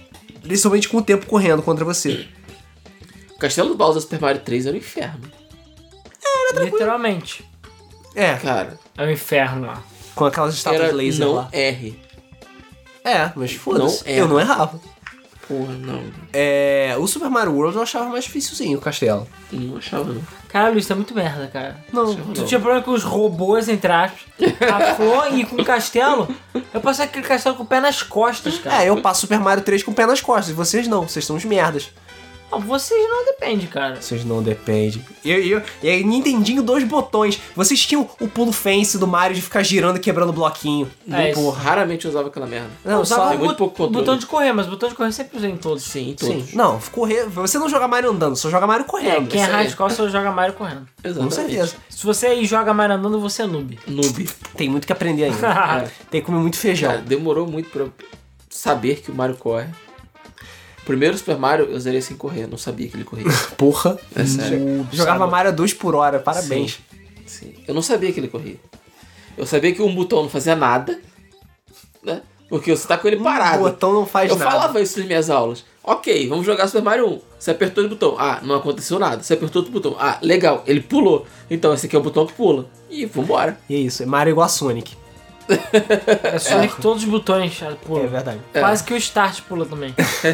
principalmente com o tempo correndo contra você. O castelo do Bowser Super Mario 3 era um inferno. Literalmente. É, Cara, É um inferno lá. com aquelas estátuas era de laser não lá. R. É, mas foda-se, Não eu erra. não errava. Porra, não. O Super Mario World eu achava mais dificilzinho, o castelo. Não achava, não. Caralho, isso é muito merda, cara. Não. Tu tinha problema com os robôs, entre aspas, a flor e com o castelo. Eu passei aquele castelo com o pé nas costas, cara. Eu passo Super Mario 3 com o pé nas costas, vocês não, vocês são uns merdas. Não, vocês não depende, cara. Vocês não dependem. E aí, Nintendinho, 2 botões. Vocês tinham o pulo fence do Mario de ficar girando e quebrando bloquinho. É, isso. Porra, raramente eu usava aquela merda. Não, Usava só... Tem muito pouco o controle. botão de correr, mas o botão de correr sempre usei em todos. Sim, Sim. todos. Não, correr. Você não joga Mario andando, só joga Mario É, correndo. quem é isso aí. hardcore só joga Mario correndo. Com Exatamente. certeza. Se você aí joga Mario andando, você é noob. Noob. Tem muito que aprender ainda. Tem que comer muito feijão. Cara, demorou muito pra eu saber que o Mario corre. O primeiro Super Mario eu zerei sem correr, não sabia que ele corria. Porra. É sério. Jogava Sabe? Mario a 2 por hora, parabéns. Sim. Eu não sabia que ele corria. Eu sabia que um botão não fazia nada, né? Porque você tá com ele parado. O botão não faz Eu nada. falava isso nas minhas aulas. Ok, vamos jogar Super Mario 1. Você apertou o botão. Ah, não aconteceu nada. Você apertou outro botão. Ah, legal, ele pulou. Então esse aqui é o botão que pula. E vambora. E é isso, é Mario igual a Sonic. É só que todos os botões pulam. É verdade. Quase que o start pula também.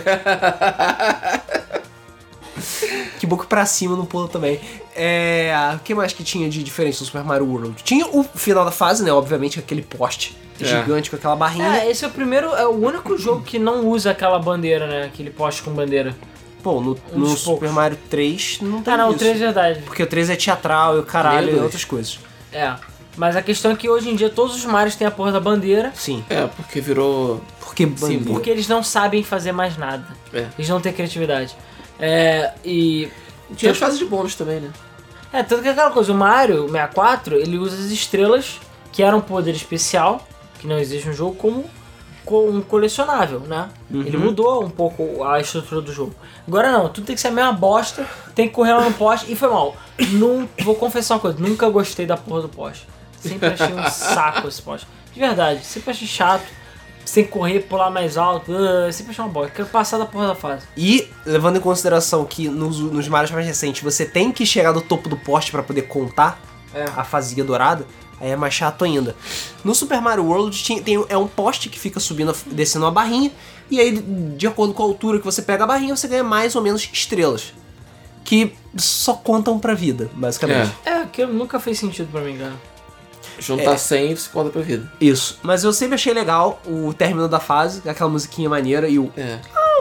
Que boca pra cima não pula também. O que mais que tinha de diferente no Super Mario World? Tinha o final da fase, né? Obviamente, aquele poste gigante com aquela barrinha. É, esse é o único jogo que não usa aquela bandeira, né? Aquele poste com bandeira. Pô, no dos Super poucos. Mario 3 não tem Ah, não, o isso. 3 é verdade. Porque o 3 é teatral e o caralho Nem o e dois. outras coisas. É. Mas a questão é que hoje em dia todos os Marios têm a porra da bandeira. Sim. É, porque virou... Porque bandeira. Porque eles não sabem fazer mais nada. É. Eles não têm criatividade. E... Tinha as fases de bônus também, né? tanto que é aquela coisa, o Mario 64, ele usa as estrelas, que era um poder especial, que não existe no jogo, como um colecionável, né? Ele mudou um pouco a estrutura do jogo. Agora não, tudo tem que ser a mesma bosta, tem que correr lá no poste, e foi mal. Vou confessar uma coisa, nunca gostei da porra do poste. Sempre achei um saco esse poste. De verdade, sempre achei chato. Você tem que correr, pular mais alto, sempre achei uma bosta. Quero passar da porra da fase. E, levando em consideração que nos Marios mais recentes você tem que chegar do topo do poste pra poder contar a fazinha dourada, aí é mais chato ainda. No Super Mario World é um poste que fica subindo, descendo uma barrinha, e aí, de acordo com a altura que você pega a barrinha, você ganha mais ou menos estrelas. Que só contam pra vida, basicamente. Que nunca fez sentido pra mim, cara. Juntar 100 você conta pra vida. Isso. Mas eu sempre achei legal o término da fase, aquela musiquinha maneira e o... É.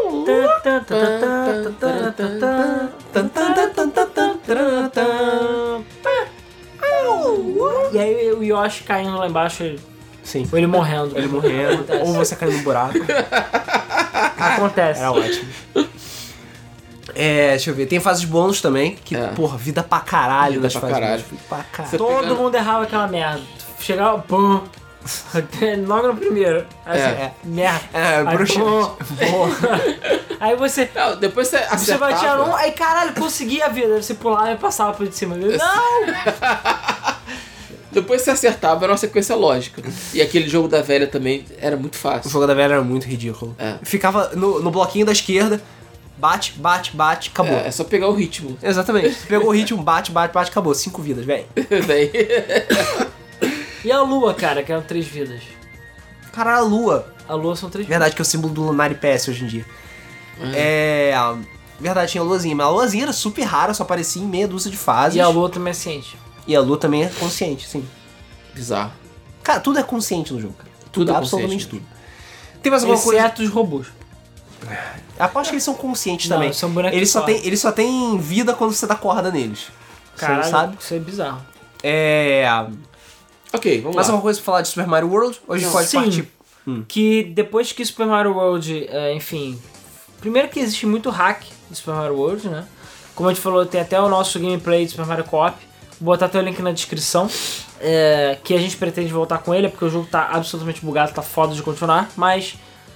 E aí o Yoshi caindo lá embaixo, Sim. ou ele morrendo. Ele morrendo, Acontece. ou você caindo no buraco. Acontece. Era ótimo. Deixa eu ver. Tem fases bônus também, que, porra, vida pra caralho Vida nas pra fases caralho. bônus. Vida pra caralho. Você Todo pegando- mundo errava aquela merda. Chegava, pum. Logo no primeiro. Aí, É. merda. Aí, bruxa. pum. Aí você Não, depois você batia acertava. num, aí caralho, conseguia a vida. Aí você pulava e passava por cima. Não! Depois você acertava, era uma sequência lógica. E aquele jogo da velha também era muito O fácil. jogo da velha era muito ridículo. É. Ficava no bloquinho da esquerda, bate, acabou. É só pegar o ritmo. Exatamente. Você pegou o ritmo, bate, acabou. 5 vidas, velho. Daí... E a lua, cara, que eram 3 vidas. Cara, a lua. A lua são 3 vidas. Verdade que é o símbolo do Lunar PS hoje em dia. Verdade, tinha a luazinha. Mas a luazinha era super rara, só aparecia em meia dúzia de fases. E a lua também é ciente. E a lua também é consciente, sim. Bizarro. Cara, tudo é consciente no jogo, cara. Tudo é absolutamente consciente. tudo. Tem mais alguma coisa? Exceto os robôs. Aposto que eles são conscientes Não, também. são bonecos Eles só, fortes. eles só têm vida quando você dá corda neles. Caralho, Você sabe? isso é bizarro. Ok, vamos Mais lá. alguma coisa pra falar de Super Mario World? Ou a gente pode Sim. partir? Que depois que Super Mario World, enfim... Primeiro que existe muito hack de Super Mario World, né? Como a gente falou, tem até o nosso gameplay de Super Mario Co-op. Vou botar até o link na descrição. Que a gente pretende voltar com ele, porque o jogo tá absolutamente bugado, tá foda de continuar. Mas...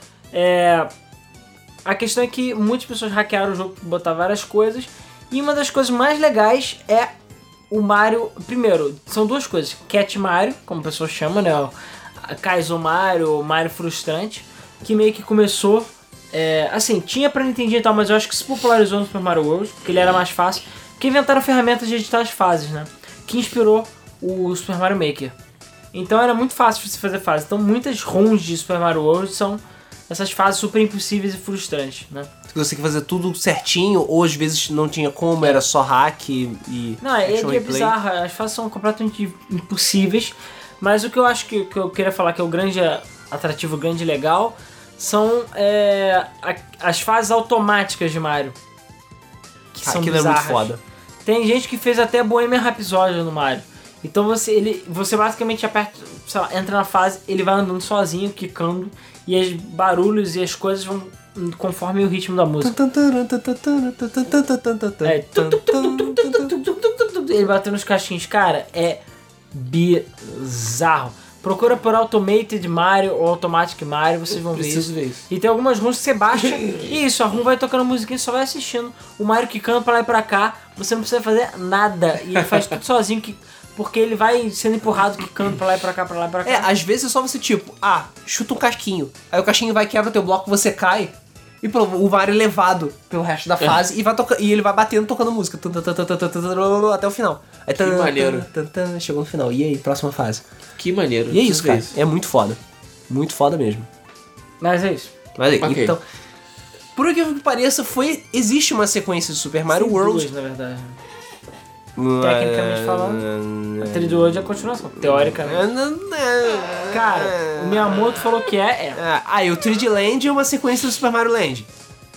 a questão é que muitas pessoas hackearam o jogo pra botar várias coisas. E uma das coisas mais legais é o Mario... Primeiro, são duas coisas. Cat Mario, como a pessoa chama, né? Kaizo Mario, Mario Frustrante. Que meio que começou Assim, tinha pra Nintendinho e tal, mas eu acho que se popularizou no Super Mario World, porque ele era mais fácil. Porque inventaram ferramentas de editar as fases, né? Que inspirou o Super Mario Maker. Então era muito fácil de você fazer fases. Então muitas runs de Super Mario World são essas fases super impossíveis e frustrantes, né? Você quer fazer tudo certinho, ou às vezes não tinha como, era só hack e Não, é action que é replay. bizarro, as fases são completamente impossíveis, mas o que eu acho que eu queria falar que é o grande atrativo, o grande legal, são as fases automáticas de Mario. Que são Aquilo é bizarras. muito foda. Tem gente que fez até Bohemian Rhapsody no Mario. Então você basicamente aperta, sei lá, entra na fase, ele vai andando sozinho, quicando, e os barulhos e as coisas vão conforme o ritmo da música. Ele bateu nos caixinhos. Cara, é bizarro. Procura por Automated Mario ou Automatic Mario, vocês vão ver Preciso isso. ver isso. E tem algumas runs que você baixa e isso, a run vai tocando musiquinha e só vai assistindo. O Mario quicando pra lá e pra cá, você não precisa fazer nada. E ele faz tudo sozinho, porque ele vai sendo empurrado, quicando pra lá e pra cá, pra lá e pra cá. Às vezes é só você, chuta um casquinho. Aí o casquinho vai, quebra teu bloco, você cai. E o Mario é levado pelo resto da fase e ele vai batendo, tocando música. Até o final. Aí, Que maneiro. Chegou no final. E aí, próxima fase. Que maneiro. E é isso, preciso ver cara. É muito foda. Muito foda mesmo. Mas é isso. Mas aí, Ok. então... Por que pareça, existe uma sequência de Super Mario Tem World. duas, na verdade. Tecnicamente falando, a 3D World é a continuação. Teoricamente. Cara, o Miyamoto falou que E o 3D Land é uma sequência do Super Mario Land.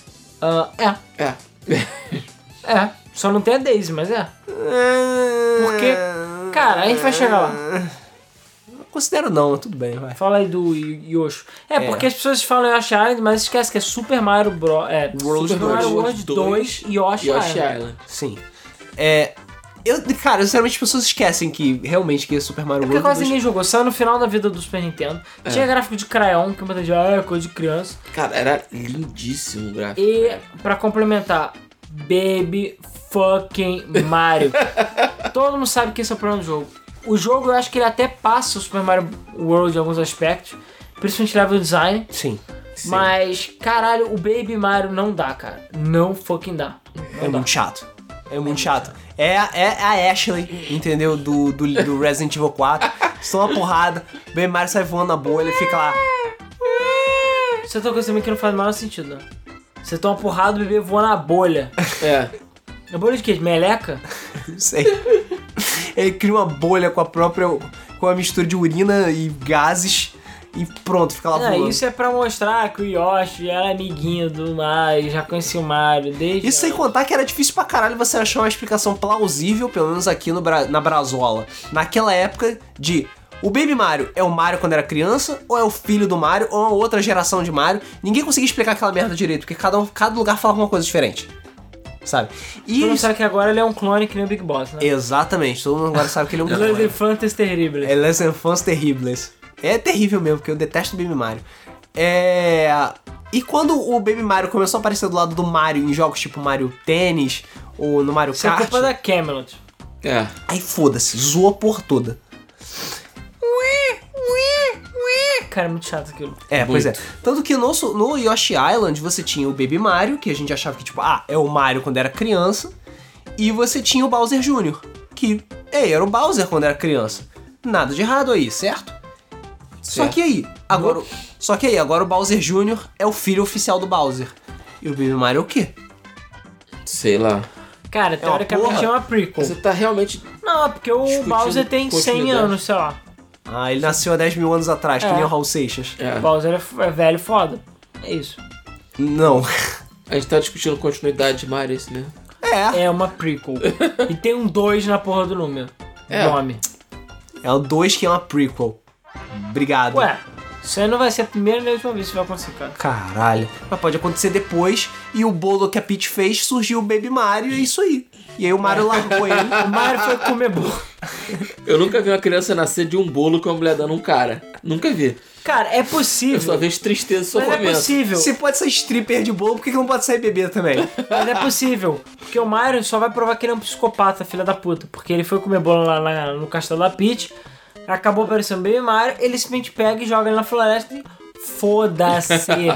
Só não tem a Daisy, mas é. Porque, cara, a gente vai chegar lá. Não considero não, mas tudo bem, vai. Fala aí do Yoshi. Porque as pessoas falam Yoshi Island, mas esquece que é Super Mario Bros. World Super Mario 2, World 2 e Yoshi Yoshi Island. Island. Sim. Cara, sinceramente as pessoas esquecem que realmente que é Super Mario Porque World. quase ninguém jogou. Saiu no final da vida do Super Nintendo. Tinha gráfico de crayon, que muita gente é coisa de criança. Cara, era lindíssimo o gráfico. E, pra complementar, Baby fucking Mario. Todo mundo sabe que esse é o problema do jogo. O jogo, eu acho que ele até passa o Super Mario World em alguns aspectos. Principalmente level design. Sim. Mas, caralho, o Baby Mario não dá, cara. Não fucking dá. É muito chato. É muito chato. É a Ashley, entendeu? Do Resident Evil 4. Só uma porrada. O Baby Mario sai voando na bolha e fica lá. Você tem uma coisa também que não faz o menor sentido, né? Você toma uma porrada, o bebê voa na bolha. Na bolha de quê? De meleca? Não sei. Ele cria uma bolha com a mistura de urina e gases e pronto, fica lá voando. Isso é pra mostrar que o Yoshi era amiguinho do Mario, já conhecia o Mario desde... Isso sem contar que era difícil pra caralho você achar uma explicação plausível, pelo menos aqui na Brazola. Naquela época o Baby Mario é o Mario quando era criança, ou é o filho do Mario, ou é uma outra geração de Mario. Ninguém conseguia explicar aquela merda direito, porque cada lugar falava uma coisa diferente. Sabe? E Todo mundo sabe que agora ele é um clone que nem o Big Boss, né? Exatamente, todo mundo agora sabe que ele é um Les Infantes Terribles. É Les Enfants Terribles. É terrível mesmo, porque eu detesto o Baby Mario. E quando o Baby Mario começou a aparecer do lado do Mario em jogos tipo Mario Tênis ou no Mario Isso é Kart, culpa da Camelot. aí foda-se, zoa a porra toda. Cara, é muito chato aquilo. Pois é. Tanto que no Yoshi Island você tinha o Baby Mario, que a gente achava que é o Mario quando era criança, e você tinha o Bowser Jr., que era o Bowser quando era criança. Nada de errado aí, certo? Só que aí, agora o Bowser Jr. é o filho oficial do Bowser. E o Baby Mario é o quê? Sei lá. Cara, teoricamente porra. é uma prequel. Você tá realmente... Não, é porque o discutindo Bowser tem 100 continuidade. anos, sei lá. Ele nasceu há 10 mil anos atrás, que nem o Raul Seixas. O Bowser é velho foda. É isso. Não. A gente tá discutindo continuidade de Mario, esse mesmo. É uma prequel. E tem um 2 na porra do número. Nome. É o 2 que é uma prequel. Obrigado. Ué, isso aí não vai ser a primeira nem a última vez que vai acontecer, cara. Caralho. Mas pode acontecer depois e o bolo que a Peach fez surgiu o Baby Mario e é isso aí. E aí o Mario largou ele. O Mario foi comer bolo. Eu nunca vi uma criança nascer de um bolo com uma mulher dando um cara. Nunca vi. Cara, é Eu possível. só vejo tristeza e Mas é sofrimento. possível. Se pode ser stripper de bolo, por que não pode sair bebê também? Mas é possível. Porque o Mario só vai provar que ele é um psicopata, filha da puta. Porque ele foi comer bolo lá no castelo da Peach. Acabou aparecendo o Baby Mario. Ele simplesmente pega e joga ele na floresta e foda-se.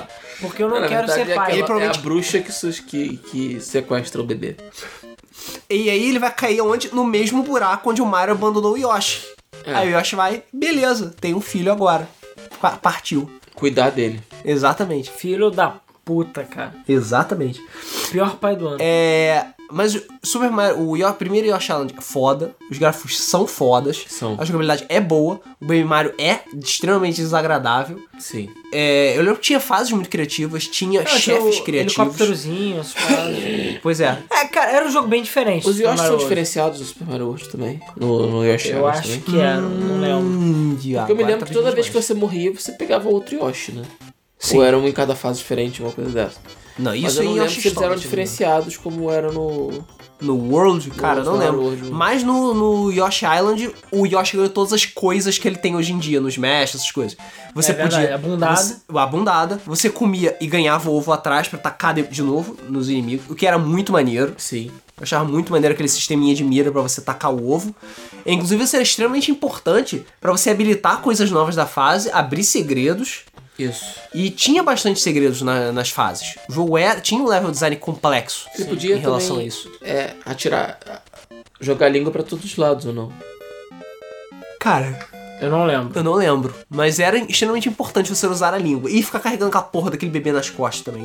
Porque eu não Na quero verdade, ser pai. Ele É provavelmente- a bruxa que sequestra o bebê. E aí ele vai cair onde? No mesmo buraco onde o Mario abandonou o Yoshi. Aí o Yoshi vai, beleza, tem um filho agora. Partiu. Cuidar dele. Exatamente. Filho da puta, cara. Exatamente. Pior pai do ano. Mas o Super Mario, primeiro Yoshi Island é foda, os gráficos são fodas, São. a jogabilidade é boa, o Baby Mario é extremamente desagradável. Sim. Eu lembro que tinha fases muito criativas, tinha chefes criativos. Helicópterozinho, essas paradas. Pois é. Cara, era um jogo bem diferente. Os do Super Yoshi Mario são World. diferenciados do Super Mario World também. No Yoshi Eu Island acho também. que era, não lembro. Porque eu me lembro que toda vez que você morria, você pegava outro Yoshi, né? Sim. Ou era um em cada fase diferente, uma coisa dessa. Não, Mas isso eu aí não eu lembro acho se eles eram história, diferenciados como era no... No World, cara, No não Super lembro. World. Mas no Yoshi Island, o Yoshi ganhou todas as coisas que ele tem hoje em dia, nos Smash, essas coisas. Você verdade, podia... a bundada. A bundada. Você comia e ganhava o ovo atrás pra tacar de novo nos inimigos, o que era muito maneiro. Sim. Eu achava muito maneiro aquele sisteminha de mira pra você tacar o ovo. Inclusive, isso era extremamente importante pra você habilitar coisas novas da fase, abrir segredos. Isso. E tinha bastante segredos nas fases. O jogo tinha um level design complexo Você podia em relação também, a isso. atirar... Jogar a língua pra todos os lados, ou não? Cara, Eu não lembro. eu não lembro. Mas era extremamente importante você usar a língua. E ficar carregando com a porra daquele bebê nas costas também.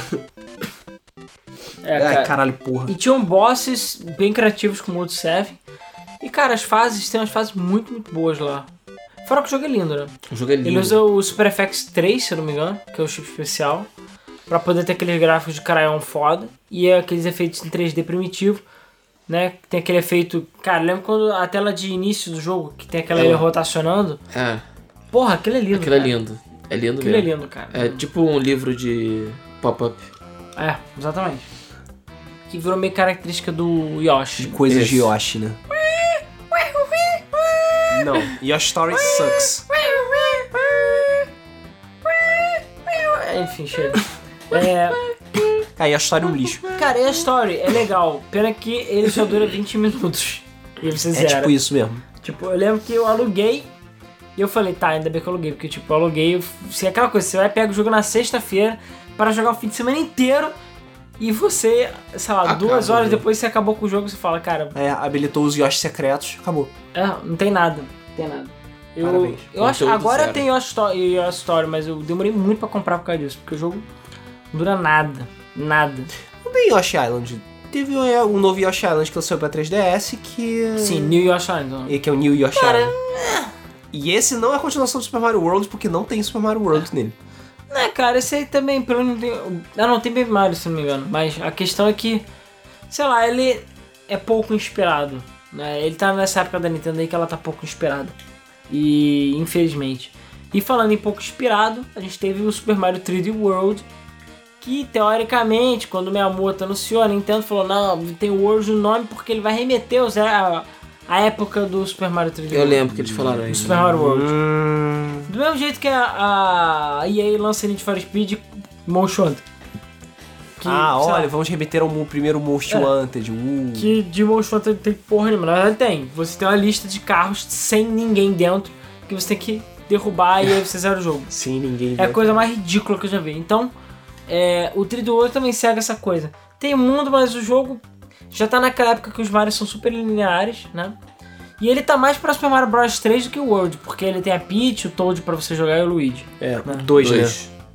Ai, caralho, porra. E tinham bosses bem criativos como o World 7. E, cara, as fases, tem umas fases muito, muito boas lá. Fora que o jogo é lindo, né? O jogo é lindo. Ele usa o Super FX 3, se eu não me engano, que é o chip especial, pra poder ter aqueles gráficos de caraião foda e aqueles efeitos em 3D primitivo, né? Tem aquele efeito... Cara, lembra quando a tela de início do jogo, que tem aquela ilha rotacionando? Porra, aquilo é lindo, Aquilo é cara. lindo. É lindo Aquilo é mesmo. lindo, cara. É tipo um livro de pop-up. É, exatamente. Que virou meio característica do Yoshi. De coisas Esse. de Yoshi, né? Não, Yoshi Story sucks. Enfim, chega. Aí a história é um lixo. Cara, e a Story é legal. Pena que ele só dura 20 minutos. E você É zera. tipo isso mesmo. Tipo, eu lembro que eu aluguei e eu falei, tá, ainda bem que eu aluguei, porque tipo, eu aluguei, se é aquela coisa, você vai pegar o jogo na sexta-feira para jogar o fim de semana inteiro e você, sei lá, Acaba 2 o horas jogo. depois você acabou com o jogo e você fala, cara, Habilitou os Yoshi secretos, acabou. não tem nada. Não tem nada. Parabéns. Eu acho, Conteúdo agora zero. tem Yoshi Story, mas eu demorei muito pra comprar por causa disso, porque o jogo não dura nada. Nada. Não tem Yoshi Island. Teve um novo Yoshi Island que lançou pra 3DS que... Sim, New Yoshi Island. E que é o New Yoshi Cara, Island. E esse não é a continuação do Super Mario World, porque não tem Super Mario World nele. Né, cara, esse aí também, pelo menos tem... não, tem Baby Mario, se não me engano. Mas a questão é que, sei lá, ele é pouco inspirado, né? Ele tá nessa época da Nintendo aí que ela tá pouco inspirada. E, infelizmente. E falando em pouco inspirado, a gente teve o Super Mario 3D World, que, teoricamente, quando o Miyamoto anunciou, a Nintendo falou, não, tem o World no nome porque ele vai remeter a época do Super Mario 3D Eu World. lembro que eles falaram Do isso. Super Mario World. Do mesmo jeito que a EA lança Need for Speed Motion Hunter. Que, sei lá, olha, vamos remeter ao primeiro Most Wanted. que de Motion Hunter tem porra nenhuma. Na verdade tem. Você tem uma lista de carros sem ninguém dentro que você tem que derrubar e aí você zera o jogo. Sim, ninguém... É a coisa mais ridícula que eu já vi. Então, o 3D World também segue essa coisa. Tem mundo, mas o jogo já tá naquela época que os Marios são super lineares, né? E ele tá mais pra Super Mario Bros 3 do que o World, porque ele tem a Peach, o Toad pra você jogar e o Luigi. o 2, né?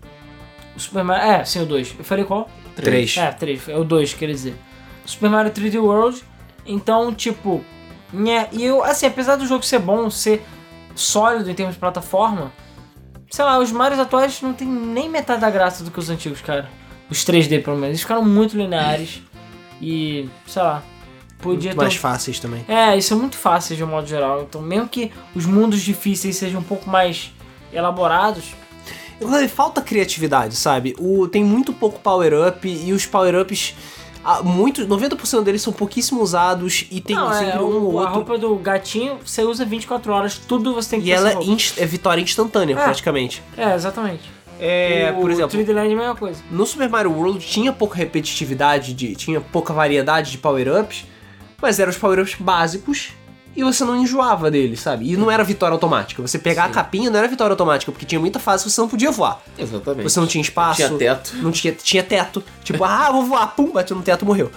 O Super Mario... sim, o 2. Eu falei qual? 3. 3. É o 2, quer dizer. Super Mario 3D World. Então, tipo... E eu, assim, apesar do jogo ser bom, ser sólido em termos de plataforma, sei lá, os Marios atuais não tem nem metade da graça do que os antigos, cara. Os 3D, pelo menos. Eles ficaram muito lineares. E, sei lá... Podia Mais ter... fáceis também. Isso são muito fáceis de um modo geral. Então, mesmo que os mundos difíceis sejam um pouco mais elaborados... Falta criatividade, sabe? Tem muito pouco power-up e os power-ups... 90% deles são pouquíssimo usados e tem sempre um ou A outro... roupa do gatinho, você usa 24 horas, tudo você tem que E ela roupa. é vitória instantânea, praticamente. Exatamente. Por exemplo... O 3D Land é a mesma coisa. No Super Mario World tinha pouca repetitividade, tinha pouca variedade de power-ups, mas eram os power-ups básicos e você não enjoava dele, sabe? E não era vitória automática. Você pegar a capinha não era vitória automática, porque tinha muita fase que você não podia voar. Exatamente. Você não tinha espaço. Não tinha teto. Não tinha teto. Tipo, vou voar, pum, bateu no teto, morreu.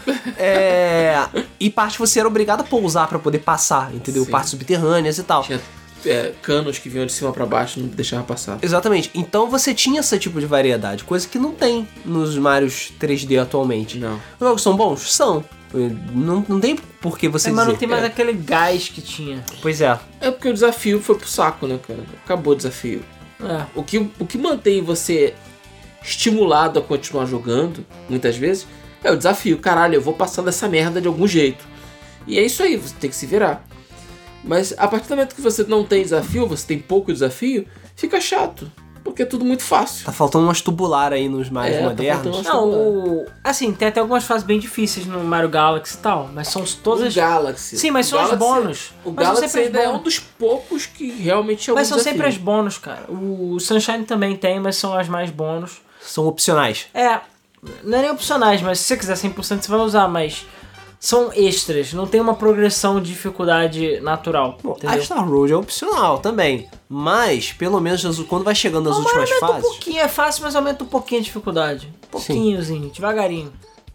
E parte você era obrigado a pousar pra poder passar, entendeu? Sim. Partes subterrâneas e tal. Tinha canos que vinham de cima pra baixo e não deixava passar. Exatamente. Então você tinha esse tipo de variedade, coisa que não tem nos Marios 3D atualmente. Não. Os jogos são bons? São. Não tem por que você dizer. Mas não tem mais aquele gás que tinha. Pois é. É porque o desafio foi pro saco, né, cara? Acabou o desafio. O que mantém você estimulado a continuar jogando, muitas vezes, é o desafio. Caralho, eu vou passar dessa merda de algum jeito. E é isso aí, você tem que se virar. Mas a partir do momento que você não tem desafio, você tem pouco desafio, fica chato. Porque é tudo muito fácil. Tá faltando umas tubular aí nos mais Tá modernos. faltando Assim, tem até algumas fases bem difíceis no Mario Galaxy e tal, mas são todas... O Galaxy. Sim, mas são os bônus. O Mas são Galaxy sempre ainda é bônus. um dos poucos que realmente é um Mas são desafio. sempre as bônus, cara. O Sunshine também tem, mas são as mais bônus. São opcionais. Não é nem opcionais, mas se você quiser 100% você vai usar, mas são extras, não tem uma progressão de dificuldade natural, Bom, entendeu? a Star Road é opcional também. Mas, pelo menos, quando vai chegando nas últimas aumenta fases... um pouquinho, é fácil, mas aumenta um pouquinho a dificuldade. Um pouquinhozinho, devagarinho.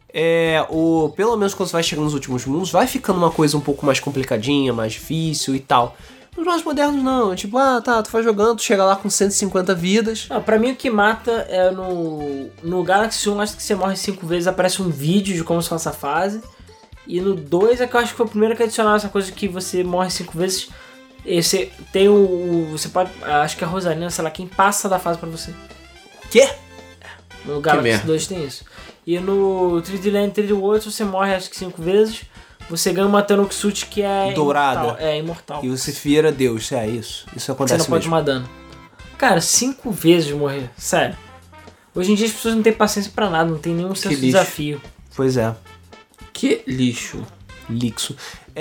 Pelo menos quando você vai chegando nos últimos mundos, vai ficando uma coisa um pouco mais complicadinha, mais difícil e tal. Nos jogos modernos não, tipo, tu vai jogando, tu chega lá com 150 vidas. Não, pra mim o que mata é no Galaxy 1, acho que você morre 5 vezes, aparece um vídeo de como se fosse a fase. E no 2 é que eu acho que foi o primeiro que adicionaram essa coisa que você morre 5 vezes. E você tem você pode, acho que a Rosalina, sei lá, quem passa da fase pra você. Quê? No Galaxy merda. 2 tem isso. E no 3D Land 3D World você morre acho que 5 vezes. Você ganha uma Tanuki-Suit que é Dourada. imortal. Imortal. E você vira Deus, isso. Isso Você acontece não pode mesmo. tomar dano. Cara, 5 vezes morrer. Sério. Hoje em dia as pessoas não têm paciência pra nada, não tem nenhum senso de lixo. desafio. Pois é. Que lixo. Lixo.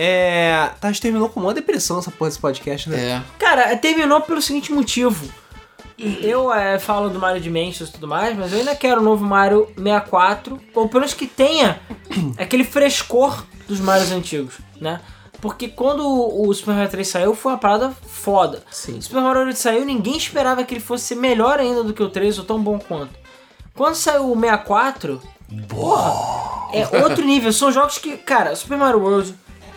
A gente terminou com uma depressão essa porra desse podcast, né? Cara, terminou pelo seguinte motivo. Eu falo do Mario Dimensions e tudo mais, mas eu ainda quero o novo Mario 64, ou pelo menos que tenha aquele frescor dos Marios antigos, né? Porque quando o Super Mario 3 saiu, foi uma parada foda. Sim. O Super Mario 8 saiu, ninguém esperava que ele fosse ser melhor ainda do que o 3, ou tão bom quanto. Quando saiu o 64, porra, é outro nível. São jogos que, cara, Super Mario World,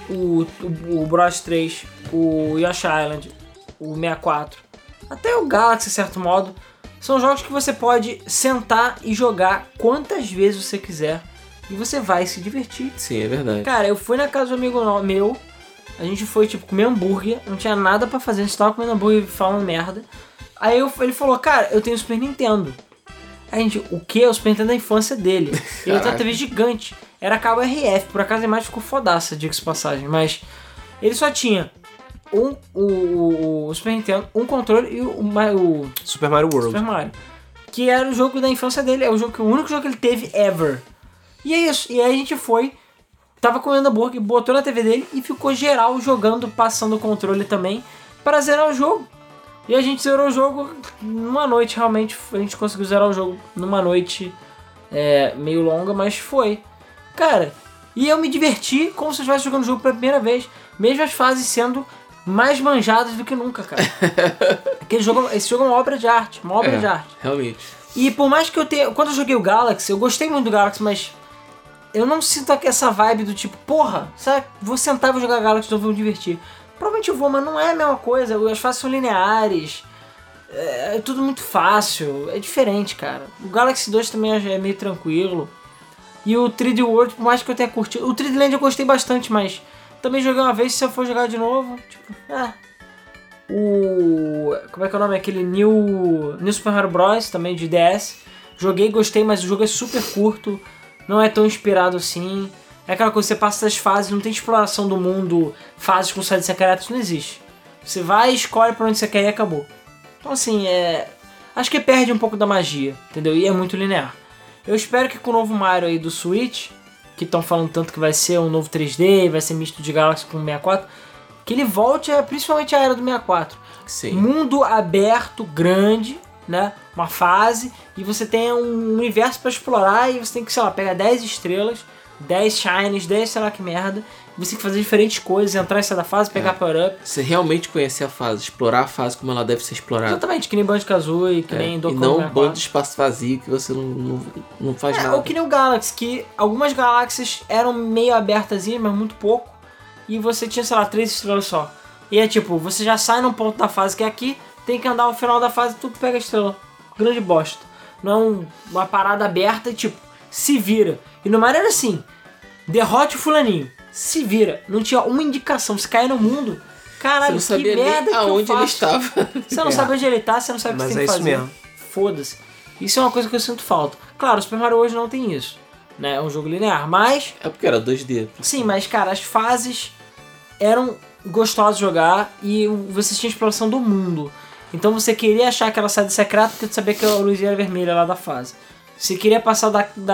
o Bros 3, o Yoshi Island, o 64, até o Galaxy, de certo modo, são jogos que você pode sentar e jogar quantas vezes você quiser e você vai se divertir. Sim, é verdade. Cara, eu fui na casa do amigo meu, a gente foi, tipo, comer hambúrguer, não tinha nada pra fazer, a gente tava comendo hambúrguer e falando merda. Aí ele falou, cara, eu tenho Super Nintendo. Aí a gente, o quê? O Super Nintendo da infância dele. E eu tenho uma TV gigante. Era cabo RF, por acaso a imagem ficou fodaça, diga-se passagem, mas ele só tinha o Super Nintendo, um controle e o Super Mario World. Super Mario. Que era o jogo da infância dele, é o único jogo que ele teve ever. E é isso, e aí a gente foi, tava comendo hambúrguer, botou na TV dele e ficou geral jogando, passando o controle também, para zerar o jogo. E a gente zerou o jogo numa noite, realmente, a gente conseguiu zerar o jogo numa noite meio longa, mas foi. Cara, e eu me diverti como se eu estivesse jogando o jogo pela primeira vez, mesmo as fases sendo mais manjadas do que nunca, cara. Esse jogo é uma obra de arte, Realmente. E por mais que eu tenha... Quando eu joguei o Galaxy, eu gostei muito do Galaxy, mas eu não sinto essa vibe do tipo, porra, sabe? Vou sentar e vou jogar Galaxy, então vou me divertir. Provavelmente eu vou, mas não é a mesma coisa. As fases são lineares. É tudo muito fácil. É diferente, cara. O Galaxy 2 também é meio tranquilo. E o 3D World, por mais que eu tenha curtido... O 3D Land eu gostei bastante, mas também joguei uma vez, se eu for jogar de novo, tipo... Como é que é o nome? Aquele New Super Mario Bros. Também de DS. Joguei, gostei, mas o jogo é super curto. Não é tão inspirado assim. É aquela coisa, você passa das fases, não tem exploração do mundo, fases com saídas secretas, não existe. Você vai, escolhe pra onde você quer e acabou. Então assim, acho que perde um pouco da magia, entendeu? E é muito linear. Eu espero que com o novo Mario aí do Switch, que estão falando tanto que vai ser um novo 3D, vai ser misto de Galaxy com 64, que ele volte principalmente à era do 64. Sim. Mundo aberto, grande, né? Uma fase, e você tem um universo pra explorar e você tem que, sei lá, pegar 10 estrelas, 10 shinies, 10 sei lá que merda. Você tem que fazer diferentes coisas, entrar e sair da fase, pegar power-up. Você realmente conhecer a fase, explorar a fase como ela deve ser explorada. Exatamente, que nem Banjo-Kazooie, que nem Donkey E Kong não um 64. bando de espaço vazio que você não faz nada. Ou que nem o Galaxy, que algumas galáxias eram meio abertas, mas muito pouco. E você tinha, sei lá, 3 estrelas só. E é tipo, você já sai num ponto da fase que é aqui, tem que andar ao final da fase e tu pega a estrela. Grande bosta. Não é uma parada aberta e tipo, se vira. E no Mario era assim, derrote o fulaninho, se vira. Não tinha uma indicação, se cair no mundo, caralho, Você não que sabia merda nem que eu aonde ele faço? estava. Você não sabe onde ele tá, você não sabe o que Mas você tem que é isso fazer. mesmo. Foda-se. Isso é uma coisa que eu sinto falta. Claro, o Super Mario hoje não tem isso, né? É um jogo linear, mas... É porque era 2D. Sim, mas cara, as fases eram gostosas de jogar e você tinha exploração do mundo. Então você queria achar aquela saída secreta porque tu sabia que a luzinha era vermelha lá da fase. Você queria passar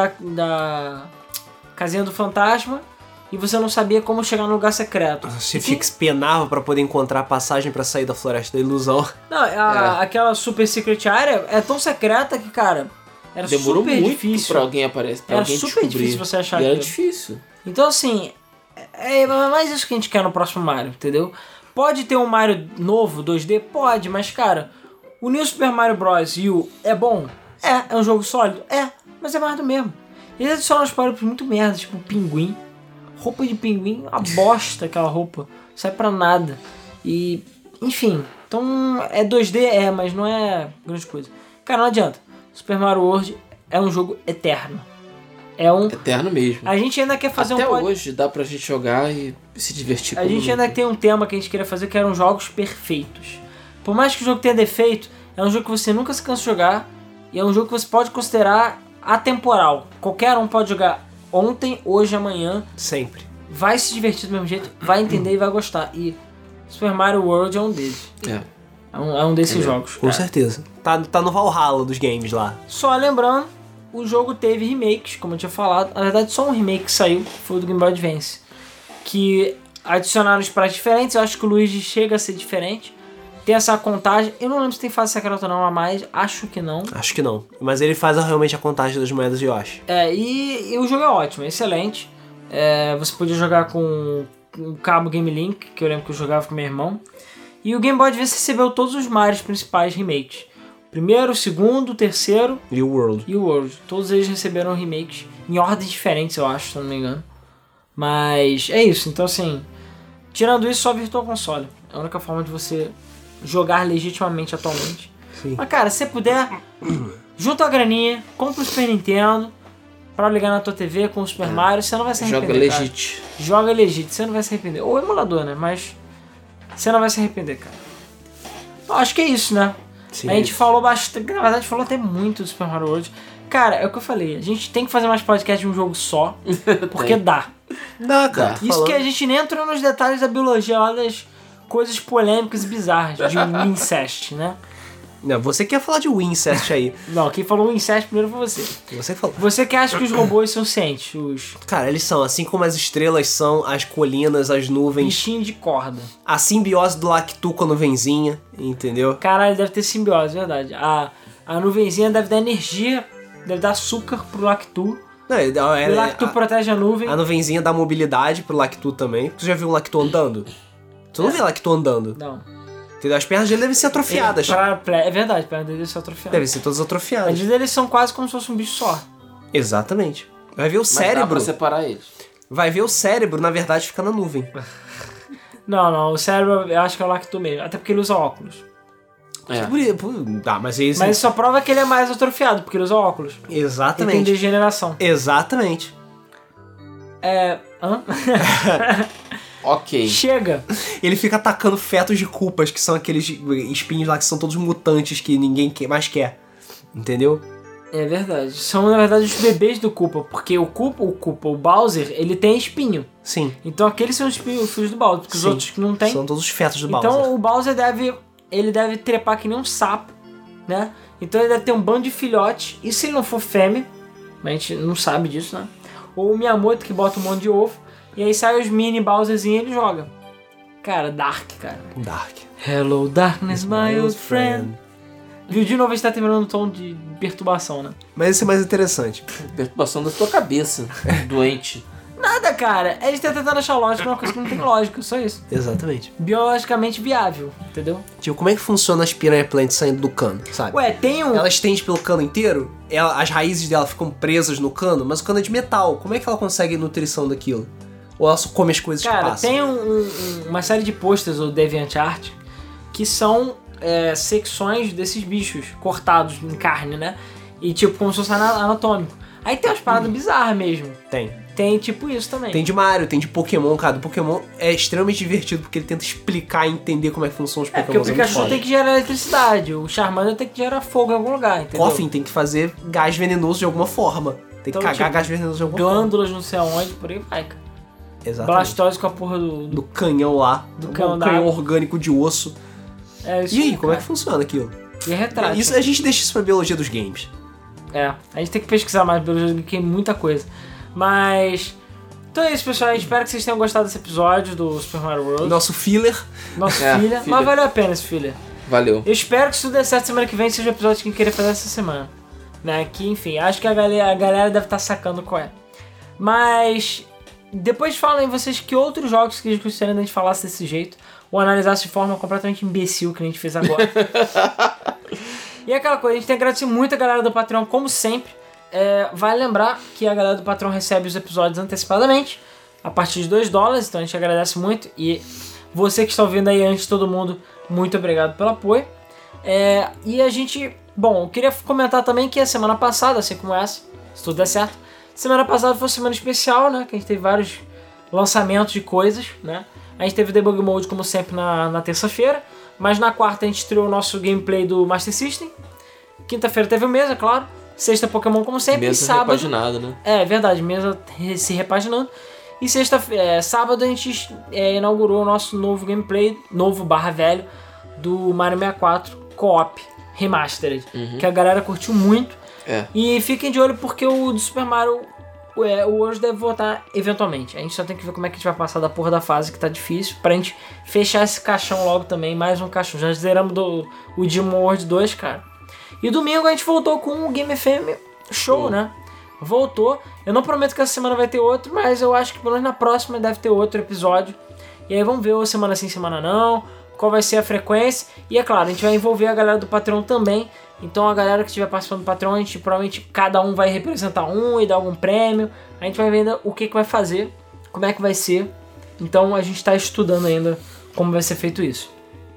da casinha do fantasma e você não sabia como chegar no lugar secreto. Você penava pra poder encontrar a passagem pra sair da Floresta da Ilusão. Não, aquela Super Secret Area é tão secreta que, cara, era Demorou super muito difícil. pra alguém aparecer, pra Era alguém super descobrir. difícil você achar E era aquilo. difícil. Então, assim, é mais isso que a gente quer no próximo Mario, entendeu? Pode ter um Mario novo, 2D? Pode, mas, cara, o New Super Mario Bros. U é bom? É um jogo sólido? É, mas é mais do mesmo. Eles adicionam uns power-ups muito merda, tipo pinguim. Roupa de pinguim, uma bosta aquela roupa. Não sai pra nada. E, enfim, então é 2D, mas não é grande coisa. Cara, não adianta. Super Mario World é um jogo eterno. É um... Eterno mesmo. A gente ainda quer fazer Até um... hoje dá pra gente jogar e se divertir. A como gente ainda nunca. tem um tema que a gente queria fazer, que eram jogos perfeitos. Por mais que o jogo tenha defeito, é um jogo que você nunca se cansa de jogar e é um jogo que você pode considerar atemporal. Qualquer um pode jogar ontem, hoje, amanhã, Sempre. vai se divertir do mesmo jeito, vai entender e vai gostar. E Super Mario World é um deles. É um desses jogos. Com cara. certeza. Tá no Valhalla dos games lá. Só lembrando, o jogo teve remakes, como eu tinha falado. Na verdade, só um remake que saiu, foi o do Game Boy Advance. Que adicionaram sprites diferentes, eu acho que o Luigi chega a ser diferente. Tem essa contagem, eu não lembro se tem fase secreta ou não a mais, acho que não. Acho que não. Mas ele faz realmente a contagem das moedas de Yoshi. E o jogo é ótimo, é excelente. Você podia jogar com o cabo Game Link, que eu lembro que eu jogava com meu irmão. E o Game Boy Advance recebeu todos os Marios principais remakes. O primeiro, o segundo, o terceiro E o World. e o World. Todos eles receberam remakes em ordens diferentes, eu acho, se eu não me engano. Mas é isso, então assim, tirando isso, só Virtual Console. É a única forma de você jogar legitimamente atualmente. Sim. Mas cara, se você puder, junta a graninha, compra o Super Nintendo pra ligar na tua TV com o Super Mario, você não vai se arrepender. Joga cara. legit. Joga legit, você não vai se arrepender. Ou emulador, né? Mas você não vai se arrepender, cara. Eu acho que é isso, né? Sim. A gente falou bastante, na verdade falou até muito do Super Mario World. Cara, é o que eu falei, a gente tem que fazer mais podcast de um jogo só, porque dá. Dá, cara. tô Isso falando. que a gente nem entrou nos detalhes da biologia lá das coisas polêmicas e bizarras de um incest, né? Não, você quer falar de Wincest aí. Não, quem falou incest primeiro foi você. Você falou. Você que acha que os robôs são cientes, os Cara, eles são, assim como as estrelas são, as colinas, as nuvens, bichinhos de corda. a simbiose do Lactu com a nuvenzinha, entendeu? Caralho, deve ter simbiose, verdade. A nuvenzinha deve dar energia, deve dar açúcar pro Lactu. Não, E o Lactu protege a nuvem. a nuvenzinha dá mobilidade pro Lactu também. Tu já viu um Lactu andando? Tu não vê Lactu andando. Não. Entendeu? As pernas dele devem ser atrofiadas. É verdade, a perna dele são atrofiadas. Devem ser todas As atrofiadas. deles são quase como se fosse um bicho só. Exatamente. Vai ver o Mas dá cérebro. pra separar eles. Vai ver o cérebro, na verdade, fica na nuvem. Não, o cérebro eu acho que é o Lactu mesmo. Até porque ele usa óculos. Mas isso. Mas isso só prova que ele é mais atrofiado, porque ele usa óculos. Ele tem Exatamente. degeneração. Exatamente. Hã? Ok. Chega! Ele fica atacando fetos de culpas, que são aqueles espinhos lá que são todos mutantes que ninguém mais quer. Entendeu? É verdade. São, na verdade, os bebês do Koopa. Porque o Bowser, ele tem espinho. Sim. Então aqueles são os filhos do Bowser, porque os Sim. outros que não tem. São todos os fetos do Bowser. Então o Bowser deve trepar que nem um sapo, né? Então ele deve ter um bando de filhotes. E se ele não for fêmea, a gente não sabe disso, né? Ou o Miyamoto que bota um monte de ovo. E aí sai os mini Bowserzinhos e ele joga. Cara, Dark, cara. Dark. Hello darkness, my old friend. Viu? De novo a gente tá terminando no tom de perturbação, né? Mas esse é mais interessante. Perturbação da tua cabeça. Doente. nada, cara. Eles estão tentando achar lógica numa coisa que não tem lógica, só isso. Exatamente. Biologicamente viável, entendeu? Tipo, como é que funciona as piranha plants saindo do cano, sabe? Ué, tem um... Ela estende pelo cano inteiro, as raízes dela ficam presas no cano, mas o cano é de metal. Como é que ela consegue nutrição daquilo? Ou ela só come as coisas que Cara, passam? tem uma série de posters do DeviantArt que são secções desses bichos cortados em carne, né? E tipo, como se fosse anatômico. Aí tem umas paradas bizarras mesmo. Tem tipo isso também. Tem de Mario, tem de Pokémon, cara. Do Pokémon é extremamente divertido porque ele tenta explicar e entender como é que funcionam os Pokémon. Porque o Pikachu tem que gerar eletricidade, o Charmander tem que gerar fogo em algum lugar, entendeu? Coffin tem que fazer gás venenoso de alguma forma. Tem que Então, cagar tipo, gás venenoso de alguma forma. glândulas não sei aonde, por aí vai, cara. Exatamente. Blastose com a porra Do canhão lá. Do Um canhão canhão d'água. orgânico de osso. Isso E aí, aí, como é cara. que funciona aquilo? E é retrátil. Isso, a gente deixa isso pra biologia dos games. A gente tem que pesquisar mais biologia do que muita coisa. Mas... Então é isso, pessoal. Espero que vocês tenham gostado desse episódio do Super Mario World. Nosso filler. Nosso É, filha. filha. Mas valeu a pena esse filha. Valeu. Eu espero que isso dê certo semana que vem, seja o episódio que eu queria fazer essa semana. Né? Que, enfim, acho que a galera deve estar sacando qual é. Mas... Depois falem vocês que outros jogos que eles gostariam de a gente falasse desse jeito. Ou analisasse de forma completamente imbecil que a gente fez agora. E aquela coisa, a gente tem que agradecer muito a galera do Patreon, como sempre. Vale lembrar que a galera do Patreon recebe os episódios antecipadamente, a partir de $2, então a gente agradece muito. E você que está ouvindo aí antes de todo mundo, muito obrigado pelo apoio. E a gente... Bom, eu queria comentar também que a semana passada, assim como essa, se tudo der certo, semana passada foi uma semana especial, né? Que a gente teve vários lançamentos de coisas, né? A gente teve o Debug Mode, como sempre, na terça-feira. Mas na quarta a gente estreou o nosso gameplay do Master System. Quinta-feira teve o mesa, claro. Sexta, Pokémon, como sempre. Mesa E sábado... repaginada, né? É verdade, mesa se repaginando. E sábado a gente inaugurou o nosso novo gameplay, novo/velho, do Mario 64 Co-op Remastered. Que a galera curtiu muito. E fiquem de olho porque o do Super Mario o World deve voltar eventualmente. A gente só tem que ver como é que a gente vai passar da porra da fase, que tá difícil, pra gente fechar esse caixão logo também, mais um caixão. Já zeramos o Demon World 2, cara. E domingo a gente voltou com o Game FM Show, né? Voltou. Eu não prometo que essa semana vai ter outro, mas eu acho que pelo menos na próxima deve ter outro episódio. E aí vamos ver ou semana sim, semana não, qual vai ser a frequência. E é claro, a gente vai envolver a galera do Patreon também. Então a galera que estiver participando do Patreon, a gente provavelmente cada um vai representar um e dar algum prêmio. A gente vai vendo o que vai fazer, como é que vai ser. Então a gente está estudando ainda como vai ser feito isso.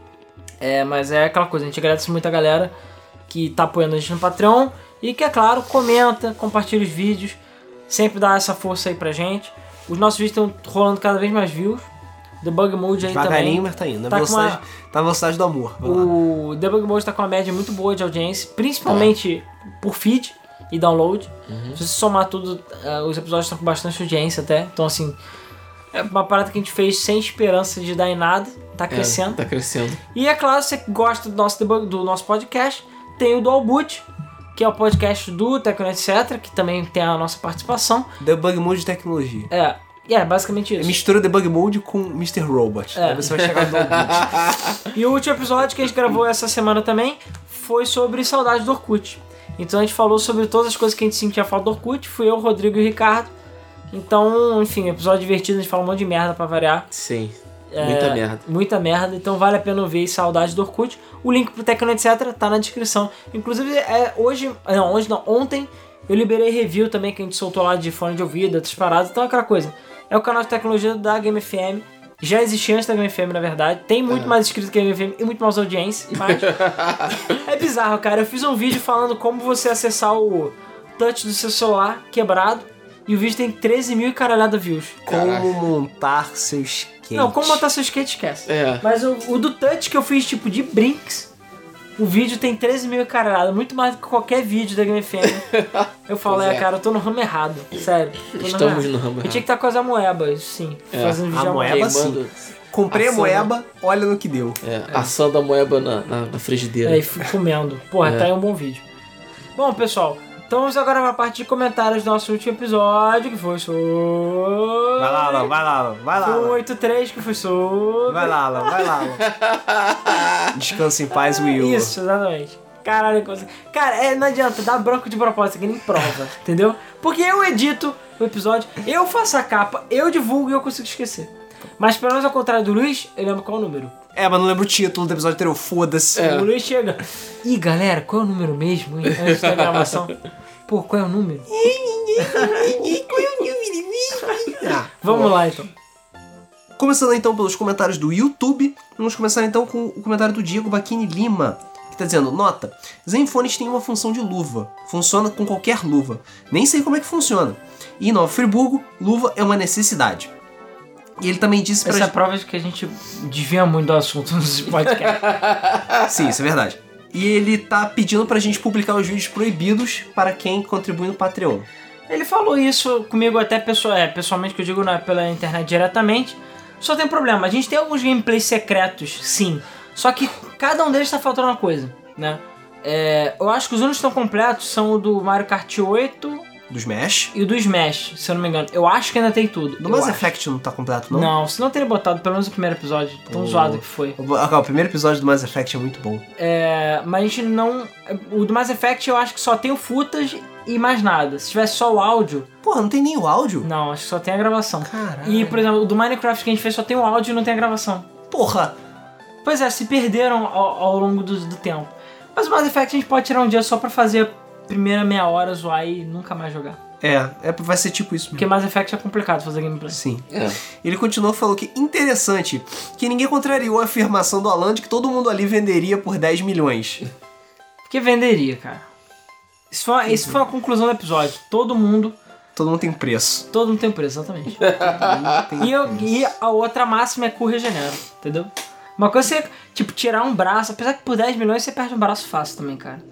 Mas é aquela coisa, a gente agradece muito a galera que tá apoiando a gente no Patreon. E que, é claro, comenta, compartilha os vídeos. Sempre dá essa força aí pra gente. Os nossos vídeos estão rolando cada vez mais views. Debug Mode aí Devagarinho, também. mas tá indo. Tá Na velocidade do amor. Vai lá. O Debug Mode tá com uma média muito boa de audiência, principalmente por feed e download. Se você somar tudo, os episódios estão com bastante audiência até. Então, assim, é uma parada que a gente fez sem esperança de dar em nada. Tá crescendo. Tá crescendo. E é claro, se você gosta do nosso podcast, tem o Dual Boot, que é o podcast do Tecno Etc, que também tem a nossa participação. Debug Mode de tecnologia. Basicamente isso. Mistura Debug Mode com Mr. Robot. Aí você vai chegar no Orkut. E o último episódio que a gente gravou essa semana também foi sobre saudade do Orkut. Então a gente falou sobre todas as coisas que a gente sentia falta do Orkut. Fui eu, o Rodrigo e o Ricardo. Então, enfim, episódio divertido, a gente fala um monte de merda pra variar. Sim. Muita merda. Muita merda, então vale a pena ouvir Saudade do Orkut. O link pro Tecno Etc tá na descrição. Inclusive, ontem eu liberei review também que a gente soltou lá de fone de ouvido, outras paradas. Então é aquela coisa. É o canal de tecnologia da Game FM. Já existia antes da Game FM, na verdade. Tem muito mais inscritos que a Game FM e muito mais audiência. Mas é bizarro, cara. Eu fiz um vídeo falando como você acessar o touch do seu celular quebrado. E o vídeo tem 13 mil e caralhada views. Como montar seu skate. Não, como montar seu skate, esquece. É. Mas o do touch que eu fiz, tipo, de brinks, o vídeo tem 13 mil e caralhada. Muito mais do que qualquer vídeo da Game FM. Eu falo, Pois é. cara, eu tô no ramo errado. Sério. Estamos no ramo Eu tinha que errado. estar com as amoebas, sim. Fazendo vídeo de A moeba, amoeba. sim. Queimando- Comprei a assando- moeba, olha no que deu. assando a moeba na frigideira. E fui comendo. Porra, tá aí um bom vídeo. Bom, pessoal, então vamos agora pra parte de comentários do nosso último episódio, que foi sobre... Vai lá, Alan, vai lá, Alan, vai lá. Foi o Alan. 83, que foi sobre... Vai lá, Alan, vai lá, Alan. Descansa em paz, Will. Isso, exatamente. Caralho, cara, não adianta, dá branco de propósito, que nem prova, entendeu? Porque eu edito o episódio, eu faço a capa, eu divulgo e eu consigo esquecer. Mas pelo menos ao contrário do Luiz, eu lembro qual é o número. Mas não lembro o título do episódio anterior, foda-se. O Luiz chega. Ih, galera, qual é o número mesmo, hein? Antes da gravação. Pô, qual é o número? Vamos lá, então. Começando então pelos comentários do YouTube, vamos começar então com o comentário do Diego Bacchini Lima, que tá dizendo: nota, Zenfones tem uma função de luva, funciona com qualquer luva, nem sei como é que funciona. E em Nova Friburgo, luva é uma necessidade. E ele também disse pra Essa é a prova de que a gente desvia muito do assunto nos podcasts. Sim, isso é verdade. E ele tá pedindo pra gente publicar os vídeos proibidos para quem contribui no Patreon. Ele falou isso comigo até pessoalmente, que eu digo pela internet diretamente. Só tem um problema, a gente tem alguns gameplays secretos, sim. Só que cada um deles tá faltando uma coisa, né? Eu acho que os únicos que estão completos são o do Mario Kart 8... Do Smash. E o do Smash, se eu não me engano. Eu acho que ainda tem tudo. Do Mass Effect não tá completo, não? Não, se não teria botado pelo menos o primeiro episódio. Tão zoado que foi. O primeiro episódio do Mass Effect é muito bom. Mas a gente não... O do Mass Effect eu acho que só tem o footage e mais nada. Se tivesse só o áudio... Porra, não tem nem o áudio? Não, acho que só tem a gravação. Caralho. E, por exemplo, o do Minecraft que a gente fez só tem o áudio e não tem a gravação. Porra! Pois é, se perderam ao longo do tempo. Mas o Mass Effect a gente pode tirar um dia só pra fazer a primeira meia hora, zoar e nunca mais jogar. Vai ser tipo isso mesmo. Porque Mass Effect é complicado fazer gameplay. Sim. Ele continuou, falou que interessante, que ninguém contrariou a afirmação do Alan de que todo mundo ali venderia por 10 milhões. Porque venderia, cara. Isso foi a conclusão do episódio. Todo mundo tem preço. Todo mundo tem preço, exatamente. E a outra máxima é que o regenera, entendeu? Uma coisa é, tipo, tirar um braço. Apesar que por 10 milhões você perde um braço fácil também, cara.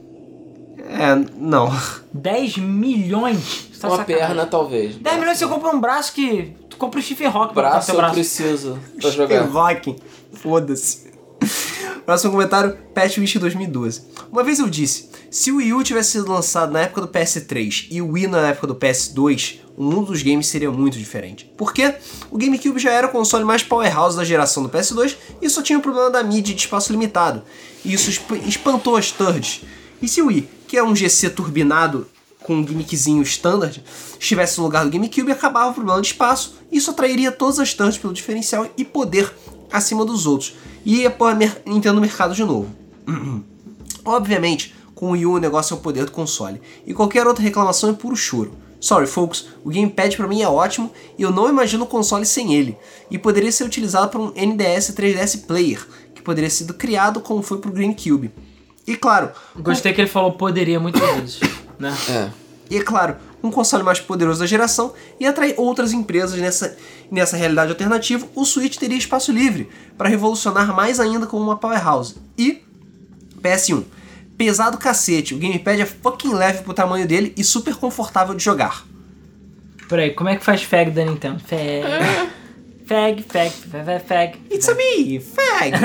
Não. 10 milhões? Você tá uma sacanagem. perna, talvez. 10 milhões você compra um braço que... Tu compra o Stephen Rock pra braço botar teu braço. eu preciso pra jogar. Rock. Foda-se. Próximo comentário, Patch Wish 2012. Uma vez eu disse, se o Wii U tivesse sido lançado na época do PS3 e o Wii na época do PS2, o mundo dos games seria muito diferente. Porque o GameCube já era o console mais powerhouse da geração do PS2 e só tinha o problema da mídia e de espaço limitado. E isso espantou as turds. E se o Wii, que é um GC turbinado com um gimmickzinho standard, estivesse no lugar do GameCube, acabava o problema de espaço e isso atrairia todas as turds pelo diferencial e poder acima dos outros. E ia pôr a Nintendo no mercado de novo. Obviamente, com o Wii U o negócio é o poder do console. E qualquer outra reclamação é puro choro. Sorry folks, o Gamepad pra mim é ótimo e eu não imagino o console sem ele. E poderia ser utilizado por um NDS 3DS Player, que poderia ser criado como foi pro GameCube. E claro... Gostei que ele falou poderia muitas vezes, né? E é claro, um console mais poderoso da geração e atrair outras empresas nessa realidade alternativa, o Switch teria espaço livre para revolucionar mais ainda como uma powerhouse. E PS1, pesado cacete, o Gamepad é fucking leve pro tamanho dele e super confortável de jogar. Peraí, como é que faz fag da Nintendo? Fag. It's a me, fag!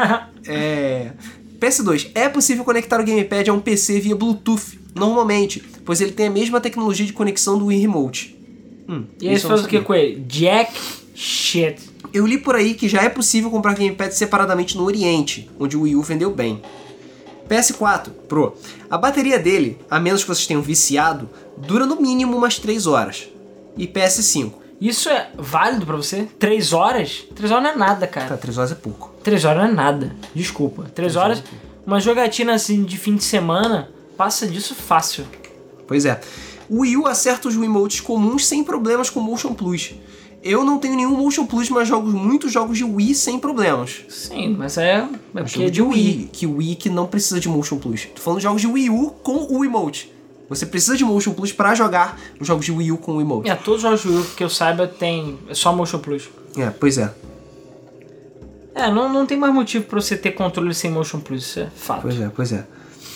PS2, é possível conectar o Gamepad a um PC via Bluetooth, normalmente, pois ele tem a mesma tecnologia de conexão do Wii Remote. E aí você faz o que com ele? Jack shit. Eu li por aí que já é possível comprar Gamepad separadamente no Oriente, onde o Wii U vendeu bem. PS4 Pro, a bateria dele, a menos que vocês tenham viciado, dura no mínimo umas 3 horas. E PS5. Isso é válido pra você? 3 horas? 3 horas não é nada, cara. Tá, 3 horas é pouco. 3 horas não é nada. Desculpa. 3 horas, uma jogatina assim de fim de semana, passa disso fácil. Pois é. O Wii U acerta os Wiimotes comuns sem problemas com Motion Plus. Eu não tenho nenhum Motion Plus, mas jogo muitos jogos de Wii sem problemas. Sim, mas é porque é de Wii. Que Wii que não precisa de Motion Plus. Tô falando de jogos de Wii U com o Wiimote. Você precisa de Motion Plus pra jogar os jogos de Wii U com o Wiimote. Todos os jogos de Wii U que eu saiba tem só Motion Plus. Pois é. Não tem mais motivo pra você ter controle sem Motion Plus, isso é fato. Pois é.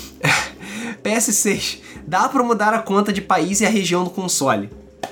PS6. Dá pra mudar a conta de país e a região do console?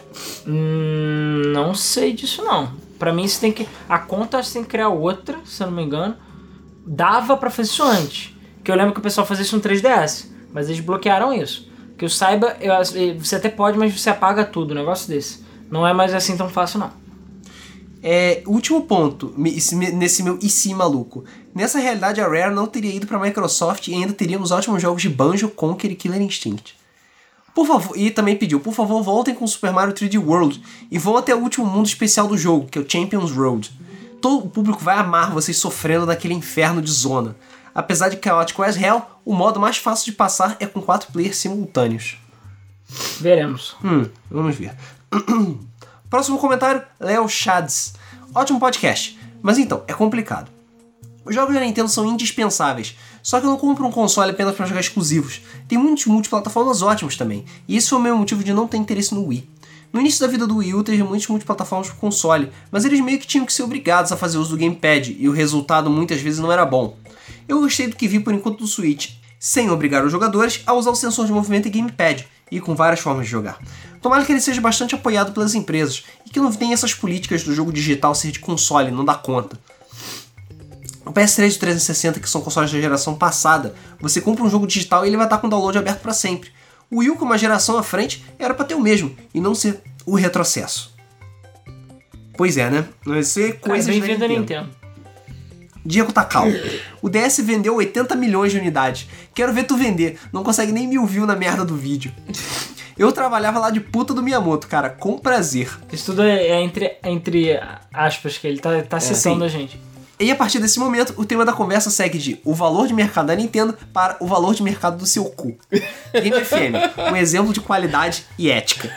Não sei disso não. Pra mim você tem que... A conta você tem que criar outra, se eu não me engano. Dava pra fazer isso antes. Que eu lembro que o pessoal fazia isso no 3DS. Mas eles bloquearam isso. Que eu saiba, você até pode, mas você apaga tudo, um negócio desse. Não é mais assim tão fácil não. Último ponto, nesse meu e se maluco. Nessa realidade, a Rare não teria ido pra Microsoft e ainda teríamos ótimos jogos de Banjo, Conker e Killer Instinct. Por favor, e também pediu, por favor, voltem com Super Mario 3D World e vão até o último mundo especial do jogo, que é o Champions Road. Todo o público vai amar vocês sofrendo naquele inferno de zona. Apesar de caótico as hell, o modo mais fácil de passar é com 4 players simultâneos. Veremos. Vamos ver. Próximo comentário, Léo Chads. Ótimo podcast, mas então, é complicado. Os jogos da Nintendo são indispensáveis, só que eu não compro um console apenas para jogar exclusivos. Tem muitos multiplataformas ótimos também, e esse foi o meu motivo de não ter interesse no Wii. No início da vida do Wii U teve muitos multiplataformas pro console, mas eles meio que tinham que ser obrigados a fazer uso do Gamepad, e o resultado muitas vezes não era bom. Eu gostei do que vi por enquanto do Switch, sem obrigar os jogadores a usar o sensor de movimento e Gamepad, e com várias formas de jogar. Tomara que ele seja bastante apoiado pelas empresas, e que não tenha essas políticas do jogo digital ser de console, não dá conta. O PS3 e o 360, que são consoles da geração passada, você compra um jogo digital e ele vai estar com o download aberto para sempre. O Wii U, com uma geração à frente, era para ter o mesmo, e não ser o retrocesso. Pois é, né? Vai ser coisas da Bem-vindo à Nintendo. Nintendo. Diego Takal. O DS vendeu 80 milhões de unidades. Quero ver tu vender. Não consegue nem 1000 views na merda do vídeo. Eu trabalhava lá de puta do Miyamoto, cara, com prazer. Isso tudo é entre aspas, que ele tá citando a gente. E a partir desse momento, o tema da conversa segue de o valor de mercado da Nintendo para o valor de mercado do seu cu. Game FM, um exemplo de qualidade e ética.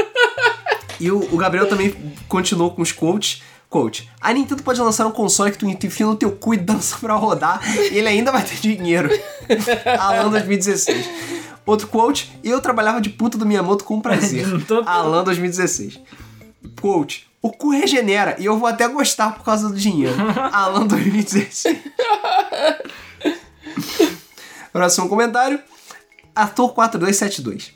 E o Gabriel também continuou com os quotes. Quote, a Nintendo pode lançar um console que tu enfia no teu cu e dança pra rodar e ele ainda vai ter dinheiro. Alan 2016. Outro quote, eu trabalhava de puta do Miyamoto com prazer. Alan 2016. Quote, o cu regenera e eu vou até gostar por causa do dinheiro. Alan 2016. Próximo comentário. Ator 4272.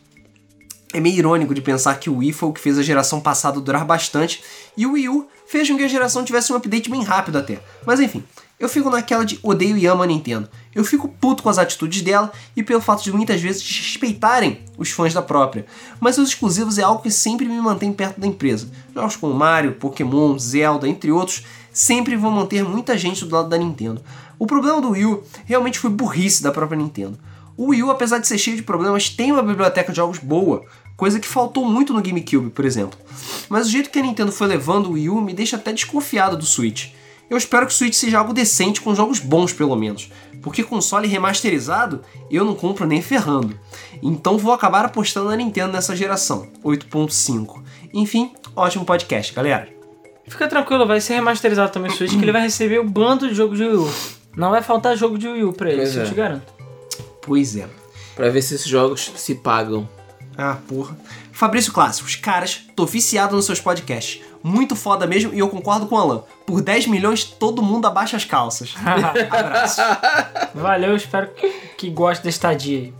É meio irônico de pensar que o Wii foi o que fez a geração passada durar bastante e o Wii U fez com que a geração tivesse um update bem rápido até. Mas enfim, eu fico naquela de odeio e amo a Nintendo. Eu fico puto com as atitudes dela e pelo fato de muitas vezes desrespeitarem os fãs da própria. Mas os exclusivos é algo que sempre me mantém perto da empresa. Jogos como Mario, Pokémon, Zelda, entre outros, sempre vão manter muita gente do lado da Nintendo. O problema do Wii U realmente foi burrice da própria Nintendo. O Wii U, apesar de ser cheio de problemas, tem uma biblioteca de jogos boa, coisa que faltou muito no GameCube, por exemplo. Mas o jeito que a Nintendo foi levando o Wii U me deixa até desconfiado do Switch. Eu espero que o Switch seja algo decente com jogos bons, pelo menos, porque console remasterizado eu não compro nem ferrando. Então vou acabar apostando na Nintendo nessa geração, 8.5. Enfim, ótimo podcast, galera. Fica tranquilo, vai ser remasterizado também o Switch, que ele vai receber o bando de jogos de Wii U. Não vai faltar jogo de Wii U pra ele, isso eu te garanto. Pois é. Pra ver se esses jogos se pagam. Ah, porra. Fabrício Clássicos, caras, tô viciado nos seus podcasts. Muito foda mesmo e eu concordo com o Alan. Por 10 milhões todo mundo abaixa as calças. Abraço. Valeu, espero que goste da estadia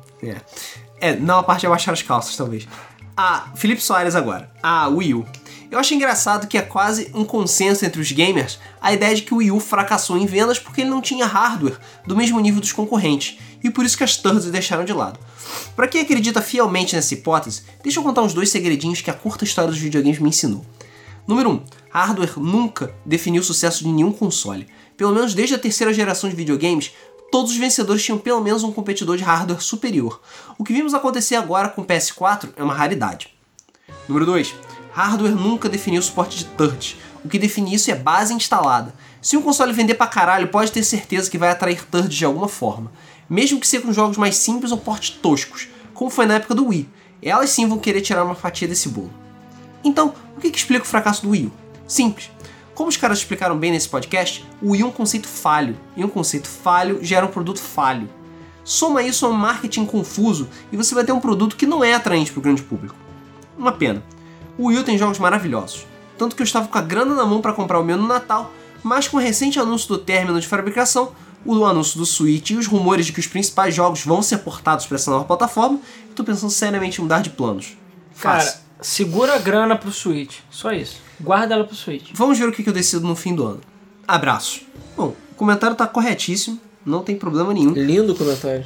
aí. Não a parte de abaixar as calças, talvez. Felipe Soares agora. Wii U. Eu acho engraçado que é quase um consenso entre os gamers a ideia de que o Wii U fracassou em vendas porque ele não tinha hardware do mesmo nível dos concorrentes, e por isso que as thirds o deixaram de lado. Pra quem acredita fielmente nessa hipótese, deixa eu contar uns 2 segredinhos que a curta história dos videogames me ensinou. Número 1. Hardware nunca definiu o sucesso de nenhum console. Pelo menos desde a terceira geração de videogames, todos os vencedores tinham pelo menos um competidor de hardware superior. O que vimos acontecer agora com o PS4 é uma raridade. Número 2. Hardware nunca definiu o suporte de thirds. O que define isso é base instalada. Se um console vender pra caralho, pode ter certeza que vai atrair thirds de alguma forma. Mesmo que seja com jogos mais simples ou portes toscos, como foi na época do Wii. Elas sim vão querer tirar uma fatia desse bolo. Então, o que explica o fracasso do Wii U? Simples. Como os caras explicaram bem nesse podcast, o Wii é um conceito falho. E um conceito falho gera um produto falho. Soma isso a um marketing confuso e você vai ter um produto que não é atraente para o grande público. Uma pena. O Wii U tem jogos maravilhosos. Tanto que eu estava com a grana na mão para comprar o meu no Natal, mas com o recente anúncio do término de fabricação, o anúncio do Switch e os rumores de que os principais jogos vão ser portados para essa nova plataforma, estou pensando seriamente em mudar de planos. Cara, segura a grana pro Switch. Só isso. Guarda ela pro Switch. Vamos ver o que eu decido no fim do ano. Abraço. Bom, o comentário tá corretíssimo. Não tem problema nenhum. Lindo comentário.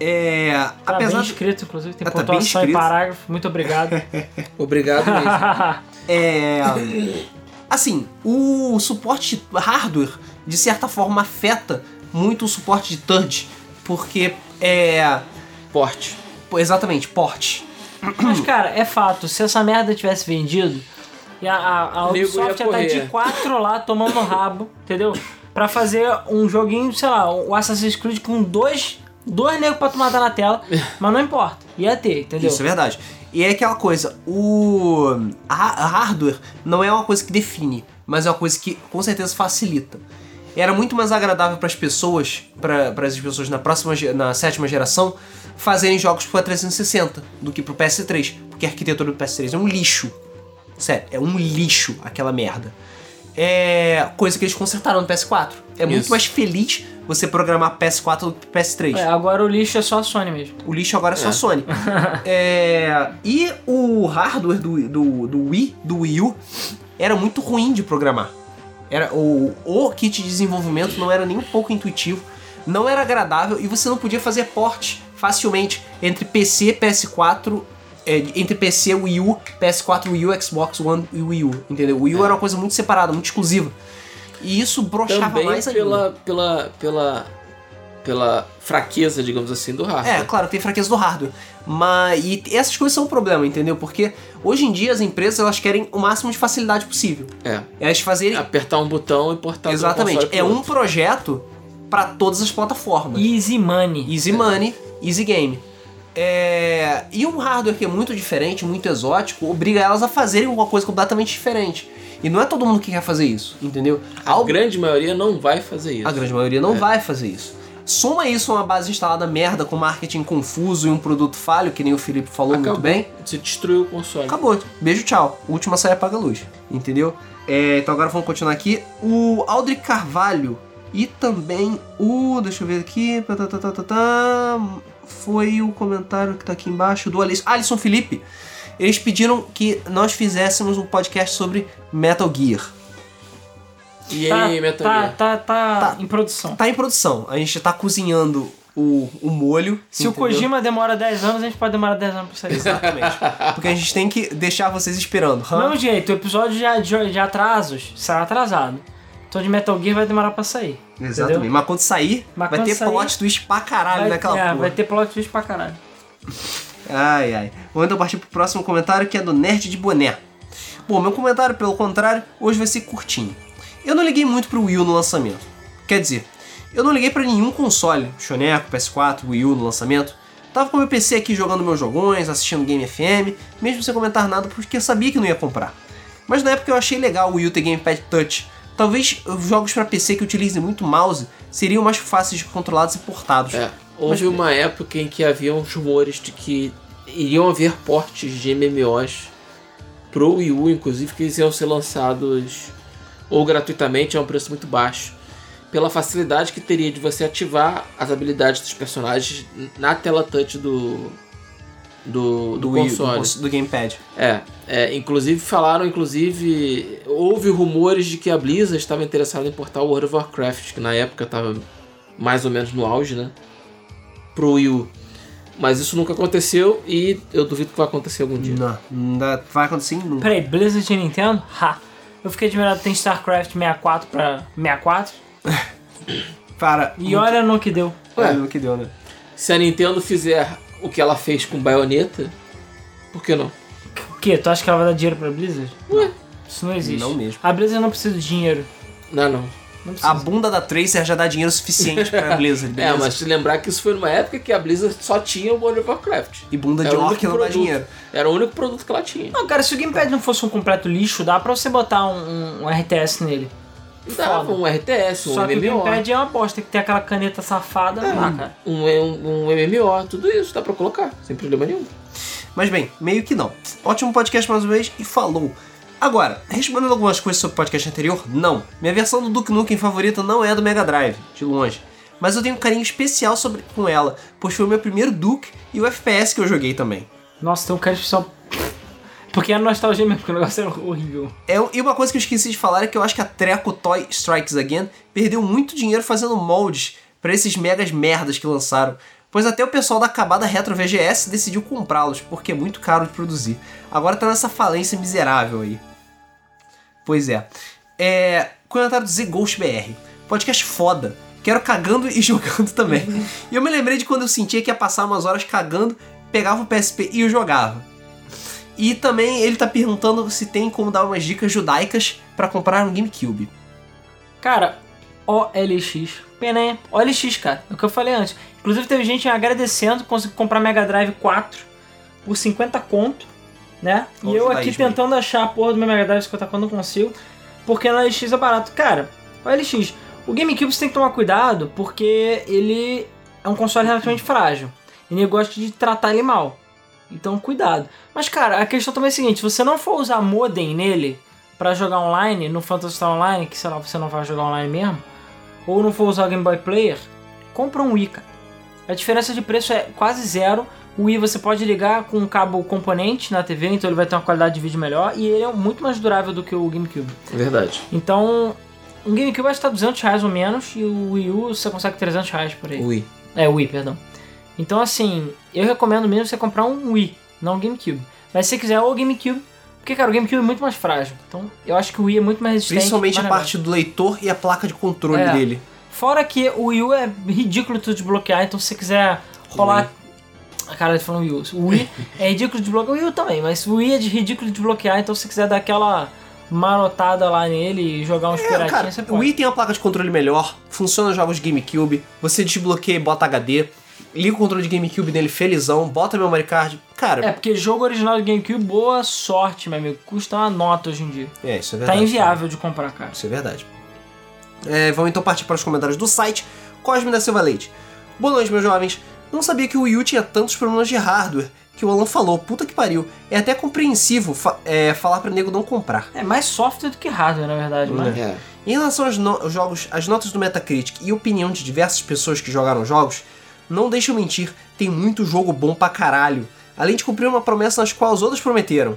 Tá apesar bem escrito, inclusive. Tem tá bem pontuação em escrito. parágrafo. Muito obrigado. Obrigado mesmo. Assim, o suporte hardware, de certa forma, afeta muito o suporte de touch, porque Porte. exatamente, porte. Mas, cara, é fato, se essa merda tivesse vendido, e a Nego Ubisoft ia ia estar correr. de 4 lá, tomando no rabo, entendeu? Pra fazer um joguinho, sei lá, o Assassin's Creed com dois negros pra tu matar na tela, mas não importa, ia ter, entendeu? Isso é verdade. E é aquela coisa, a hardware não é uma coisa que define, mas é uma coisa que com certeza facilita. Era muito mais agradável para as pessoas, para as pessoas na sétima geração, fazerem jogos pro 360 do que pro PS3, porque a arquitetura do PS3 é um lixo. Sério, é um lixo aquela merda. É coisa que eles consertaram no PS4. É muito Isso. mais feliz você programar PS4 do que PS3. Agora o lixo é só a Sony mesmo. O lixo agora é só a Sony. E o hardware do Wii U era muito ruim de programar. O kit de desenvolvimento não era nem um pouco intuitivo, não era agradável e você não podia fazer port facilmente entre PC, PS4, entre PC, Wii U, PS4, Wii U, Xbox One e Wii U, entendeu? O Wii U era uma coisa muito separada, muito exclusiva. E isso broxava Também mais ainda. pela fraqueza, digamos assim, do hardware. Claro, tem fraqueza do hardware. E essas coisas são um problema, entendeu? Porque hoje em dia as empresas elas querem o máximo de facilidade possível. Elas fazerem... Apertar um botão e portar Exatamente. do console pro Um outro. projeto para todas as plataformas. Easy money. Easy money, easy game. E um hardware que é muito diferente, muito exótico, obriga elas a fazerem uma coisa completamente diferente. E não é todo mundo que quer fazer isso, entendeu? A grande maioria não vai fazer isso. A grande maioria não vai fazer isso. Soma isso a uma base instalada merda, com marketing confuso e um produto falho, que nem o Felipe falou muito bem. Você destruiu o console. Acabou. Beijo, tchau. Última saia apaga a luz. Entendeu? Então agora vamos continuar aqui. O Aldrich Carvalho e também o... Deixa eu ver aqui. Foi o comentário que tá aqui embaixo do Alisson Felipe. Eles pediram que nós fizéssemos um podcast sobre Metal Gear. E aí, Metal Gear? Tá em produção. Tá em produção. A gente tá cozinhando o molho. Se o Kojima demora 10 anos, a gente pode demorar 10 anos pra sair. Exatamente. Porque a gente tem que deixar vocês esperando. Do mesmo jeito, o episódio de atrasos será atrasado. Então de Metal Gear vai demorar pra sair. Exatamente. Entendeu? Mas quando sair, vai ter plot twist pra caralho naquela porra. Vai ter plot twist pra caralho. Ai. Vamos então partir pro próximo comentário, que é do Nerd de Boné. Bom, meu comentário, pelo contrário, hoje vai ser curtinho. Eu não liguei muito pro Wii U no lançamento. Quer dizer, eu não liguei pra nenhum console, Choneco, PS4, Wii U no lançamento. Tava com meu PC aqui jogando meus jogões, assistindo Game FM, mesmo sem comentar nada porque eu sabia que não ia comprar. Mas na época eu achei legal o Wii U ter Gamepad Touch. Talvez jogos pra PC que utilizem muito mouse seriam mais fáceis de controlados e portados. Houve uma época em que havia uns rumores de que iriam haver portes de MMOs pro Wii U, inclusive, que eles iam ser lançados ou gratuitamente a um preço muito baixo, pela facilidade que teria de você ativar as habilidades dos personagens na tela touch do console. Do Gamepad. Inclusive houve rumores de que a Blizzard estava interessada em portar o World of Warcraft, que na época estava mais ou menos no auge, né, pro Wii U. Mas isso nunca aconteceu e eu duvido que vai acontecer algum dia. Não vai acontecer nunca. Peraí, Blizzard e Nintendo? Eu fiquei admirado que tem StarCraft 64 pra 64. Olha no que deu. Olha no que deu, né? Se a Nintendo fizer o que ela fez com Bayonetta, por que não? O quê? Tu acha que ela vai dar dinheiro pra Blizzard? Isso não existe. Não mesmo. A Blizzard não precisa de dinheiro. Não. Não precisa. A bunda da Tracer já dá dinheiro suficiente pra Blizzard, beleza? Mas se lembrar que isso foi numa época que a Blizzard só tinha o World of Warcraft. E bunda de orc não dá dinheiro. Era o único produto que ela tinha. Não, cara, se o Gamepad não fosse um completo lixo, dá pra você botar um RTS nele. Dava um RTS, um Só que o MMO. Gamepad é uma bosta, tem que ter aquela caneta safada lá, cara. Um MMO, tudo isso dá pra colocar, sem problema nenhum. Mas bem, meio que não. Ótimo podcast mais uma vez e falou. Agora, respondendo algumas coisas sobre o podcast anterior, não. Minha versão do Duke Nukem favorita não é a do Mega Drive, de longe. Mas eu tenho um carinho especial com ela, pois foi o meu primeiro Duke e o FPS que eu joguei também. Nossa, tem um carinho especial. Porque é nostalgia mesmo, porque o negócio era horrível. E uma coisa que eu esqueci de falar é que eu acho que a Treco Toy Strikes Again perdeu muito dinheiro fazendo moldes para esses megas merdas que lançaram. Pois até o pessoal da acabada Retro VGS decidiu comprá-los, porque é muito caro de produzir. Agora tá nessa falência miserável aí. Pois é. Comentário do Z Ghost BR. Podcast foda. Quero cagando e jogando também. E eu me lembrei de quando eu sentia que ia passar umas horas cagando, pegava o PSP e eu jogava. E também ele tá perguntando se tem como dar umas dicas judaicas pra comprar um GameCube. Cara, OLX. Pena, hein? OLX, cara. É o que eu falei antes. Inclusive teve gente agradecendo, consegui comprar Mega Drive 4 por 50 conto, né? E eu aqui tentando achar a porra do meu Mega Drive 50 conto, não consigo. Porque no OLX é barato. Cara, OLX, o GameCube você tem que tomar cuidado porque ele é um console relativamente frágil. E ninguém gosta de tratar ele mal. Então, cuidado. Mas, cara, a questão também é a seguinte. Se você não for usar modem nele pra jogar online, no Phantasy Star Online, que sei lá, você não vai jogar online mesmo, ou não for usar o Game Boy Player, compra um Wii, cara. A diferença de preço é quase zero. O Wii você pode ligar com um cabo componente na TV, então ele vai ter uma qualidade de vídeo melhor. E ele é muito mais durável do que o GameCube. Verdade. Então, um GameCube vai estar R$200 ou menos, e o Wii U você consegue R$300 por aí. Wii. O Wii, perdão. Então, assim, eu recomendo mesmo você comprar um Wii, não um GameCube. Mas se você quiser o GameCube, porque, cara, o GameCube é muito mais frágil. Então, eu acho que o Wii é muito mais resistente. Principalmente a parte do leitor e a placa de controle dele. Fora que o Wii U é ridículo de desbloquear, então se você quiser rolar... Cara, ele falou Wii U. O Wii é ridículo de desbloquear, o Wii U também, mas o Wii é ridículo de desbloquear, então se você quiser dar aquela marotada lá nele e jogar uns piratinhos, cara, você pode. O Wii tem uma placa de controle melhor, funciona nos jogos de GameCube, você desbloqueia e bota HD, liga o controle de GameCube nele felizão, bota memory card, cara... porque jogo original do GameCube, boa sorte, meu amigo, custa uma nota hoje em dia. Isso é verdade. Tá inviável de comprar, cara. Isso é verdade. Vamos então partir para os comentários do site. Cosme da Silva Leite. Boa noite, meus jovens. Não sabia que o Wii U tinha tantos problemas de hardware que o Alan falou. Puta que pariu. É até compreensivo falar pra nego não comprar. É mais software do que hardware, na verdade. Mas... Em relação aos jogos, as notas do Metacritic e opinião de diversas pessoas que jogaram jogos, não deixam mentir, tem muito jogo bom pra caralho. Além de cumprir uma promessa nas quais os outros prometeram.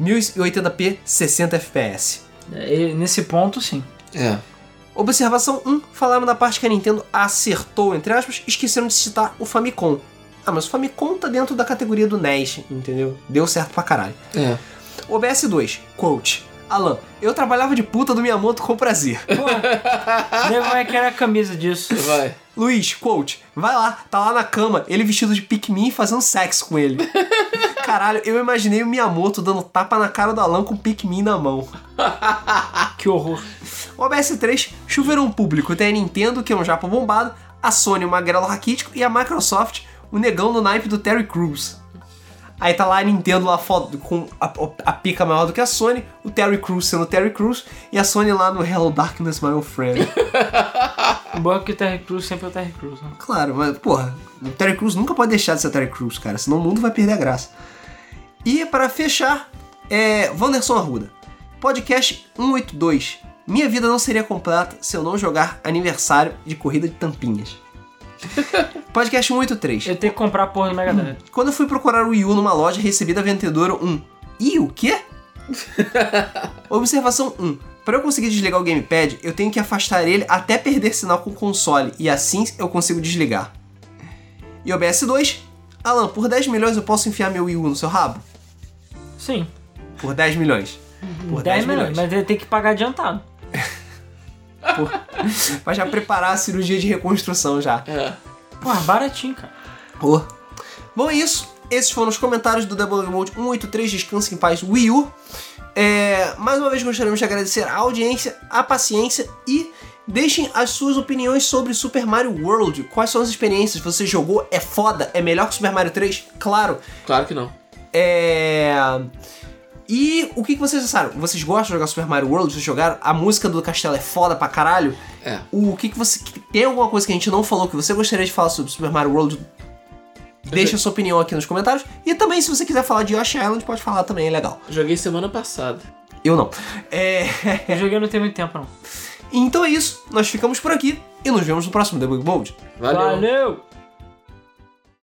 1080p, 60 FPS. Nesse ponto, sim. Observação 1. Falaram da parte que a Nintendo acertou, entre aspas, esqueceram de citar o Famicom. Mas o Famicom tá dentro da categoria do NES, entendeu? Deu certo pra caralho. OBS 2. Quote. Alan, eu trabalhava de puta do Miyamoto com prazer. Nego vai querer a camisa disso. Vai. Luiz, quote. Vai lá, tá lá na cama, ele vestido de Pikmin fazendo sexo com ele. Caralho, eu imaginei o Miyamoto dando tapa na cara do Alan com o Pikmin na mão. Que horror. OBS 3, chuveirão público. Tem a Nintendo, que é um japa bombado, a Sony, o magrelo raquítico, e a Microsoft, o negão do naipe do Terry Crews. Aí tá lá a Nintendo lá com a pica maior do que a Sony, o Terry Crews sendo o Terry Crews, e a Sony lá no Hello Darkness, my old friend. O bom é que o Terry Crews sempre é o Terry Crews, né? Claro, mas, porra, o Terry Crews nunca pode deixar de ser o Terry Crews, cara, senão o mundo vai perder a graça. E para fechar, Wanderson Arruda. Podcast 182. Minha vida não seria completa se eu não jogar aniversário de corrida de tampinhas. Podcast 183. Eu tenho que comprar a porra do Mega Drive. Quando eu fui procurar o Wii U numa loja, recebi da vendedora um... Ih, o quê? Observação 1. Para eu conseguir desligar o gamepad, eu tenho que afastar ele até perder sinal com o console, e assim eu consigo desligar. E OBS 2. Alan, por 10 milhões eu posso enfiar meu Wii U no seu rabo? Sim. Por 10 milhões. Por 10 milhões. Mas ele tem que pagar adiantado. Pra já preparar a cirurgia de reconstrução já. Pô, baratinho, cara. Bom, é isso. Esses foram os comentários do Debug Mode 183. Descanse em paz, Wii U. Mais uma vez gostaríamos de agradecer a audiência, a paciência e deixem as suas opiniões sobre Super Mario World. Quais são as experiências? Você jogou? É foda? É melhor que Super Mario 3? Claro. Claro que não. E o que vocês acharam? Vocês gostam de jogar Super Mario World? Vocês jogaram? A música do castelo é foda pra caralho? O que você... Tem alguma coisa que a gente não falou que você gostaria de falar sobre Super Mario World? Deixa a sua opinião aqui nos comentários. E também, se você quiser falar de Yoshi Island, pode falar também, é legal. Joguei semana passada. Eu não. Eu joguei não tem muito tempo, não. Então é isso. Nós ficamos por aqui e nos vemos no próximo Debug Mode. Valeu!